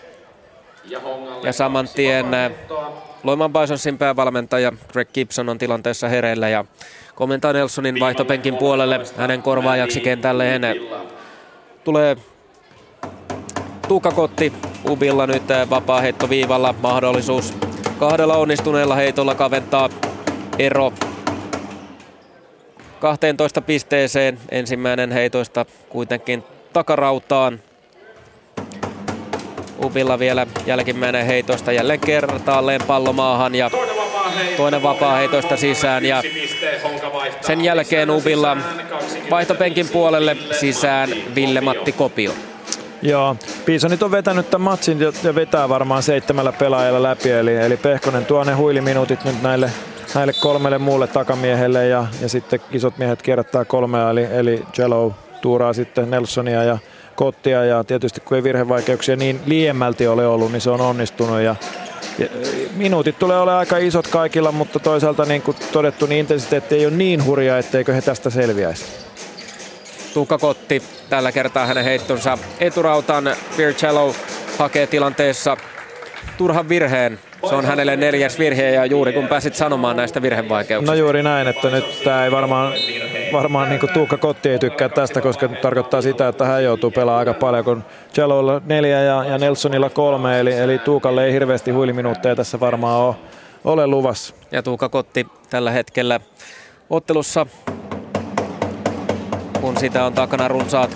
S3: Ja saman tien Loimaan Bisonsin päävalmentaja Greg Gibson on tilanteessa hereillä ja kommentaa Nelsonin vaihtopenkin puolelle hänen korvaajaksi kentälleen. Tulee Tuukka Kotti. Ubilla nyt vapaaheittoviivalla mahdollisuus 2 onnistuneella heitolla kaventaa ero 12 pisteeseen. Ensimmäinen heitoista kuitenkin takarautaan. Ubilla vielä jälkimmäinen heitosta jälleen kertaalleen pallo maahan ja toinen vapaaheitosta sisään ja sen jälkeen Ubilla vaihtopenkin puolelle sisään Ville-Matti Kopio.
S4: Joo, Bisonit on vetänyt tämän matsin ja vetää varmaan 7 pelaajalla läpi, eli Pehkonen tuo ne huiliminuutit nyt näille 3 muulle takamiehelle ja sitten isot miehet kierrättää 3, eli Jello tuuraa sitten Nelsonia ja Kottia ja tietysti kun ei virhevaikeuksia niin liiemmälti ole ollut, niin se on onnistunut ja minuutit tulee olemaan aika isot kaikilla, mutta toisaalta niin kuin todettu, niin intensiteetti ei ole niin hurja, etteikö he tästä selviäisi.
S3: Tuukka Kotti, tällä kertaa hänen heittonsa eturautaan. Vircello hakee tilanteessa turhan virheen. Se on hänelle 4. virhe ja juuri kun pääsit sanomaan näistä virhevaikeuksista.
S4: No juuri näin, että nyt tämä ei varmaan niin kuin Tuukka Kotti ei tykkää tästä, koska tarkoittaa sitä, että hän joutuu pelaamaan aika paljon, kun Cellolla 4 ja Nelsonilla 3, eli Tuukalle ei hirveästi huiliminuutteja tässä varmaan ole luvassa.
S3: Ja Tuukka Kotti tällä hetkellä ottelussa, kun sitä on takana runsaat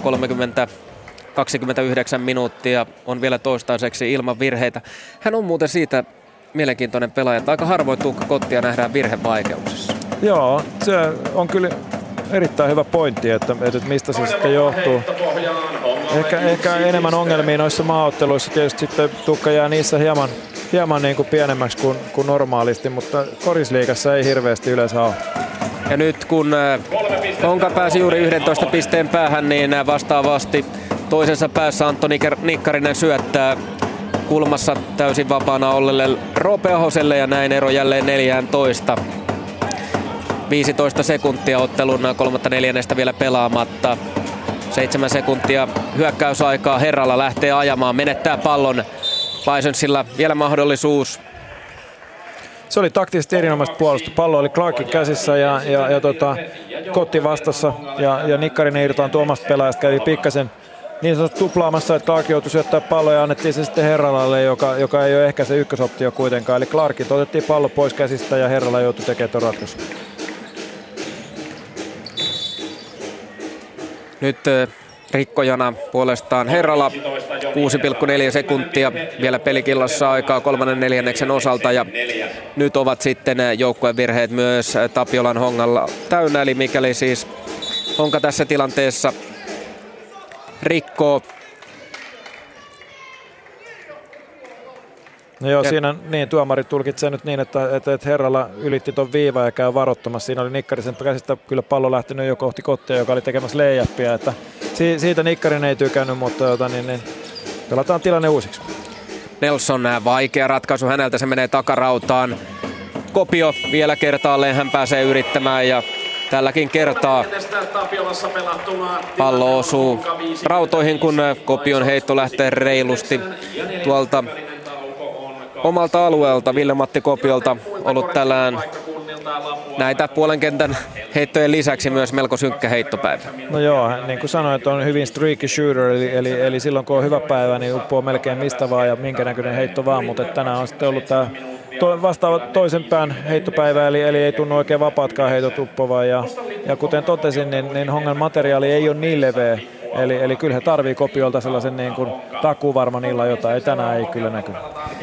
S3: 29 minuuttia, on vielä toistaiseksi ilman virheitä. Hän on muuten siitä mielenkiintoinen pelaaja, että aika harvoin Tuukka Kottia nähdään virhevaikeuksissa.
S4: Joo, se on kyllä erittäin hyvä pointti, että mistä se sitten johtuu. Ehkä enemmän ongelmia noissa maaotteluissa, tietysti sitten Tuukka jää niissä hieman niin kuin pienemmäksi kuin normaalisti, mutta korisliigassa ei hirveästi yleensä ole.
S3: Ja nyt kun Honka pääsi juuri 11 pisteen päähän, niin vastaavasti toisessa päässä Antoni Nikkarinen syöttää kulmassa täysin vapaana ollelle Roope Ahoselle ja näin ero jälleen 14. 15 sekuntia ottelun 3/4 vielä pelaamatta. 7 sekuntia hyökkäysaikaa. Herralla lähtee ajamaan, menettää pallon. Bisonsilla vielä mahdollisuus.
S4: Se oli taktisesti erinomaista puolustusta. Pallo oli Clarkin käsissä ja Kotti vastassa ja Nikkarinen irtaan tuomasta pelaajasta kävi pikkasen niin sanotusti tuplaamassa, että Clark joutui syöttää palloa ja annettiin se sitten Herralalle, joka ei ole ehkä se ykkösoptio kuitenkaan. Eli Clarkilta otettiin pallo pois käsistä ja Herrala joutui tekemään tuon ratkaisun.
S3: Nyt rikkojana puolestaan Herrala 6,4 sekuntia vielä pelikillossa aikaa 3/4 osalta ja nyt ovat sitten joukkueen virheet myös Tapiolan Hongalla täynnä, eli mikäli siis Honka tässä tilanteessa rikkoo.
S4: No joo, siinä niin, tuomari tulkitsee nyt niin, että Herralla ylitti ton viivan ja käy varoittamassa. Siinä oli Nikkarisen käsistä kyllä pallo lähtenyt jo kohti Kottia, joka oli tekemässä layupia, että siitä Nikkarinen ei tykännyt, mutta pelataan tilanne uusiksi.
S3: Nelson, vaikea ratkaisu häneltä, se menee takarautaan. Kopio vielä kertaalleen hän pääsee yrittämään ja tälläkin kertaa pallo osuu rautoihin, kun Kopion heitto lähtee reilusti tuolta omalta alueelta. Ville-Matti Kopiolta ollut tällään näitä puolen kentän heittojen lisäksi myös melko synkkä heittopäivä. No
S4: joo, niin kuin sanoin, että on hyvin streaky shooter, eli silloin kun on hyvä päivä, niin uppoo melkein mistä vaan ja minkä näköinen heitto vaan, mutta tänään on sitten ollut tämä vastaava toisen pään heittopäivä, eli ei tunnu oikein vapaatkaan heitot uppovaa ja kuten totesin, niin Hongan materiaali ei ole niin leveä, eli kyllä he tarvii Kopiolta sellaisen niin kuin takuvarman illan, jota ei tänään ei kyllä näkynyt.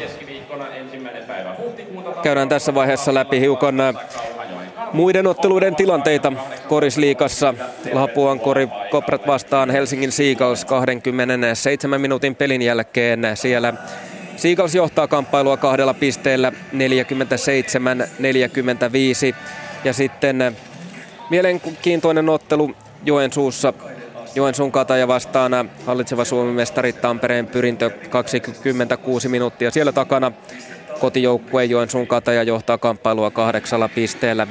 S3: Käydään tässä vaiheessa läpi hiukan muiden otteluiden tilanteita korisliigassa. Lapuan Koprat vastaan Helsingin Seagulls 27 minuutin pelin jälkeen. Siellä Seagulls johtaa kamppailua 2 pisteellä 47-45. Ja sitten mielenkiintoinen ottelu Joensuussa. Joensuun Kataja vastaan hallitseva Suomen mestari Tampereen Pyrintö 26 minuuttia. Siellä takana kotijoukkue Joensuun Kataja johtaa kamppailua 8 pisteellä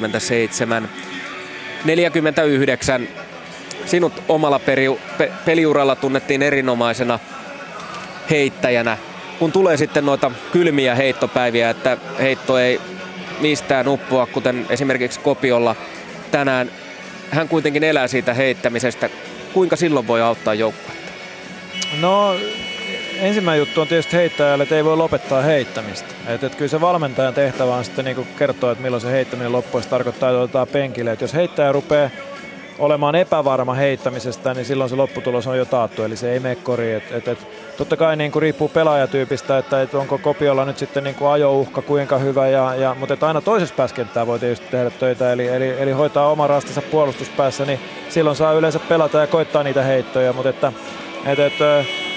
S3: 57-49. Sinut omalla peliuralla tunnettiin erinomaisena heittäjänä. Kun tulee sitten noita kylmiä heittopäiviä, että heitto ei mistään uppoa, kuten esimerkiksi Kopiolla tänään, hän kuitenkin elää siitä heittämisestä. Kuinka silloin voi auttaa joukkuetta?
S4: No ensimmäinen juttu on tietysti heittäjälle, että ei voi lopettaa heittämistä. Että kyllä se valmentajan tehtävä on sitten niin kertoa, että milloin se heittäminen loppuisi, tarkoittaa, että otetaan penkille. Että jos heittäjä rupeaa olemaan epävarma heittämisestä, niin silloin se lopputulos on jo taattu, eli se ei mene koriin. Totta kai niin kuin riippuu pelaajatyypistä, että onko Kopiolla nyt sitten niin kuin ajouhka kuinka hyvä, mutta aina toisessa päässä kenttää voi tietysti tehdä töitä, eli hoitaa oman rastansa puolustuspäässä, niin silloin saa yleensä pelata ja koittaa niitä heittoja, mutta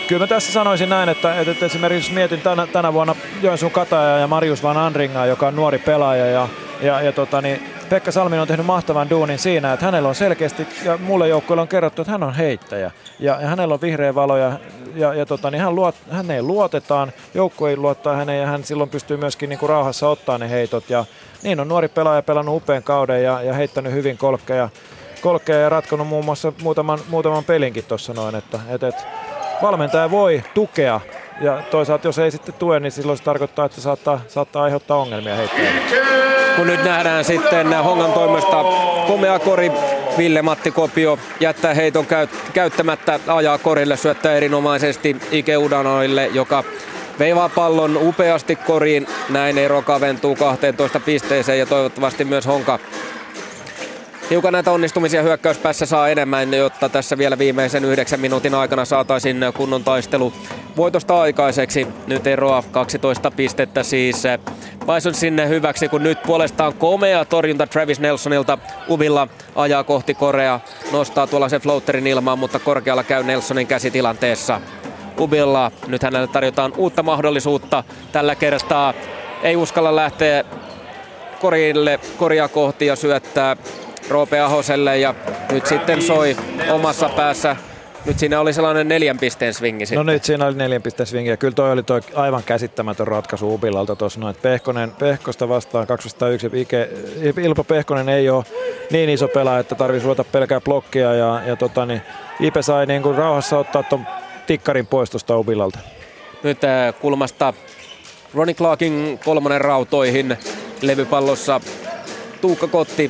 S4: Kyllä mä tässä sanoisin näin, että esimerkiksi mietin tänä vuonna Joensuun Kataja ja Marius Van Andringaa, joka on nuori pelaaja Pekka Salminen on tehnyt mahtavan duunin siinä, että hänellä on selkeästi, ja mulle joukkueelle on kerrottu, että hän on heittäjä. Ja hänellä on vihreä valo häneen luotetaan, joukkue luottaa häneen ja hän silloin pystyy myöskin niin kuin rauhassa ottaa ne heitot. Ja niin on nuori pelaaja pelannut upean kauden ja heittänyt hyvin kolkkeja ja ratkonut muun muassa muutaman pelinkin tuossa noin. Että valmentaja voi tukea ja toisaalta jos ei sitten tue, niin silloin se tarkoittaa, että saattaa aiheuttaa ongelmia heittäjille.
S3: Kun nyt nähdään sitten Hongan toimesta komea kori, Ville-Matti Kopio jättää heiton käyttämättä, ajaa korille, syöttää erinomaisesti Ike Udanoille, joka veivaa pallon upeasti koriin. Näin ero kaventuu 12 pisteeseen ja toivottavasti myös Honka hiukan näitä onnistumisia hyökkäyspäässä saa enemmän, jotta tässä vielä viimeisen 9 minuutin aikana saataisiin kunnon taistelu voitosta aikaiseksi. Nyt eroa 12 pistettä siis Bisonsin hyväksi, kun nyt puolestaan komea torjunta Travis Nelsonilta. Ubilla ajaa kohti korea, nostaa tuollaisen floaterin ilmaan, mutta korkealla käy Nelsonin käsitilanteessa. Ubilla, nyt hänelle tarjotaan uutta mahdollisuutta. Tällä kertaa ei uskalla lähteä koria kohti ja syöttää Roope Ahoselle ja nyt sitten soi omassa päässä. Nyt siinä oli sellainen 4 pisteen swingi sitten.
S4: No nyt siinä oli 4 pisteen swingi ja kyllä toi oli aivan käsittämätön ratkaisu Ubilalta tuossa noin. Pehkosta vastaan 201. Ilpo Pehkonen ei ole niin iso pelaaja, että tarvitsisi ruveta pelkää blokkia Ipe sai niin kuin rauhassa ottaa ton tikkarin pois tuosta Ubilalta.
S3: Nyt kulmasta Ronnie Clarkin 3 rautoihin levypallossa Tuukka Kotti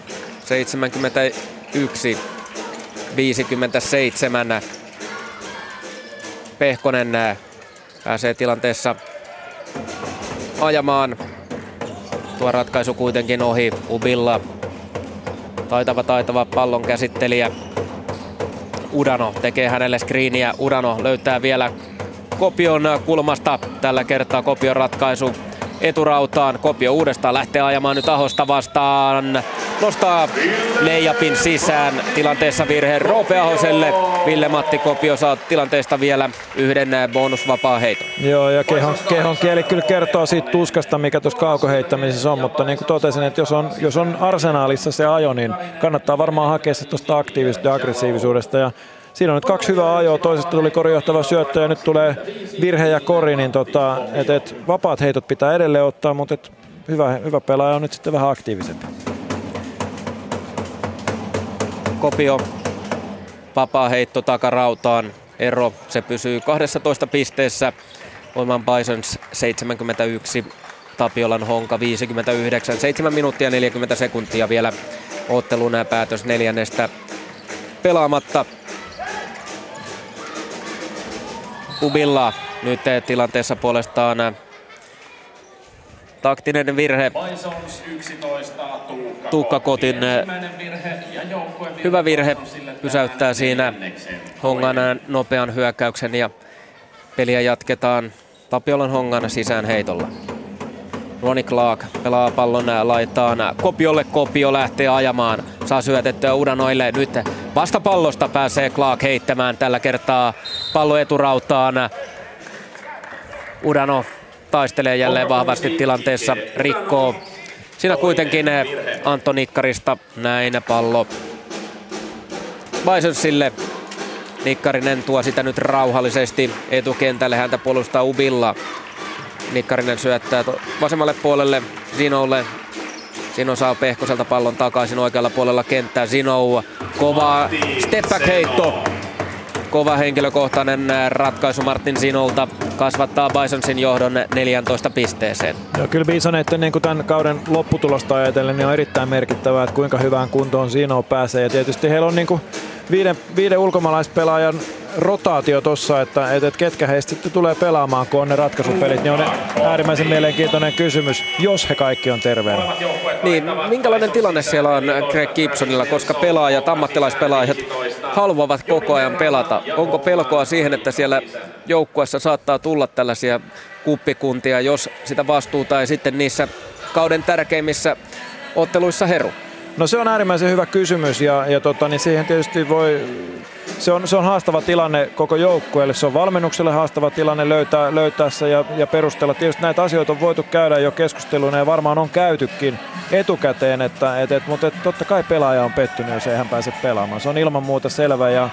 S3: 71-57. Pehkonen pääsee tilanteessa ajamaan. Tuo ratkaisu kuitenkin ohi. Ubilla taitava pallon käsittelijä. Udano tekee hänelle screeniä. Udano löytää vielä Kopion kulmasta. Tällä kertaa Kopion ratkaisu eturautaan. Kopio uudestaan lähtee ajamaan nyt Ahosta vastaan. Nostaa leijapin sisään. Tilanteessa virhe Roope Ahoselle. Ville-Matti Kopio saa tilanteesta vielä yhden bonusvapaa heiton.
S4: Joo, ja kehon kieli kyllä kertoo siitä tuskasta, mikä tuossa kaukoheittämisessä on, mutta niin kuin totesin, että jos on arsenaalissa se ajo, niin kannattaa varmaan hakea se tuosta aktiivisesta ja aggressiivisuudesta. Ja siinä on nyt 2 hyvää ajoa, toisesta tuli korijohtava syöttö ja nyt tulee virhe ja kori, niin vapaat heitot pitää edelleen ottaa, mutta hyvä pelaaja on nyt sitten vähän aktiivisempi.
S3: Kopio, vapaa heitto takarautaan, ero se pysyy 12 pisteessä, Voiman Bisons 71, Tapiolan Honka 59, 7 minuuttia 40 sekuntia vielä ottelun päätös 4. pelaamatta. Ubilla nyt tilanteessa puolestaan taktinen virhe. Tuukka Kotin hyvä virhe pysäyttää siinä Hongan nopean hyökkäyksen ja peliä jatketaan Tapiolan Hongan sisään heitolla. Ronnie Clark pelaa pallon laitaan Kopiolle. Kopio lähtee ajamaan. Saa syötettyä Udanoille. Nyt vastapallosta pääsee Clark heittämään. Tällä kertaa pallo eturautaan. Udano taistelee jälleen vahvasti tilanteessa. Rikkoo. Siinä kuitenkin Antto Nikkarista. Näin pallo Bisonsille. Nikkarinen tuo sitä nyt rauhallisesti etukentälle. Häntä puolustaa Ubilla. Nikkarinen syöttää vasemmalle puolelle Zinoulle. Zino saa Pehkoselta pallon takaisin oikealla puolella kenttää. Zinou, kova step back heitto. Kova henkilökohtainen ratkaisu Martin Zinolta kasvattaa Bisonsin johdon 14 pisteeseen.
S4: Joo, kyllä Bisoneiden niin tämän kauden lopputulosta ajatellen niin on erittäin merkittävää, että kuinka hyvään kuntoon Zinou pääsee. Ja tietysti heillä on niin kuin viiden ulkomaalaispelaajan rotaatio tuossa, että ketkä heistä sitten tulee pelaamaan, kun on ne ratkaisupelit, niin on äärimmäisen mielenkiintoinen kysymys, jos he kaikki on terveenä.
S3: Niin, minkälainen tilanne siellä on Greg Gibsonilla, koska pelaajat, ammattilaispelaajat haluavat koko ajan pelata. Onko pelkoa siihen, että siellä joukkueessa saattaa tulla tällaisia kuppikuntia, jos sitä vastuuta ei sitten niissä kauden tärkeimmissä otteluissa heru?
S4: No se on äärimmäisen hyvä kysymys ja niin siihen tietysti se on haastava tilanne koko joukkueelle. Se on valmennukselle haastava tilanne löytää se ja perustella. Tietysti näitä asioita on voitu käydä jo keskusteluna ja varmaan on käytykin etukäteen, mutta totta kai pelaaja on pettynyt, jos ei hän pääse pelaamaan. Se on ilman muuta selvä ja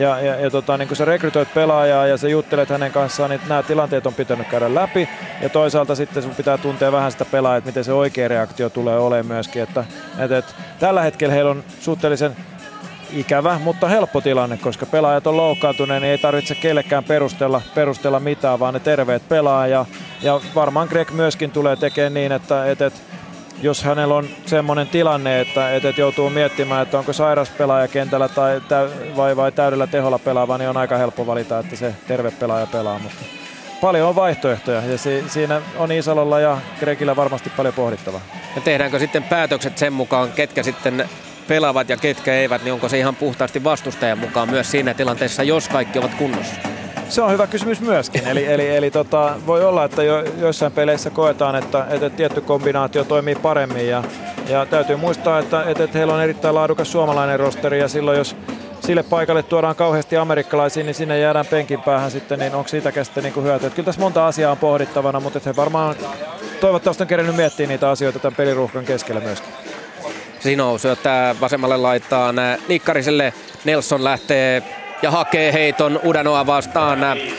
S4: niin kun sä rekrytoit pelaajaa ja sä juttelet hänen kanssaan, niin nämä tilanteet on pitänyt käydä läpi ja toisaalta sitten sun pitää tuntea vähän sitä pelaajaa, että miten se oikea reaktio tulee olemaan myöskin. Että tällä hetkellä heillä on suhteellisen ikävä, mutta helppo tilanne, koska pelaajat on loukkaantuneet, niin ei tarvitse kellekään perustella mitään, vaan ne terveet pelaa ja varmaan Greg myöskin tulee tekemään niin, että jos hänellä on semmoinen tilanne, että joutuu miettimään, että onko sairas pelaaja kentällä vai täydellä teholla pelaava, niin on aika helppo valita, että se terve pelaaja pelaa. Mutta paljon on vaihtoehtoja ja siinä on Isalolla ja Gregillä varmasti paljon pohdittavaa.
S3: Ja tehdäänkö sitten päätökset sen mukaan, ketkä sitten pelaavat ja ketkä eivät, niin onko se ihan puhtaasti vastustajan mukaan myös siinä tilanteessa, jos kaikki ovat kunnossa?
S4: Se on hyvä kysymys myöskin. Eli voi olla, että joissain peleissä koetaan, että tietty kombinaatio toimii paremmin. Ja täytyy muistaa, että heillä on erittäin laadukas suomalainen rosteri. Ja silloin, jos sille paikalle tuodaan kauheasti amerikkalaisia, niin sinne jäädään penkin päähän sitten, niin onko siitäkään sitten niin hyötyä. Kyllä tässä monta asiaa on pohdittavana, mutta he varmaan toivottavasti on kerennyt miettiä niitä asioita tämän peliruuhkan keskellä myöskin.
S3: Sino syöttää vasemmalle laitaan Nikkariselle. Nelson lähtee ja hakee heiton Udanoa vastaan.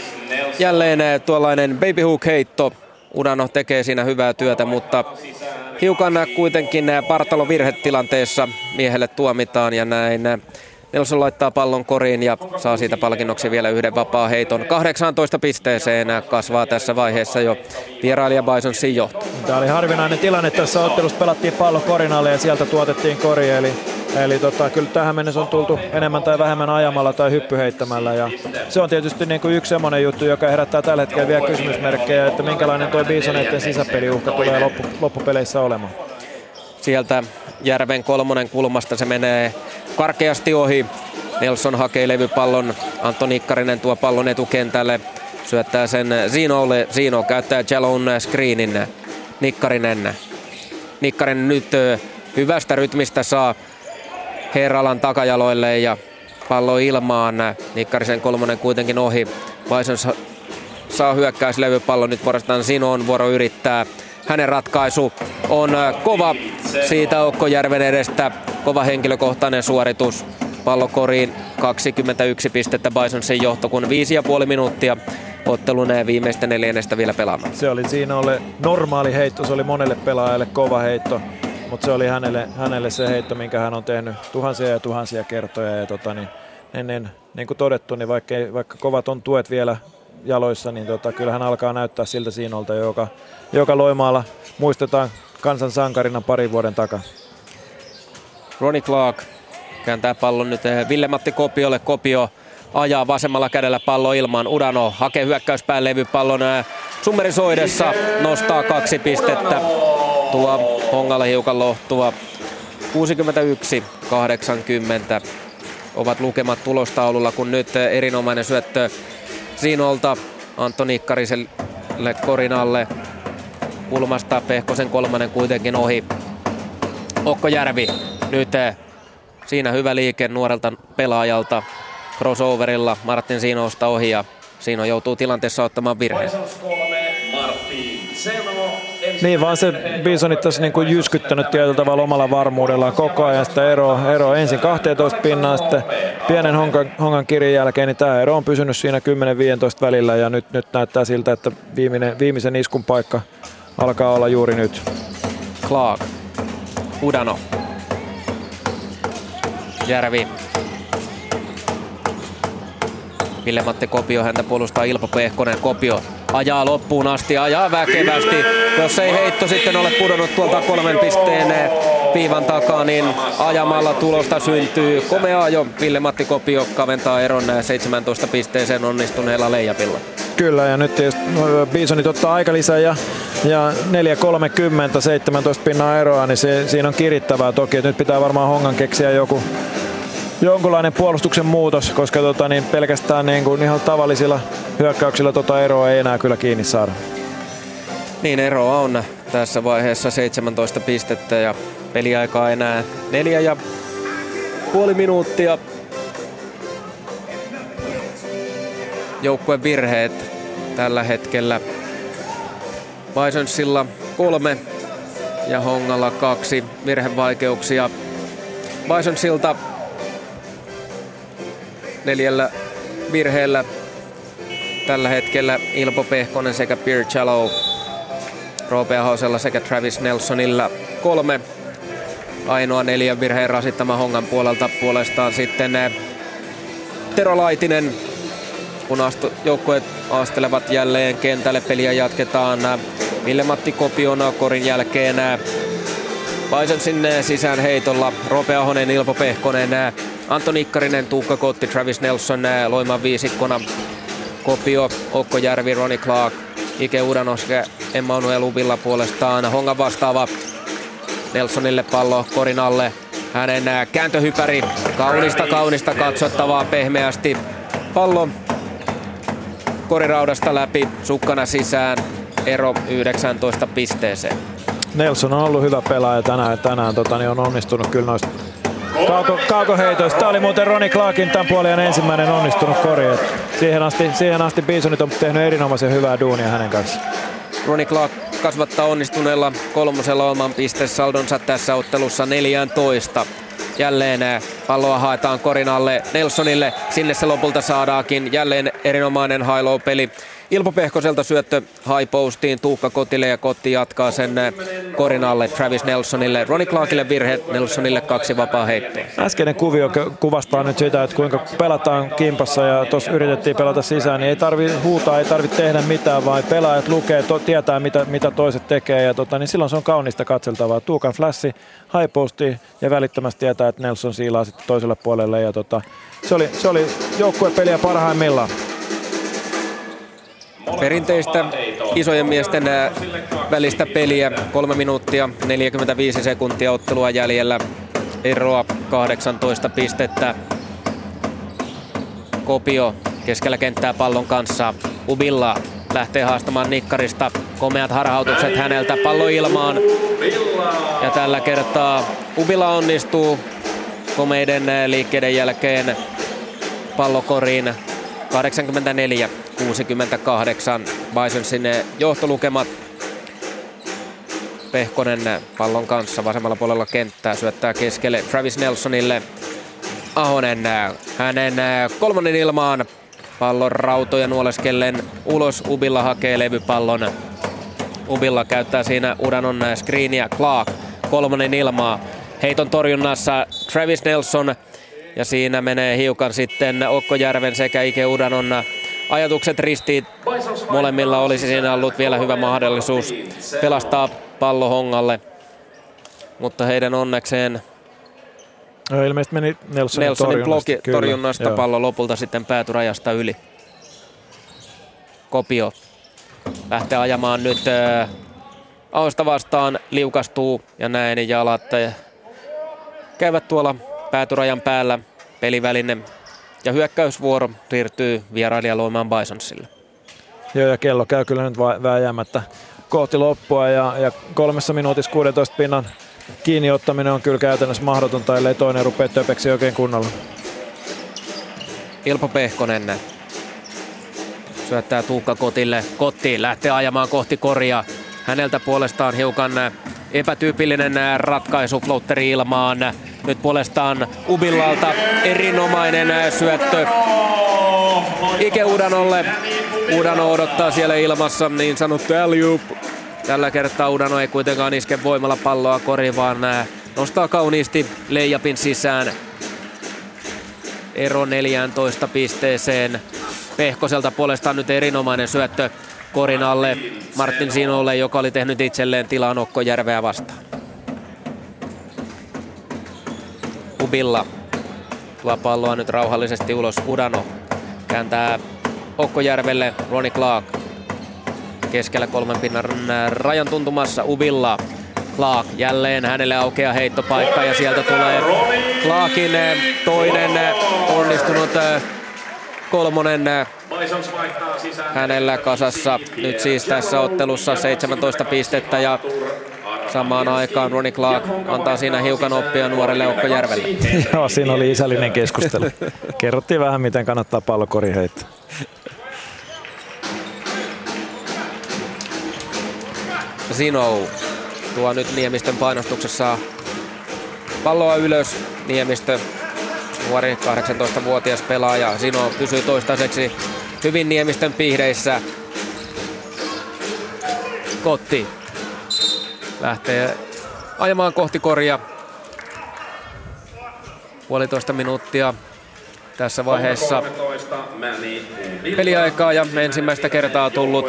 S3: Jälleen tuollainen baby hook heitto. Udano tekee siinä hyvää työtä, mutta hiukan kuitenkin Bartalo virhetilanteessa miehelle tuomitaan ja näin. Nelson laittaa pallon koriin ja saa siitä palkinnoksi vielä yhden vapaa heiton. 18 pisteeseen kasvaa tässä vaiheessa jo vierailija Bisonsin johto.
S4: Tämä oli harvinainen tilanne. Tässä ottelussa pelattiin pallo korin alle ja sieltä tuotettiin kori. Eli kyllä tähän mennessä on tultu enemmän tai vähemmän ajamalla tai hyppyheittämällä. Ja se on tietysti niin kuin yksi semmoinen juttu, joka herättää tällä hetkellä vielä kysymysmerkkejä, että minkälainen tuo Bisoneiden sisäpeliuhka tulee loppupeleissä olemaan.
S3: Sieltä Järven kolmonen kulmasta se menee karkeasti ohi. Nelson hakee levypallon. Antto Nikkarinen tuo pallon etukentälle. Syöttää sen Zinolle. Zino käyttää Jalon screenin. Nikkarinen nyt hyvästä rytmistä saa Herralan takajaloille ja pallo ilmaan. Nikkarisen kolmonen kuitenkin ohi. Bison saa hyökkäyslevypallon. Nyt vuorostaan Zinon vuoro yrittää. Hänen ratkaisu on kova siitä Okkojärven edestä. Kova henkilökohtainen suoritus. Pallo koriin 21 pistettä Bisonsin johto, kun 5,5 minuuttia ottelun viimeistä neljännestä vielä pelaamaan.
S4: Se oli Zinolle normaali heitto, se oli monelle pelaajalle kova heitto. Mutta se oli hänelle se heitto, minkä hän on tehnyt tuhansia ja tuhansia kertoja. Ja niin kuin todettu, niin vaikka kovat on tuet vielä jaloissa, niin kyllä hän alkaa näyttää siltä Zinolta, joka Loimaalla muistetaan kansan sankarina parin vuoden takaa.
S3: Ronnie Clark kääntää pallon nyt Ville-Matti Kopiolle. Kopio ajaa vasemmalla kädellä pallo ilmaan. Udano hakee hyökkäyspään levypallon summerisoidessa. Nostaa 2 pistettä. Tuo Hongalle hiukan lohtua. 61-80 ovat lukemat tulostaululla, kun nyt erinomainen syöttö Zinolta Antto Nikkariselle korin alle. Kulmasta Pehkosen kolmannen kuitenkin ohi. Okkojärvi nyt siinä hyvä liike nuorelta pelaajalta. Crossoverilla Martin Zinosta ohi ja Zino joutuu tilanteessa ottamaan virheen.
S4: Niin vaan se Bisonit tässä niin kuin jyskyttänyt tietyllä tavalla omalla varmuudellaan koko ajan sitä eroa ensin 12 pinnaa, sitten pienen hongan kirjan jälkeen, niin tämä ero on pysynyt siinä 10-15 välillä ja nyt näyttää siltä, että viimeisen iskun paikka alkaa olla juuri nyt.
S3: Clark, Udano, Järvi. Ville-Matti Kopio, häntä puolustaa Ilpo Pehkonen. Kopio ajaa loppuun asti, ajaa väkevästi. Jos ei heitto sitten ole pudonnut tuolta 3 pisteen viivan takaa, niin ajamalla tulosta syntyy komea ajo. Ville-Matti Kopio kaventaa eron 17 pisteeseen onnistuneella leijapilla.
S4: Kyllä, ja nyt Bisonit ottaa aikalisää ja 4.30, 17 pinnaa eroa, niin siinä on kirittävää toki. Nyt pitää varmaan Hongan keksiä jonkunlainen puolustuksen muutos, koska pelkästään niin kuin ihan tavallisilla hyökkäyksillä eroa ei enää kyllä kiinni saada.
S3: Niin, eroa on tässä vaiheessa 17 pistettä ja peliaikaa enää 4,5 minuuttia. joukkueen virheet tällä hetkellä. Bisonsilla 3 ja Hongalla 2 virhevaikeuksia. Bisonsilta 4 virheellä tällä hetkellä Ilpo Pehkonen sekä Pierre Chalo. Roope Ahosella sekä Travis Nelsonilla 3. Ainoa 4 virheen rasittama Hongan puolelta puolestaan sitten Tero Laitinen. Kun joukkueet astelevat jälleen kentälle, peliä jatketaan. Ville-Matti Kopion korin jälkeen Bisonsin sisään heitolla Roope Ahonen, Ilpo Pehkonen, Antto Nikkarinen, Tuukka Kotti, Travis Nelson Loimaan viisikkona. Kopio, Okko Järvi, Ronnie Clark, Ike Udanoske, Emmanuel Ubilla puolestaan. Hongan vastaava Nelsonille pallo korin alle. Hänen kääntöhypäri, kaunista katsottavaa pehmeästi. Pallo koriraudasta läpi, sukkana sisään, ero 19 pisteeseen.
S4: Nelson on ollut hyvä pelaaja tänään on onnistunut kyllä noista kaukoheitoista. Tämä oli muuten Ronnie Clarkin tämän puolen ensimmäinen onnistunut kori. Siihen asti Bisonit on tehnyt erinomaisen hyvää duunia hänen kanssaan.
S3: Ronnie Clark kasvattaa onnistuneella 3. oman pistesaldonsa tässä ottelussa 14. Jälleen palloa haetaan korin alle Nelsonille. Sinne se lopulta saadaankin. Jälleen erinomainen high-low-peli. Ilpo Pehkoselta syöttö high postiin Tuukka Kotille ja Kotti jatkaa sen korin alle Travis Nelsonille. Ronnie Clarkille virhe, Nelsonille 2 vapaa heittoa.
S4: Äskeinen kuvio kuvastaa nyt sitä, että kuinka pelataan kimpassa ja tuossa yritettiin pelata sisään, niin ei tarvitse huutaa, ei tarvitse tehdä mitään, vaan pelaajat lukee, tietää mitä toiset tekee ja niin silloin se on kaunista katseltavaa. Tuukan flashi high postiin ja välittömästi tietää, että Nelson siilaa sitten toiselle puolelle ja se oli joukkuepeliä parhaimmillaan.
S3: Perinteistä isojen miesten välistä peliä. 3 minuuttia 45 sekuntia ottelua jäljellä. Eroa 18 pistettä. Kopio keskellä kenttää pallon kanssa. Ubilla lähtee haastamaan Nikkarista. Komeat harhautukset häneltä. Pallo ilmaan. Ja tällä kertaa Ubilla onnistuu komeiden liikkeiden jälkeen pallokoriin. 84-68 Bisonsin johtolukemat. Pehkonen pallon kanssa vasemmalla puolella kenttää, syöttää keskelle Travis Nelsonille. Ahonen hänen 3. ilmaan. Pallon rautoja nuoleskellen ulos. Ubilla hakee levypallon. Ubilla käyttää siinä Udanon screeniä. Clark 3. ilmaa. Heiton torjunnassa Travis Nelson. Ja siinä menee hiukan sitten Okko Järven sekä Ike Udanon ajatukset ristiin. Molemmilla olisi siinä ollut vielä hyvä mahdollisuus pelastaa pallo Hongalle. Mutta heidän onnekseen
S4: ilmeisesti meni Nelsonin
S3: torjunnasta pallo lopulta sitten päätyrajasta yli. Kopio lähtee ajamaan nyt Ahosta vastaan, liukastuu ja näin jalat käyvät tuolla päätyrajan päällä. Peliväline ja hyökkäysvuoro siirtyy vierailija Loimaan Bisonsille.
S4: Joo, ja kello käy kyllä nyt vääjäämättä kohti loppua ja 3 minuutissa 16 pinnan kiinni ottaminen on kyllä käytännössä mahdotonta, ellei toinen rupea töpeksi oikein kunnolla.
S3: Ilpo Pehkonen syöttää Tuukka Kotille. Kotti lähtee ajamaan kohti koria. Häneltä puolestaan hiukan epätyypillinen ratkaisu floatteri ilmaan. Nyt puolestaan Ubillalta erinomainen syöttö Ike Udanolle. Udano odottaa siellä ilmassa niin sanottu alley-oop. Tällä kertaa Udano ei kuitenkaan iske voimalla palloa koriin, vaan nostaa kauniisti leijapin sisään. Ero 14 pisteeseen. Pehkoselta puolestaan nyt erinomainen syöttö korin alle Martin Sinolle, joka oli tehnyt itselleen tilaa Okko Järveä vastaan. Ubilla tuo palloa nyt rauhallisesti ulos. Udano kääntää Okko Järvelle. Ronnie Clark keskellä 3 pinnan rajan tuntumassa. Ubilla. Clark jälleen, hänelle aukeaa heittopaikka ja sieltä tulee Clarkin toinen onnistunut 3. hänellä kasassa. Nyt siis tässä ottelussa 17 pistettä ja samaan aikaan Ronnie Clark antaa siinä hiukan oppia nuorelle Okko Järvelle.
S4: Joo, siinä oli isällinen keskustelu. Kerrottiin vähän, miten kannattaa pallokori heittää.
S3: Zino tuo nyt Niemistön painostuksessa palloa ylös. Niemistö, nuori 18-vuotias pelaaja. Zino pysyy toistaiseksi hyvin Niemistön piihdeissä. Kotti lähtee ajamaan kohti koria. 1,5 minuuttia tässä vaiheessa peliaikaa ja ensimmäistä kertaa tullut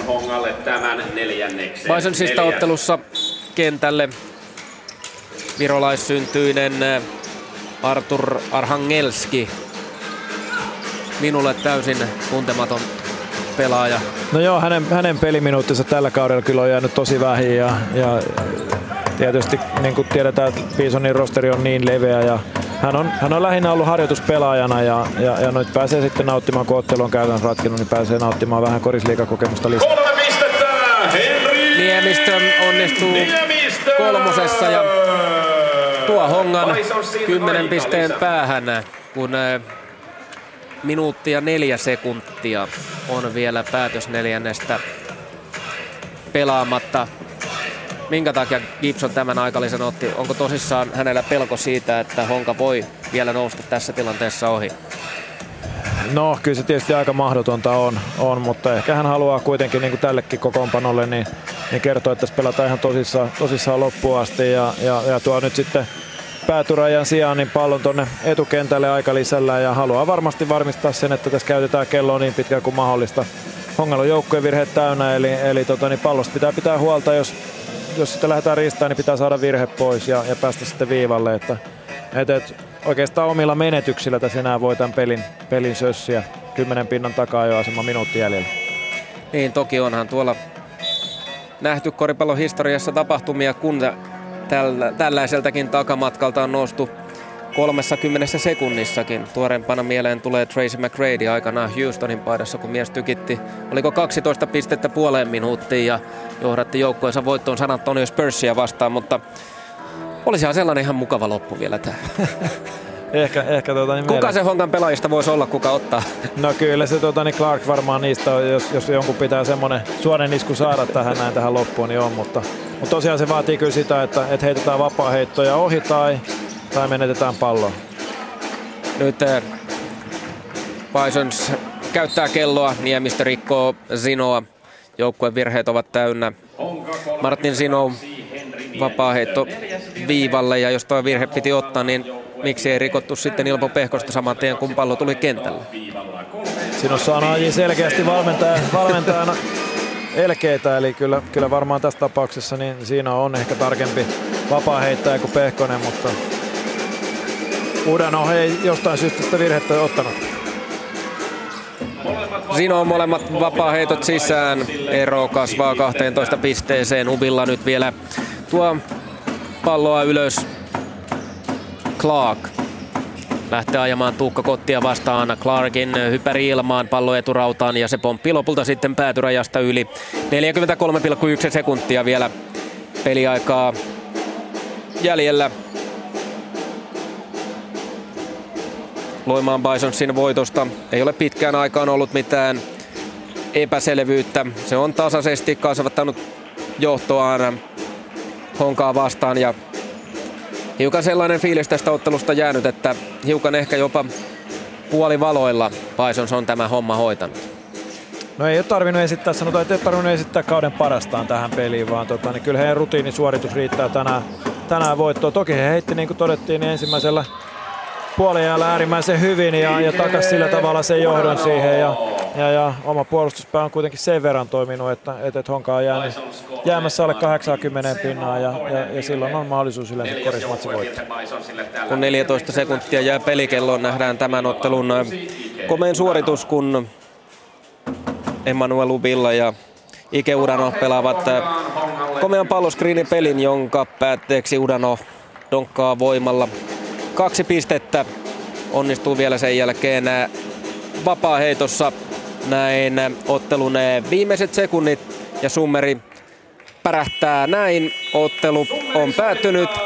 S3: Bisonsista ottelussa kentälle virolaissyntyinen Artur Arhangelski. Minulle täysin tuntematon pelaaja.
S4: No joo, hänen peliminuuttinsa tällä kaudella kyllä on jäänyt tosi vähin ja tietysti niin kuin tiedetään, että Bisonin rosteri on niin leveä ja hän on lähinnä ollut harjoituspelaajana ja nyt pääsee sitten nauttimaan, kun ottelu on käytännössä ratkenut, niin pääsee nauttimaan vähän korisliigakokemusta lisää.
S8: 3 pistettä, Henri
S3: Niemistö onnistuu kolmosessa ja tuo Hongan 10 pisteen päähän, kun minuuttia 4 sekuntia on vielä päätösneljännestä pelaamatta. Minkä takia Gibson tämän aikalisen otti? Onko tosissaan hänellä pelko siitä, että Honka voi vielä nousta tässä tilanteessa ohi?
S4: No kyllä se tietysti aika mahdotonta on, mutta ehkä hän haluaa kuitenkin niin kuin tällekin kokoonpanolle niin kertoa, että tässä pelataan ihan tosissaan loppuun asti ja tuo nyt sitten päätyrajan sijaan niin pallon tuonne etukentälle aikalisällä ja haluaa varmasti varmistaa sen, että tässä käytetään kelloa niin pitkään kuin mahdollista. Hongalla on joukkueen virheet täynnä, eli pallosta pitää huolta, jos sitten lähdetään riistään, niin pitää saada virhe pois ja päästä sitten viivalle. Että oikeastaan omilla menetyksillä tässä enää voi tämän pelin sössiä 10 pinnan takaa jo asema minuutti jäljellä.
S3: Niin, toki onhan tuolla nähty koripallon historiassa tapahtumia, kun tällaiseltakin takamatkalta on noustu 30 sekunnissakin. Tuoreempana mieleen tulee Tracy McGrady aikanaan Houstonin paidassa, kun mies tykitti, oliko 12 pistettä puoleen minuuttiin ja johdatti joukkueensa voittoon San Antonio Spursia vastaan, mutta olisihan sellainen ihan mukava loppu vielä tähän.
S4: Ehkä
S3: kuka se Honkan pelaajista voisi olla, kuka ottaa?
S4: No kyllä se Clark varmaan niistä on, jos jonkun pitää semmoinen suonen isku saada tähän loppuun, niin on, mutta tosiaan se vaatii kyllä sitä, että heitetään vapaaheittoja ohi tai menetetään palloa.
S3: Nyt Bisons käyttää kelloa, Niemistö rikkoo Zinoa. Joukkueen virheet ovat täynnä. Martin Zino vapaaheitto viivalle ja jos tuo virhe piti ottaa, niin miksi ei rikottu sitten Ilpo Pehkosta saman tien, kun pallo tuli kentälle?
S4: Zinossa on aji selkeästi valmentajana elkeitä, eli kyllä varmaan tässä tapauksessa niin siinä on ehkä tarkempi vapaaheittäjä kuin Pehkonen, mutta Udano ei jostain syystä sitä virhettä ottanut.
S3: Zino on molemmat vapaaheitot sisään. Ero kasvaa 12 pisteeseen. Ubilla nyt vielä tuo palloa ylös. Clark lähtee ajamaan Tuukka Kottia vastaan. Clarkin hypäri ilmaan, pallo eturautaan ja se pomppii lopulta sitten päätyrajasta yli. 43,1 sekuntia vielä peliaikaa jäljellä. Loimaan Bisonsin voitosta ei ole pitkään aikaan ollut mitään epäselvyyttä. Se on tasaisesti kasvattanut johtoaan Honkaa vastaan ja hiukan sellainen fiilis tästä ottelusta jäänyt, että hiukan ehkä jopa puolivaloilla Bisons on tämä homma hoitanut.
S4: No ei ole tarvinnut esittää, sanotaan, että ei ole tarvinnut esittää kauden parastaan tähän peliin, vaan niin kyllä heidän rutiinisuoritus riittää tänään voittoon. Toki he heitti, niin kuin todettiin, niin ensimmäisellä puolijäällä äärimmäisen hyvin ja takas sillä tavalla sen johdon siihen ja oma puolustuspää on kuitenkin sen verran toiminut, että Honka on jäämässä alle 80 pinnaa ja silloin on mahdollisuus yleensä korismatsi voittaa.
S3: Kun 14 sekuntia jää pelikelloon, nähdään tämän ottelun komein suoritus, kun Emmanuel Ubilla ja Ike Udano pelaavat komean palloskriinin pelin, jonka päätteeksi Udano donkkaa voimalla 2 pistettä. Onnistuu vielä sen jälkeen vapaaheitossa. Näin ottelun viimeiset sekunnit ja summeri pärähtää näin. Ottelu on päättynyt 88-79.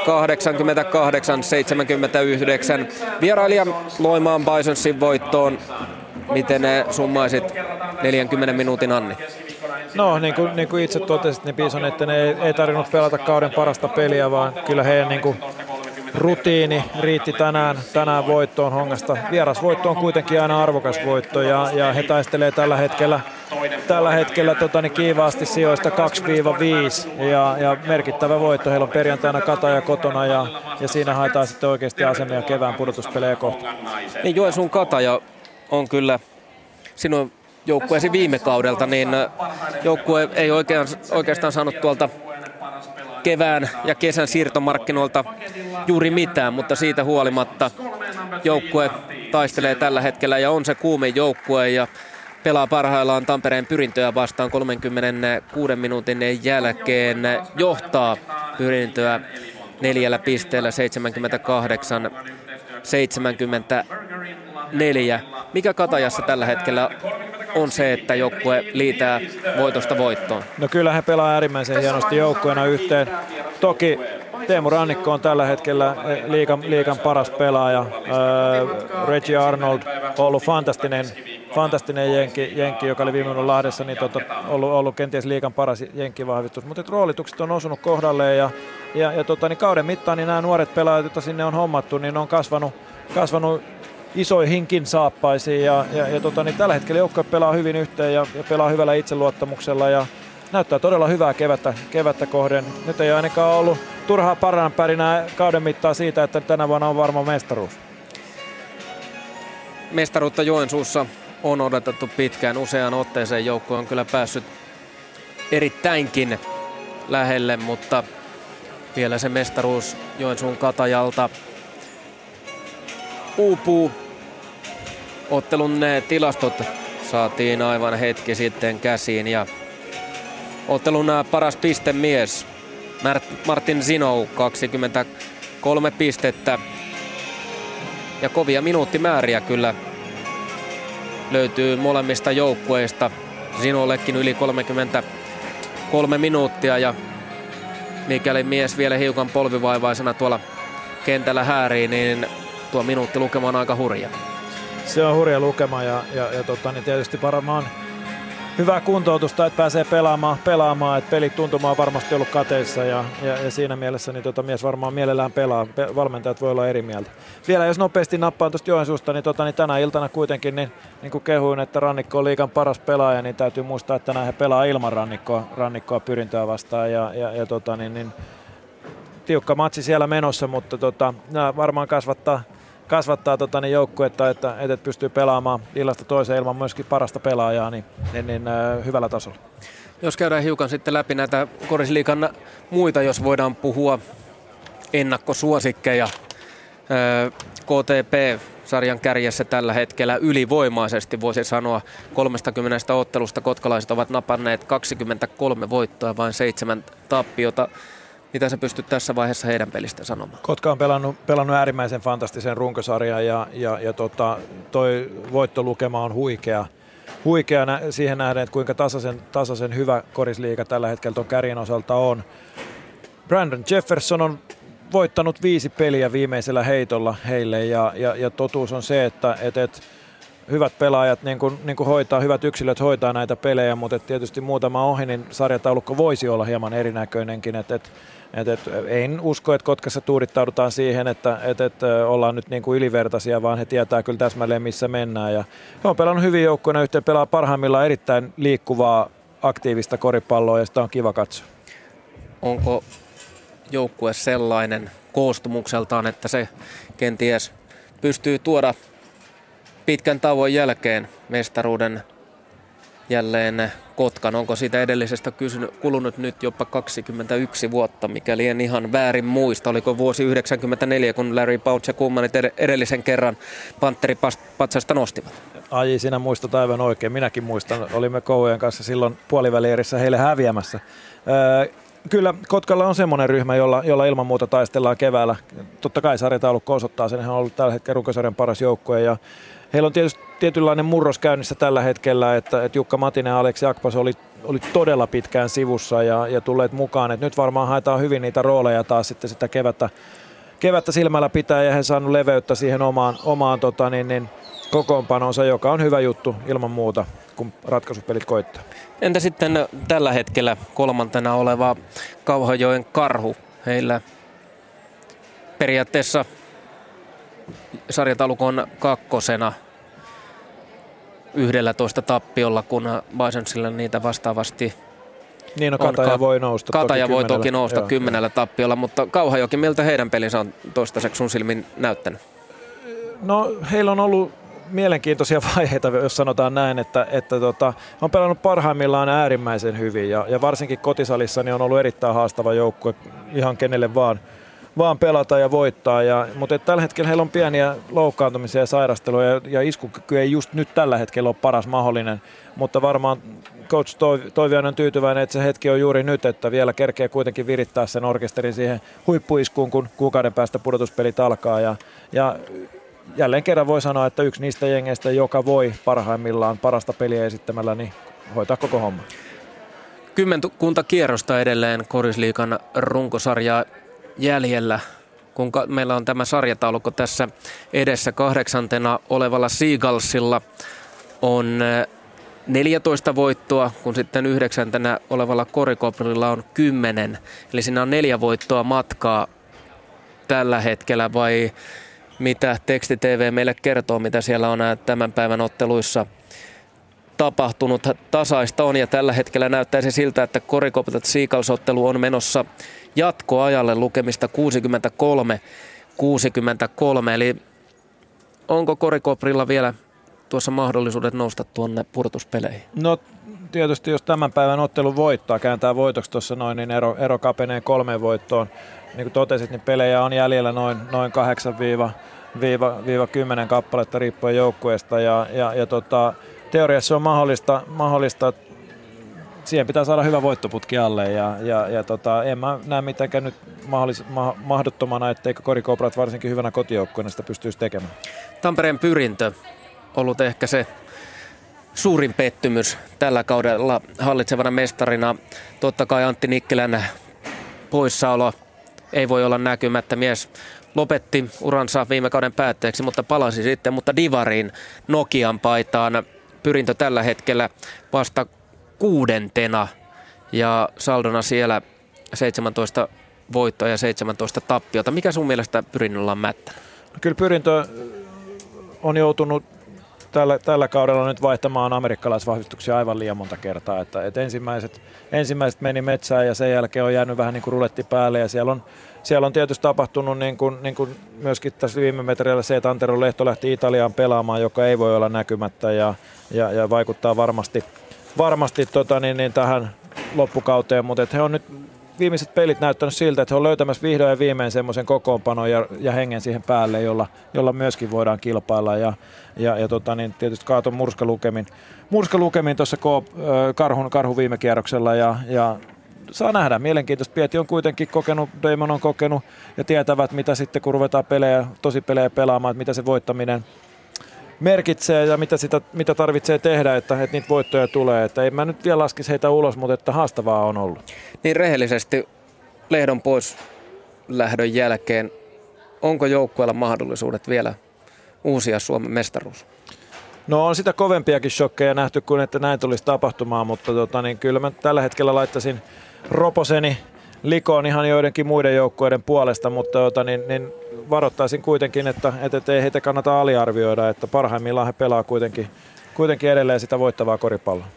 S3: Vierailija Loimaan Bisonsin voittoon. Miten summaisit 40 minuutin, Anni?
S4: No niin kuin itse totesit, niin Bison, että ne ei tarvinnut pelata kauden parasta peliä, vaan kyllä heidän niin kuin rutiini riitti tänään voittoon Hongasta. Vierasvoitto on kuitenkin aina arvokas voitto ja he taistelee tällä hetkellä kiivaasti sijoista 2-5 ja merkittävä voitto. Heillä on perjantaina Kataja kotona ja siinä haetaan sitten oikeasti asemia kevään pudotuspelejä kohta.
S3: Niin Joensuun Kataja on kyllä sinun joukkueesi viime kaudelta, niin joukkue ei oikeastaan saanut tuolta kevään ja kesän siirtomarkkinoilta juuri mitään, mutta siitä huolimatta joukkue taistelee tällä hetkellä ja on se kuumin joukkue ja pelaa parhaillaan Tampereen Pyrintöä vastaan 36 minuutin jälkeen. Johtaa Pyrintöä 4 pisteellä 78-74. Mikä Katajassa tällä hetkellä on se, että joukkue liitää voitosta voittoon?
S4: No kyllä he pelaa äärimmäisen hienosti joukkueena yhteen. Toki Teemu Rannikko on tällä hetkellä liigan paras pelaaja. Reggie Arnold on ollut fantastinen jenkki, joka oli viime vuonna Lahdessa, niin ollut kenties liigan paras jenkkivahvistus. Mutta roolitukset on osunut kohdalleen ja kauden mittaan niin nämä nuoret pelaajat, joita sinne on hommattu, niin on kasvanut isoihinkin saappaisiin niin tällä hetkellä joukkue pelaa hyvin yhteen ja pelaa hyvällä itseluottamuksella ja näyttää todella hyvää kevättä kohden. Nyt ei ainakaan ollut turhaa paranpärinää kauden mittaan siitä, että tänä vuonna on varma mestaruus.
S3: Mestaruutta Joensuussa on odotettu pitkään. Useaan otteeseen joukkue on kyllä päässyt erittäinkin lähelle, mutta vielä se mestaruus Joensuun Katajalta uupuu. Ottelun tilastot saatiin aivan hetki sitten käsiin ja ottelun paras pistemies Martin Zinou 23 pistettä ja kovia minuuttimääriä kyllä löytyy molemmista joukkueista. Zinollekin yli 33 minuuttia ja mikäli mies vielä hiukan polvivaivaisena tuolla kentällä häärii, niin tuo minuuttilukema on aika hurja.
S4: Se on hurja lukema niin tietysti varmaan hyvää kuntoutusta, että pääsee pelaamaan, että pelit tuntuma on varmasti ollut kateissa ja siinä mielessä niin mies varmaan mielellään pelaa. Valmentajat voi olla eri mieltä. Vielä jos nopeasti nappaan tuosta Joensuusta, niin tänä iltana kuitenkin, niin kuin kehuin, että Rannikko on liigan paras pelaaja, niin täytyy muistaa, että tänään he pelaa ilman Rannikkoa Pyrintöä vastaan niin tiukka matsi siellä menossa, mutta nämä varmaan kasvattaa joukkuetta, että pystyy pelaamaan illasta toiseen ilman myöskin parasta pelaajaa niin hyvällä tasolla.
S3: Jos käydään hiukan sitten läpi näitä Korisliigan muita, jos voidaan puhua ennakkosuosikkeja. KTP sarjan kärjessä tällä hetkellä ylivoimaisesti, voisi sanoa 30 ottelusta kotkalaiset ovat napanneet 23 voittoa, vain 7 tappiota. Mitä sä pystyt tässä vaiheessa heidän pelistä sanomaan? Kotka
S4: on pelannut äärimmäisen fantastisen runkosarjan ja toi voittolukema on huikea siihen nähden, että kuinka tasaisen hyvä Korisliiga tällä hetkellä tuon kärjen osalta on. Brandon Jefferson on voittanut 5 peliä viimeisellä heitolla heille ja totuus on se, että hyvät pelaajat niin kuin hoitaa, hyvät yksilöt hoitaa näitä pelejä, mutta tietysti muutama ohi, niin sarjataulukko voisi olla hieman erinäköinenkin. En usko, että Kotkassa tuudittaudutaan siihen, että ollaan nyt niin kuin ylivertaisia, vaan he tietää kyllä täsmälleen, missä mennään. Ja he on pelannut hyvin joukkueena yhteen, pelaa parhaimmillaan erittäin liikkuvaa, aktiivista koripalloa ja sitä on kiva katsoa.
S3: Onko joukkue sellainen koostumukseltaan, että se kenties pystyy tuoda pitkän tauon jälkeen mestaruuden jälleen Kotkan? Onko siitä edellisestä kulunut nyt jopa 21 vuotta, mikäli en ihan väärin muista? Oliko vuosi 1994, kun Larry Pouch ja kumppanit edellisen kerran Pantheripatsasta nostivat?
S4: Ai, sinä muistat aivan oikein. Minäkin muistan. Olimme Kouvojen kanssa silloin puolivälierissä heille häviämässä. Kyllä Kotkalla on semmoinen ryhmä, jolla ilman muuta taistellaan keväällä. Totta kai sarjataulukko osoittaa sen. He on ollut tällä hetkellä runkosarjan paras joukkue ja heillä on tietysti tietynlainen murros käynnissä tällä hetkellä, että Jukka Matinen ja Aleksi Akpas oli todella pitkään sivussa ja tulleet mukaan. Et nyt varmaan haetaan hyvin niitä rooleja taas sitten sitä kevättä silmällä pitää ja he saanut leveyttä siihen omaan kokoonpanonsa, joka on hyvä juttu ilman muuta. kun ratkaisupelit koittaa.
S3: Entä sitten tällä hetkellä kolmantena oleva Kauhajoen Karhu? Heillä periaatteessa sarjataulukon kakkosena 11 tappiolla, kun Bisonsilla niitä vastaavasti
S4: niin, no Kataja voi nousta.
S3: Kataja voi toki nousta 10 tappiolla, mutta Kauhajoki, miltä heidän pelinsä on toistaiseksi sun silmin näyttänyt?
S4: No heillä on ollut mielenkiintoisia vaiheita, jos sanotaan näin, että on pelannut parhaimmillaan äärimmäisen hyvin ja varsinkin kotisalissa niin on ollut erittäin haastava joukkue ihan kenelle vaan pelata ja voittaa. Mutta tällä hetkellä heillä on pieniä loukkaantumisia ja sairasteluja ja iskukyky ei just nyt tällä hetkellä ole paras mahdollinen, mutta varmaan coach Toiviainen on tyytyväinen, että se hetki on juuri nyt, että vielä kerkeä kuitenkin virittää sen orkesterin siihen huippuiskuun, kun kuukauden päästä pudotuspelit alkaa ja jälleen kerran voi sanoa, että yksi niistä jengeistä, joka voi parhaimmillaan parasta peliä esittämällä, niin hoitaa koko homma.
S3: 10 kierrosta edelleen Korisliigan runkosarjaa jäljellä, kun meillä on tämä sarjataulukko tässä edessä. 8. olevalla Seagullsilla on 14 voittoa, kun sitten 9. olevalla Korikoprilla on 10. Eli siinä on 4 voittoa matkaa tällä hetkellä, vai mitä Teksti TV meille kertoo, mitä siellä on tämän päivän otteluissa tapahtunut. Tasaista on ja tällä hetkellä näyttäisi siltä, että Korikoprat Seagulls-ottelu on menossa jatkoajalle lukemista 63-63. Eli onko Korikoprilla vielä tuossa mahdollisuudet nousta tuonne pudotuspeleihin?
S4: No tietysti jos tämän päivän ottelu voittaa, kääntää voitoksi tuossa noin, niin ero kapenee 3 voittoon. Niin kuin totesit, niin pelejä on jäljellä noin 8-10 kappaletta riippuen joukkueesta ja teoriassa on mahdollista, siihen pitää saada hyvä voittoputki alle ja en mä näe mitenkään nyt mahdottomana, etteikö Korikoprat varsinkin hyvänä kotijoukkueena sitä pystyisi tekemään.
S3: Tampereen Pyrintö ollut ehkä se suurin pettymys tällä kaudella hallitsevana mestarina. Totta kai Antti Nikkelän poissaolo ei voi olla näkymättä. Mies lopetti uransa viime kauden päätteeksi, mutta palasi sitten, mutta Divariin Nokian paitaan. Pyrintö tällä hetkellä vasta 6. ja saldona siellä 17 voittoa ja 17 tappiota. Mikä sun mielestä Pyrinnöllä on mättänyt? Kyllä
S4: Pyrintö on joutunut tällä kaudella nyt vaihtamaan amerikkalaisvahvistuksia aivan liian monta kertaa. Että ensimmäiset meni metsään ja sen jälkeen on jäänyt vähän niin kuin ruletti päälle ja siellä on tietysti tapahtunut niin kuin myöskin tässä viime metreillä se, että Antero Lehto lähti Italiaan pelaamaan, joka ei voi olla näkymättä ja vaikuttaa varmasti tähän loppukauteen, mutta he on nyt viimeiset pelit näyttänyt siltä, että he on löytämässä vihdoin ja viimein semmoisen kokoonpanon ja hengen siihen päälle, jolla myöskin voidaan kilpailla tietysti Kaaton murskalukemin tuossa Karhun viime kierroksella ja saa nähdä. Mielenkiintoista. Pieti on kuitenkin kokenut, Damon on kokenut ja tietävät, mitä sitten kun ruvetaan tosipelejä pelaamaan, että mitä se voittaminen merkitsee ja mitä tarvitsee tehdä, että niitä voittoja tulee. Että en mä nyt vielä laskisi heitä ulos, mutta että haastavaa on ollut.
S3: Niin rehellisesti Lehdon pois lähdön jälkeen, onko joukkueella mahdollisuudet vielä uusia Suomen mestaruus?
S4: No on sitä kovempiakin shokkeja nähty kuin että näin tulisi tapahtumaan, mutta kyllä mä tällä hetkellä laittaisin Roposeni likoon ihan joidenkin muiden joukkueiden puolesta, mutta varoittaisin kuitenkin, että ei heitä kannata aliarvioida, että parhaimmillaan he pelaa kuitenkin edelleen sitä voittavaa koripalloa.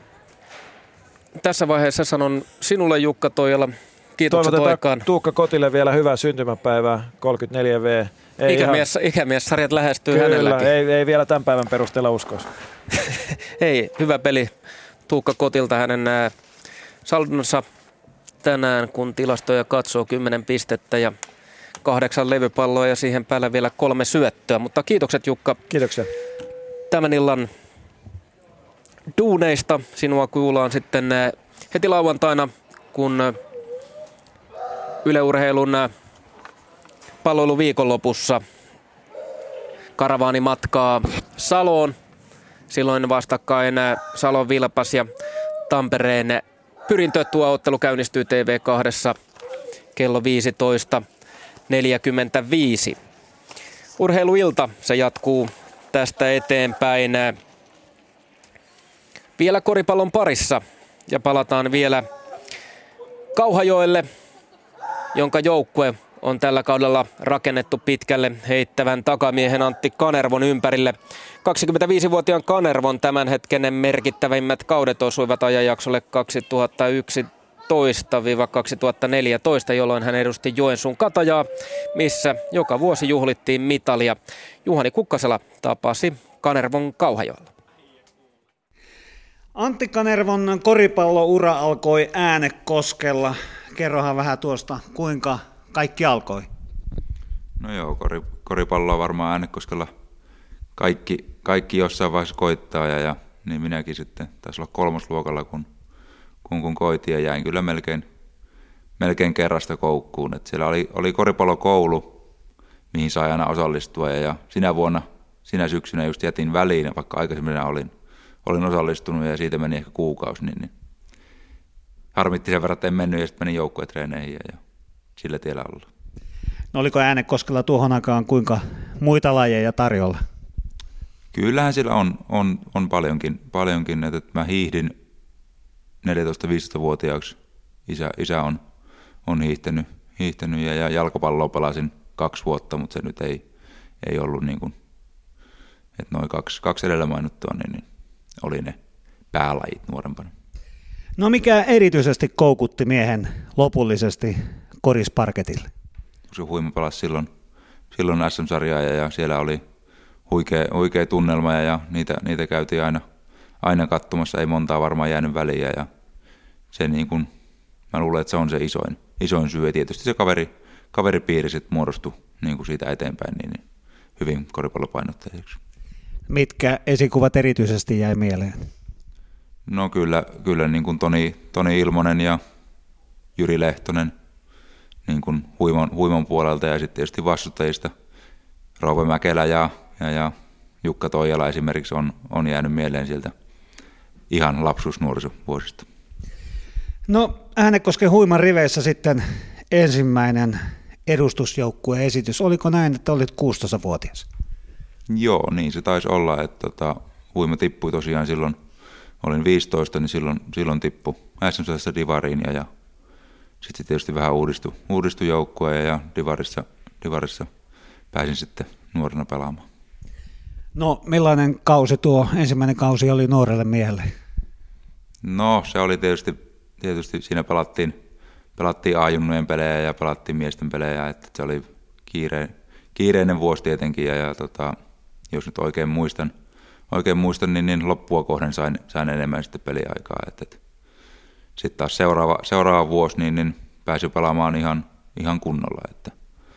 S4: Tässä vaiheessa sanon sinulle Jukka Toijala kiitokset Toikaan. Tuukka Kotille vielä hyvää syntymäpäivää, 34V. Ikämies-sarjat lähestyy hänelläkin. Ei vielä tämän päivän perusteella uskoisi. Ei, hyvä peli Tuukka Kotilta hänen saldonsa tänään, kun tilastoja katsoo 10 pistettä ja 8 levypalloa ja siihen päällä vielä 3 syöttöä. Mutta kiitokset Jukka. Kiitoksia. Tämän illan duuneista sinua kuullaan sitten heti lauantaina, kun Yle Urheilun palloiluviikonlopussa karavaani matkaa Saloon. Silloin vastakkain Salon Vilpas ja Tampereen Pyrintö. Tuo ottelu käynnistyy TV2 kello 15.45. Urheiluilta se jatkuu tästä eteenpäin.
S3: Vielä koripallon parissa ja palataan vielä Kauhajoelle, jonka joukkue on tällä kaudella rakennettu pitkälle heittävän takamiehen Antti Kanervon ympärille. 25-vuotiaan Kanervon tämänhetkinen merkittävimmät kaudet osuivat ajanjaksolle 2011-2014, jolloin hän edusti Joensuun Katajaa, missä joka vuosi juhlittiin mitalia. Juhani Kukkasela tapasi Kanervon Kauhajoella.
S10: Antti Kanervon koripalloura alkoi Äänekoskella. Kerrohan vähän tuosta, kuinka kaikki alkoi.
S11: No joo, koripalloa varmaan Äänekoskella kaikki jossain vaiheessa koittaa ja niin minäkin sitten taisi olla 3. luokalla, kun koitin ja jäin kyllä melkein kerrasta koukkuun. Et siellä oli koripallokoulu, mihin sai aina osallistua ja sinä syksynä just jätin väliin, vaikka aikaisemmin olin osallistunut ja siitä meni ehkä kuukausi, niin harmitti sen verran, että en mennyt ja sitten menin joukkuetreeneihin ja sillä tiellä ollaan.
S10: No oliko Äänekoskella tuohon aikaan kuinka muita lajeja tarjolla?
S11: Kyllähän siellä on paljonkin, että mä hiihdin 14-15-vuotiaaksi. Isä on hiihtänyt ja jalkapalloa pelasin 2 vuotta, mutta se nyt ei ollut niin kuin, että noin kaksi edellä mainittua, niin oli ne päälajit nuorempana.
S10: No mikä erityisesti koukutti miehen lopullisesti korisparketille?
S11: Se huima pelasi silloin SM-sarjaa ja siellä oli huikea tunnelma ja niitä käytiin aina katsomassa, ei montaa varmaan jäänyt väliä ja se niin kuin, mä luulen, että se on se isoin syy ja tietysti se kaveripiiri sitten muodostui niin kuin siitä eteenpäin niin hyvin koripallopainotteiseksi.
S10: Mitkä esikuvat erityisesti jäi mieleen?
S11: No kyllä niin kuin Toni Ilmonen ja Jyri Lehtonen niin kuin huiman puolelta ja sitten tietysti vastustajista Roope Mäkelä ja Jukka Toijala esimerkiksi on jäänyt mieleen sieltä ihan lapsuusnuorisovuosista.
S10: No Äänekosken huiman riveissä sitten ensimmäinen edustusjoukkueen esitys. Oliko näin, että olit 16-vuotias? Joo,
S11: niin se taisi olla, että huima tippui tosiaan silloin, olin 15, niin silloin tippui SM-sarjasta divariin ja sitten tietysti vähän uudistui joukkue ja divarissa pääsin sitten nuorena pelaamaan.
S10: No millainen kausi tuo ensimmäinen kausi oli nuorelle miehelle?
S11: No se oli tietysti siinä pelattiin A-junnujen pelejä ja pelattiin miesten pelejä, että se oli kiireinen vuosi tietenkin ja jos nyt oikein muistan niin loppua kohden sain enemmän sitten peliaikaa. Sitten taas seuraava vuosi niin pääsi pelaamaan ihan kunnolla, että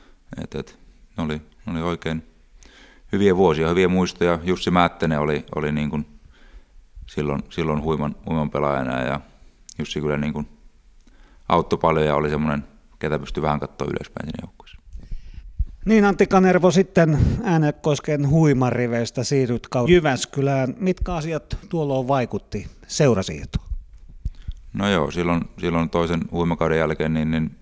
S11: ne oli oikein hyviä vuosia, hyviä muistoja. Jussi Määttänen oli niin kuin silloin huiman pelaajana ja Jussi kyllä niin kuin auttoi paljon ja oli semmoinen, ketä pystyi vähän katsoa ylöspäin siinä joukkueessa.
S10: Niin Antti Kanervo, sitten Äänekosken huiman riveistä siirryt Jyväskylään. Mitkä asiat tuolloin vaikutti seurasiirtoon?
S11: No joo, silloin toisen huimakauden jälkeen niin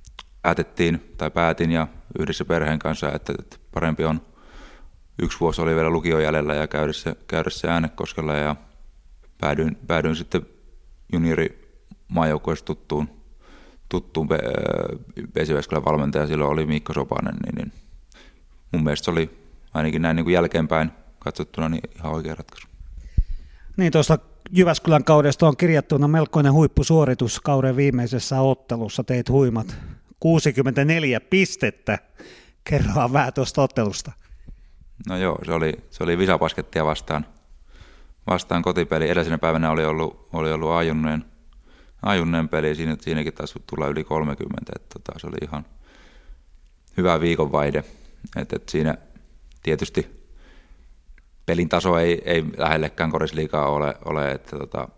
S11: päätin ja yhdessä perheen kanssa, että parempi on 1 vuosi oli vielä lukion jäljellä ja käydä se Äänekoskella ja päädyin sitten juniorimaajoukkueessa tuttuun Jyväskylän valmentaja, silloin oli Mikko Sopanen, niin mun mielestä se oli ainakin näin niin kuin jälkeenpäin katsottuna niin ihan oikea ratkaisu.
S10: Niin tuosta Jyväskylän kaudesta on kirjattuna melkoinen huippusuoritus kauden viimeisessä ottelussa. Teit huimat 64 pistettä. Kerrohan vähän tuosta ottelusta.
S11: No joo, se oli Visapaskettia vastaan kotipeli. Edellisenä päivänä oli ollut A-junnujen peli, siinäkin taisi tulla yli 30, että se oli ihan hyvä viikonvaihde. Että siinä tietysti pelin taso ei lähellekään korisliigaa ole että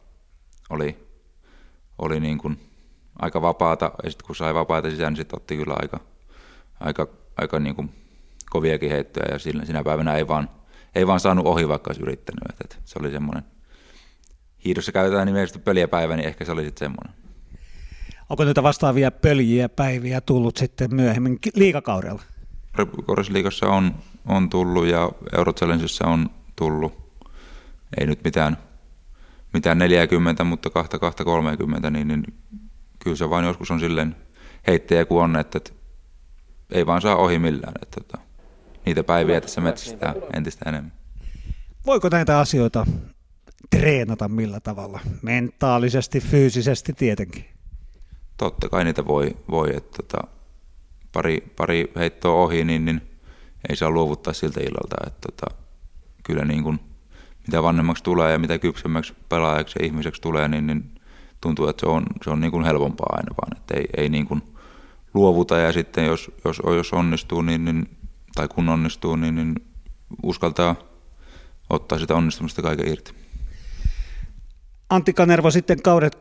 S11: oli niin kuin aika vapaata, ja sitten kun sai vapaata sisään, niin sitten otti kyllä aika niin kuin koviakin heittoja, ja sinä päivänä ei vaan saanut ohi, vaikka olisi yrittänyt. Että se oli semmoinen, hiidossa käytetään nimellisesti pöljäpäivä, niin ehkä se oli sitten semmoinen.
S10: Onko niitä vastaavia pöljiä päiviä tullut sitten myöhemmin liigakaudella?
S11: Korisliigassa on tullut ja Eurochallengeissa on tullut. Ei nyt mitään mitään 40, mutta 2-30, niin kyllä se vaan joskus on silleen heittäjä kuin on, että ei vaan saa ohi millään. Että niitä päiviä tässä metsästään entistä enemmän.
S10: Voiko näitä asioita treenata millä tavalla? Mentaalisesti, fyysisesti tietenkin.
S11: Totta kai niitä voi että pari heittoa ohi, niin ei saa luovuttaa siltä illalta. Että kyllä niin kuin, mitä vanhemmaksi tulee ja mitä kypsemmäksi pelaajaksi ja ihmiseksi tulee, niin tuntuu, että se on niin kuin helpompaa aina vaan. Että ei niin kuin luovuta ja sitten jos onnistuu, tai kun onnistuu, niin uskaltaa ottaa sitä onnistumista kaiken irti.
S10: Antti Kanerva, sitten kaudet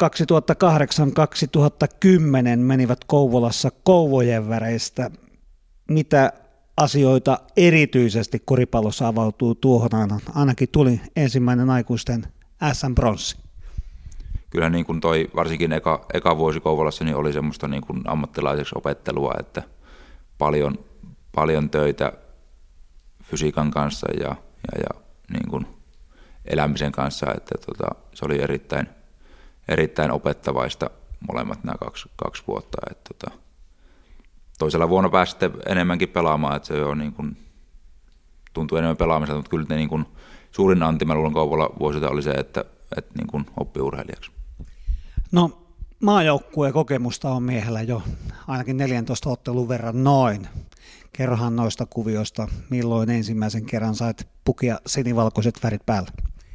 S10: 2008-2010 menivät Kouvolassa Kouvojen väreistä. Mitä asioita erityisesti koripallossa avautuu tuohon ainakin tuli ensimmäinen aikuisten SM-bronssi?
S11: Kyllä niin kuin toi varsinkin eka vuosi Kouvolassa niin oli semmoista niin kuin ammattilaiseksi opettelua, että paljon töitä fysiikan kanssa ja niin kuin elämisen kanssa, että se oli erittäin opettavaista molemmat nämä kaksi vuotta. Että toisella vuonna pääsi sitten enemmänkin pelaamaan, että se jo niin kuin tuntui enemmän pelaamiselta, mutta kyllä niin kuin suurin anti, mä luulen Kouvola vuosilta oli se, että niin kuin oppi urheilijaksi.
S10: No maajoukkueen kokemusta on miehellä jo ainakin 14 ottelun verran noin. Kerrohan noista kuvioista, milloin ensimmäisen kerran sait pukia sinivalkoiset värit päällä?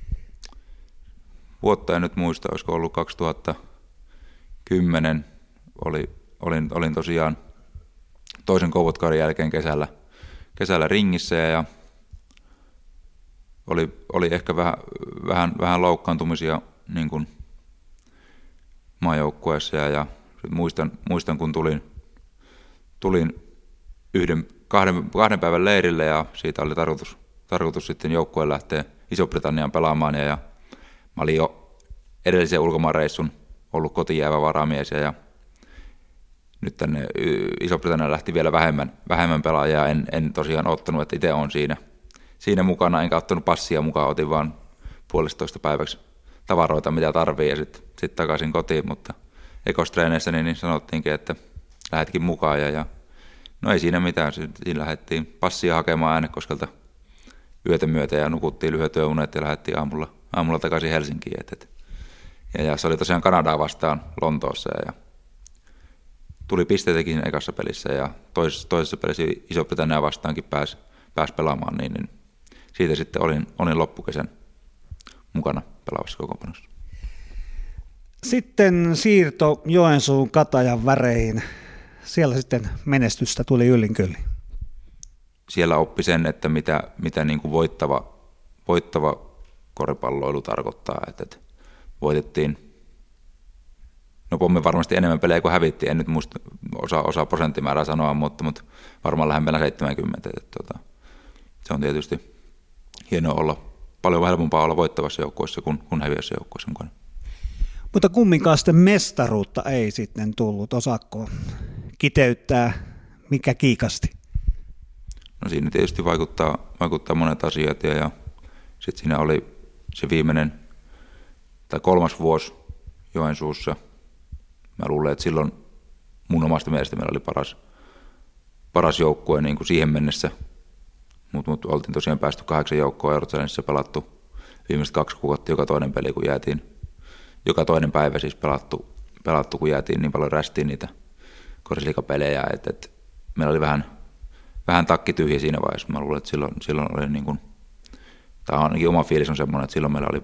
S11: Vuotta en nyt muista, olisiko ollut 2010. Olin tosiaan toisen Kouvotkauden jälkeen kesällä ringissä ja oli ehkä vähän loukkaantumisia niin kuin maajoukkueessa ja muistan kun tulin kahden päivän leirille ja siitä oli tarkoitus sitten joukkueen lähteä Iso-Britanniaan pelaamaan ja mä olin jo edellisen ulkomaanreissun ollut kotiin jäävä varamies ja nyt tänne Iso-Britanniaan lähti vielä vähemmän pelaajia, en tosiaan ottanut, että itse olen siinä mukana, enkä ottanut passia mukaan, otin vaan 1,5 päiväksi tavaroita, mitä tarvii ja sitten takaisin kotiin, mutta ekostreeneissä niin sanottiinkin, että lähdetkin mukaan ja no ei siinä mitään, siinä lähdettiin passia hakemaan Äänekoskelta yötä myötä ja nukuttiin lyhyet yöunet ja lähdettiin aamulla takaisin Helsinkiin. Ja se oli tosiaan Kanadaa vastaan Lontoossa ja tuli pisteitäkin ekassa pelissä ja toisessa pelissä Iso-Britannia vastaankin pääsi pelaamaan, niin siitä sitten olin loppukesän mukana pelaavassa kokoonpanossa.
S10: Sitten siirto Joensuun Katajan väreihin. Siellä sitten menestystä tuli yllin kyllin.
S11: Siellä oppi sen, että mitä niin kuin voittava koripalloilu tarkoittaa. Että voitettiin, no pommin varmasti enemmän pelejä kuin hävittiin. En nyt muista osaa prosenttimäärää sanoa, mutta varmaan lähempänä 70. Se on tietysti hienoa olla, paljon helpompaa olla voittavassa joukkueessa kuin häviässä joukkueessa mukana.
S10: Mutta kumminkaan sitten mestaruutta ei sitten tullut. Osaatko kiteyttää, mikä kiikasti?
S11: No siinä tietysti vaikuttaa monet asiat ja sitten siinä oli se viimeinen tai 3. vuosi Joensuussa. Mä luulen, että silloin mun omasta mielestä meillä oli paras joukkue niin kuin siihen mennessä. Mutta oltiin tosiaan päästy 8 joukkoa Eurochallengessa pelattu viimeiset 2 kuukautta joka toinen peli, kun jäätiin. Joka toinen päivä siis pelattu, kun jäätiin niin paljon rästiin niitä korisliigapelejä, että meillä oli vähän takki tyhjä siinä vaiheessa. Mä luulen, että silloin oli niin kuin, tai ainakin oma fiilis on semmoinen, että silloin meillä oli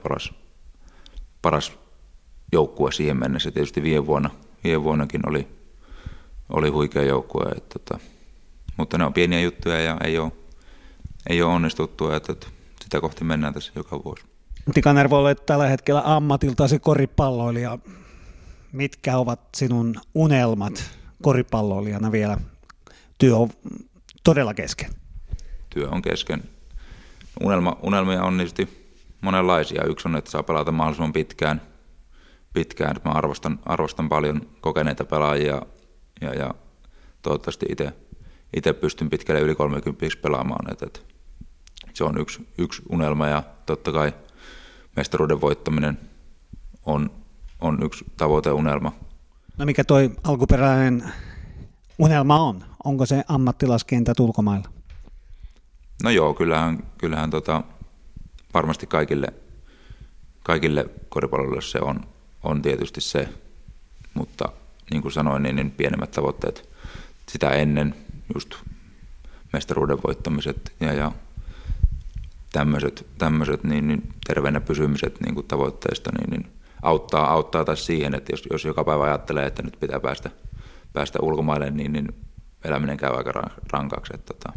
S11: paras joukkue siihen mennessä. Tietysti viime vuonnakin oli huikea joukkue, mutta ne on pieniä juttuja ja ei ole onnistuttu, että sitä kohti mennään tässä joka vuosi.
S10: Antti Kanerva, olet tällä hetkellä ammatiltasi koripalloilija. Mitkä ovat sinun unelmat koripalloilijana vielä? Työ on todella kesken. Työ
S11: on kesken. Unelmia on tietysti monenlaisia. Yksi on, että saa pelata mahdollisimman pitkään. Mä arvostan paljon kokeneita pelaajia ja toivottavasti itse pystyn pitkälle yli 30 pelaamaan. Että se on yksi unelma ja totta kai mestaruuden voittaminen on yksi tavoiteunelma.
S10: No mikä toi alkuperäinen unelma on? Onko se ammattilaiskentät ulkomailla?
S11: No joo, kyllähän varmasti kaikille koripalloille se on tietysti se, mutta niin kuin sanoin, niin pienemmät tavoitteet sitä ennen, just mestaruuden voittamiset ja tämmöiset niin terveenä pysymiset niin kuin tavoitteista niin auttaa taas siihen, että jos joka päivä ajattelee, että nyt pitää päästä ulkomaille, niin eläminen käy aika rankaksi.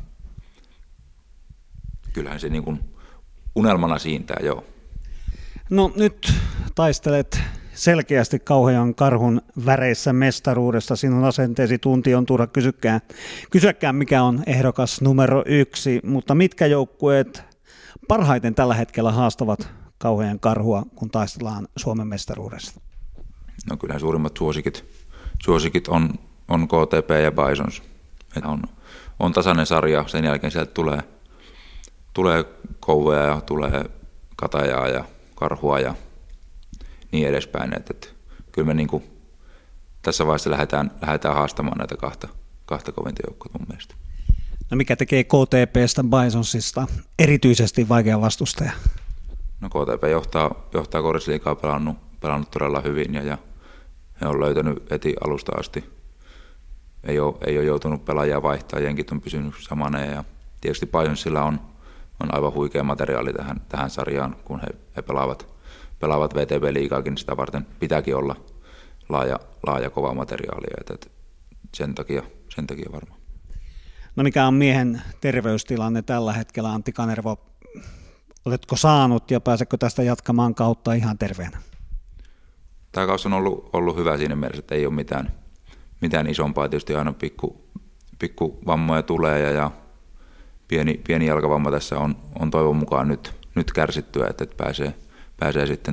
S11: Kyllähän se niin kuin unelmana siintää, joo.
S10: No nyt taistelet selkeästi Kauhajoen Karhun väreissä mestaruudesta. Sinun asenteesi tunti on turha kysyäkään, mikä on ehdokas numero 1, mutta mitkä joukkueet parhaiten tällä hetkellä haastavat Kauhajoen Karhua, kun taistellaan Suomen mestaruudesta?
S11: No kyllähän suurimmat suosikit on KTP ja Bisons. On tasainen sarja, sen jälkeen sieltä tulee Kouvoja ja tulee Katajaa ja Karhua ja niin edespäin. Että kyllä me niin kuin tässä vaiheessa lähdetään haastamaan näitä kahta kovinta joukkoa mun mielestä.
S10: No mikä tekee KTP:stä Bisonsista erityisesti vaikea vastustaja?
S11: No KTP johtaa Korisliigaa pelannut todella hyvin ja he on löytänyt heti alusta asti. Ei ole joutunut pelaajia vaihtaa, jenkit on pysynyt samana ja tietysti Bisonsilla on aivan huikea materiaali tähän sarjaan, kun he pelaavat VTB-liigaakin, sitä varten pitääkin olla laaja kova materiaalia, että sen takia varmaan.
S10: No mikä on miehen terveystilanne tällä hetkellä, Antti Kanervo? Oletko saanut ja pääsetkö tästä jatkamaan kautta ihan terveenä?
S11: Tämä kausi on ollut hyvä siinä mielessä, että ei ole mitään isompaa. Tietysti aina pikku vammoja tulee ja pieni jalkavamma tässä on toivon mukaan nyt kärsittyä, että pääsee sitten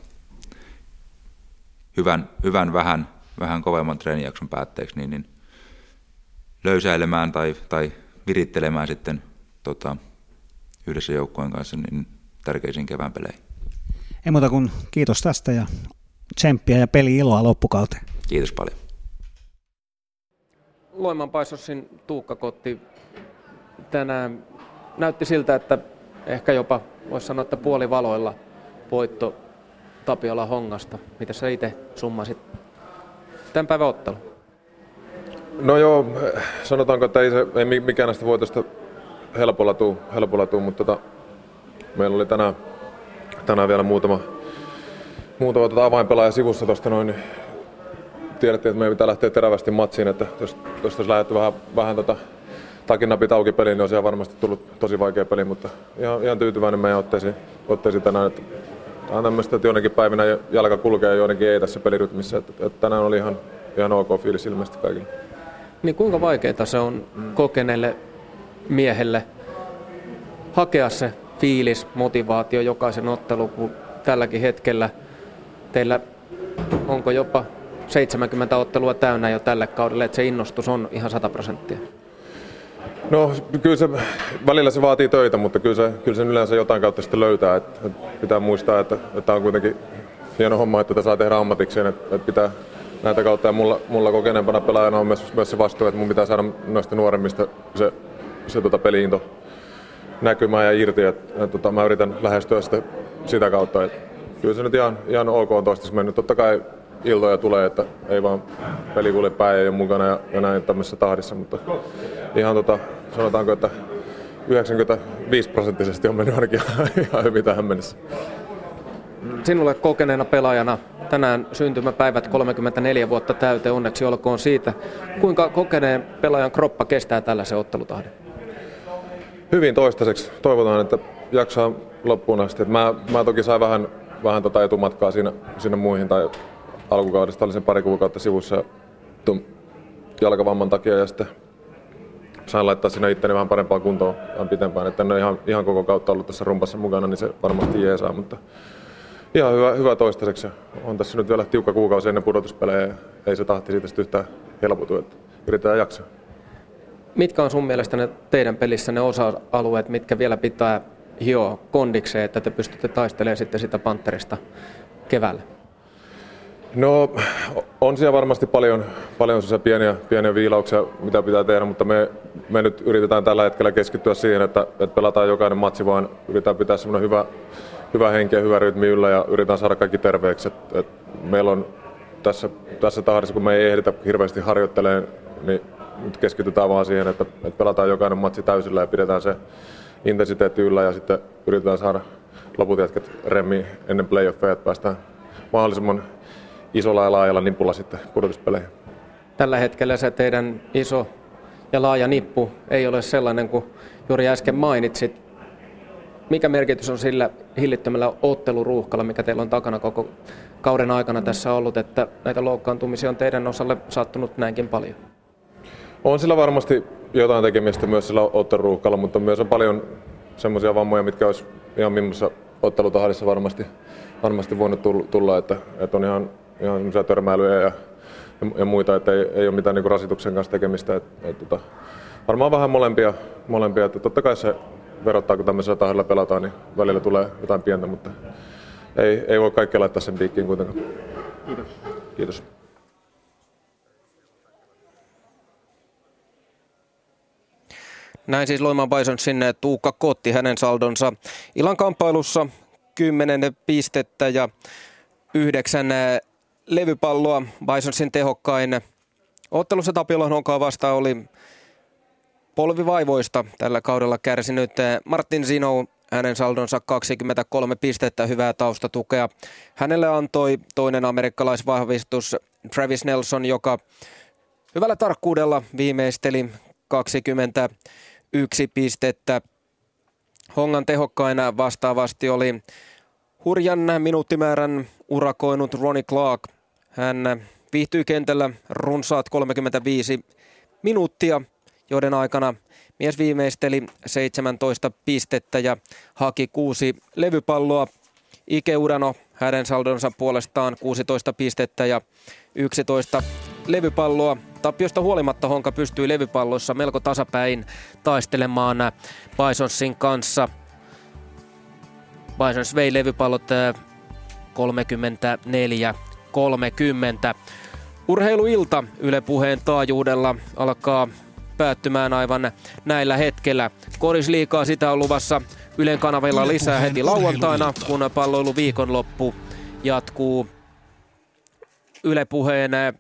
S11: hyvän vähän kovemman treenijakson päätteeksi niin löysäilemään tai virittelemään sitten yhdessä joukkueen kanssa niin tärkeisiin kevään peleihin.
S10: Ei muuta kuin kiitos tästä ja tsemppiä ja peli-iloa loppukauteen.
S11: Kiitos paljon.
S3: Loimaan Bisonsin Tuukka Kotti tänään näytti siltä, että ehkä jopa voisi sanoa, että puolivaloilla voitto Tapiola Hongasta. Mitä sä itse summasit tämän päivän ottelu?
S12: No joo, sanotaanko, että ei mikään näistä voitosta helpolla tuu, mutta meillä oli tänään vielä muutama avainpelaaja sivussa tuosta noin, niin tiedettiin, että meidän pitää lähteä terävästi matsiin, että jos olisi lähdetty vähän takinapit auki peliin, niin olisi varmasti tullut tosi vaikea peli, mutta ihan tyytyväinen meidän otteisiin tänään, että on tämmöistä, että jonnekin päivinä jalka kulkee ja jonnekin ei tässä pelirytmissä, että tänään oli ihan ok fiilis ilmeisesti kaikille.
S3: Niin kuinka vaikeaa se on kokeneelle miehelle hakea se fiilis, motivaatio jokaisen ottelu, kun tälläkin hetkellä teillä onko jopa 70 ottelua täynnä jo tälle kaudelle, että se innostus on ihan 100%?
S12: No kyllä se, välillä se vaatii töitä, mutta kyllä se yleensä jotain kautta sitten löytää. Että pitää muistaa, että on kuitenkin hieno homma, että tätä saa tehdä ammatikseen, että pitää näitä kautta. Ja mulla kokeneempana pelaajana on myös se vastuu, että mun pitää saada noista nuoremmista se peli-into näkymään ja irti. Että mä yritän lähestyä sitä kautta. Että kyllä se nyt ihan ok on toistaiseksi mennyt. Totta kai iltoja tulee, että ei vaan peli kulje päin ei ole mukana ja näin tämmöisessä tahdissa, mutta ihan sanotaanko, että 95% on mennyt ainakin ihan hyvin tähän mennessä.
S3: Sinulle kokeneena pelaajana tänään syntymäpäivät 34 vuotta täyteen, onneksi olkoon siitä. Kuinka kokeneen pelaajan kroppa kestää tällaisen ottelutahdin?
S12: Hyvin toistaiseksi. Toivotaan, että jaksaa loppuun asti. Mä toki sain vähän etumatkaa siinä muihin tai alkukaudesta olin sen pari kuukautta sivussa jalkavamman takia ja sitten sain laittaa sinne itteni vähän parempaan kuntoon vähän pitempään. Että en ole ihan koko kautta ollut tässä rumpassa mukana, niin se varmasti jeesaa, mutta ihan hyvä toistaiseksi. On tässä nyt vielä tiukka kuukausi ennen pudotuspelejä ja ei se tahti siitä sitten yhtään helpotu, että yritetään jaksaa.
S3: Mitkä on sun mielestä ne teidän pelissä ne osa-alueet, mitkä vielä pitää hioa kondikseen, että te pystytte taistelemaan sitten sitä Pantherista keväällä?
S12: No on siellä varmasti paljon pieniä viilauksia, mitä pitää tehdä, mutta me nyt yritetään tällä hetkellä keskittyä siihen, että pelataan jokainen matsi, vaan yritetään pitää semmoinen hyvä henki ja hyvä rytmi yllä ja yritetään saada kaikki terveeksi. Et meillä on tässä tahdissa, kun me ei ehditä hirveästi harjoittelemaan, niin nyt keskitytään vaan siihen, että pelataan jokainen matsi täysillä ja pidetään se intensiteetti yllä ja sitten yritetään saada loput jätket remmiin ennen playoffeja, että päästään mahdollisimman isolla ja laajalla nipulla sitten pudotuspeleihin.
S3: Tällä hetkellä se teidän iso ja laaja nippu ei ole sellainen kuin juuri äsken mainitsit. Mikä merkitys on sillä hillittömällä otteluruuhkalla, mikä teillä on takana koko kauden aikana tässä ollut, että näitä loukkaantumisia on teidän osalle sattunut näinkin paljon?
S12: On sillä varmasti jotain tekemistä myös sillä otteluruuhkalla, mutta myös on paljon semmoisia vammoja, mitkä olisi ihan millaisessa ottelutahdissa varmasti voinut tulla, että on ihan semmoisia törmäilyjä ja muita, että ei ole mitään niinku rasituksen kanssa tekemistä. Varmaan vähän molempia, että totta kai se verottaa, kun tämmöisellä tahdilla pelataan, niin välillä tulee jotain pientä, mutta ei voi kaikkea laittaa sen piikkiin kuitenkaan. Kiitos.
S3: Näin siis Loimaan Bisonsin Tuukka Kotti, hänen saldonsa illan kamppailussa 10 pistettä ja 9 levypalloa. Bisonsin tehokkain ottelussa Tapiola Honkaa vastaan oli polvivaivoista tällä kaudella kärsinyt Martin Zinou. Hänen saldonsa 23 pistettä, hyvää taustatukea. Hänelle antoi toinen amerikkalaisvahvistus Travis Nelson, joka hyvällä tarkkuudella viimeisteli 21 pistettä. Hongan tehokkaina vastaavasti oli hurjan minuuttimäärän urakoinut Ronnie Clark. Hän viihtyi kentällä runsaat 35 minuuttia, joiden aikana mies viimeisteli 17 pistettä ja haki 6 levypalloa. Ike Udano, hänen saldonsa puolestaan 16 pistettä ja 11 levypalloa. Tappiosta huolimatta Honka pystyi levypalloissa melko tasapäin taistelemaan Bisonsin kanssa. Bisons vei levypallot 34-30. Urheiluilta Yle Puheen taajuudella alkaa päättymään aivan näillä hetkellä. Korisliigaa sitä on luvassa Ylen kanavilla lisää heti lauantaina, kun palloilu viikonloppu jatkuu. Yle Puheen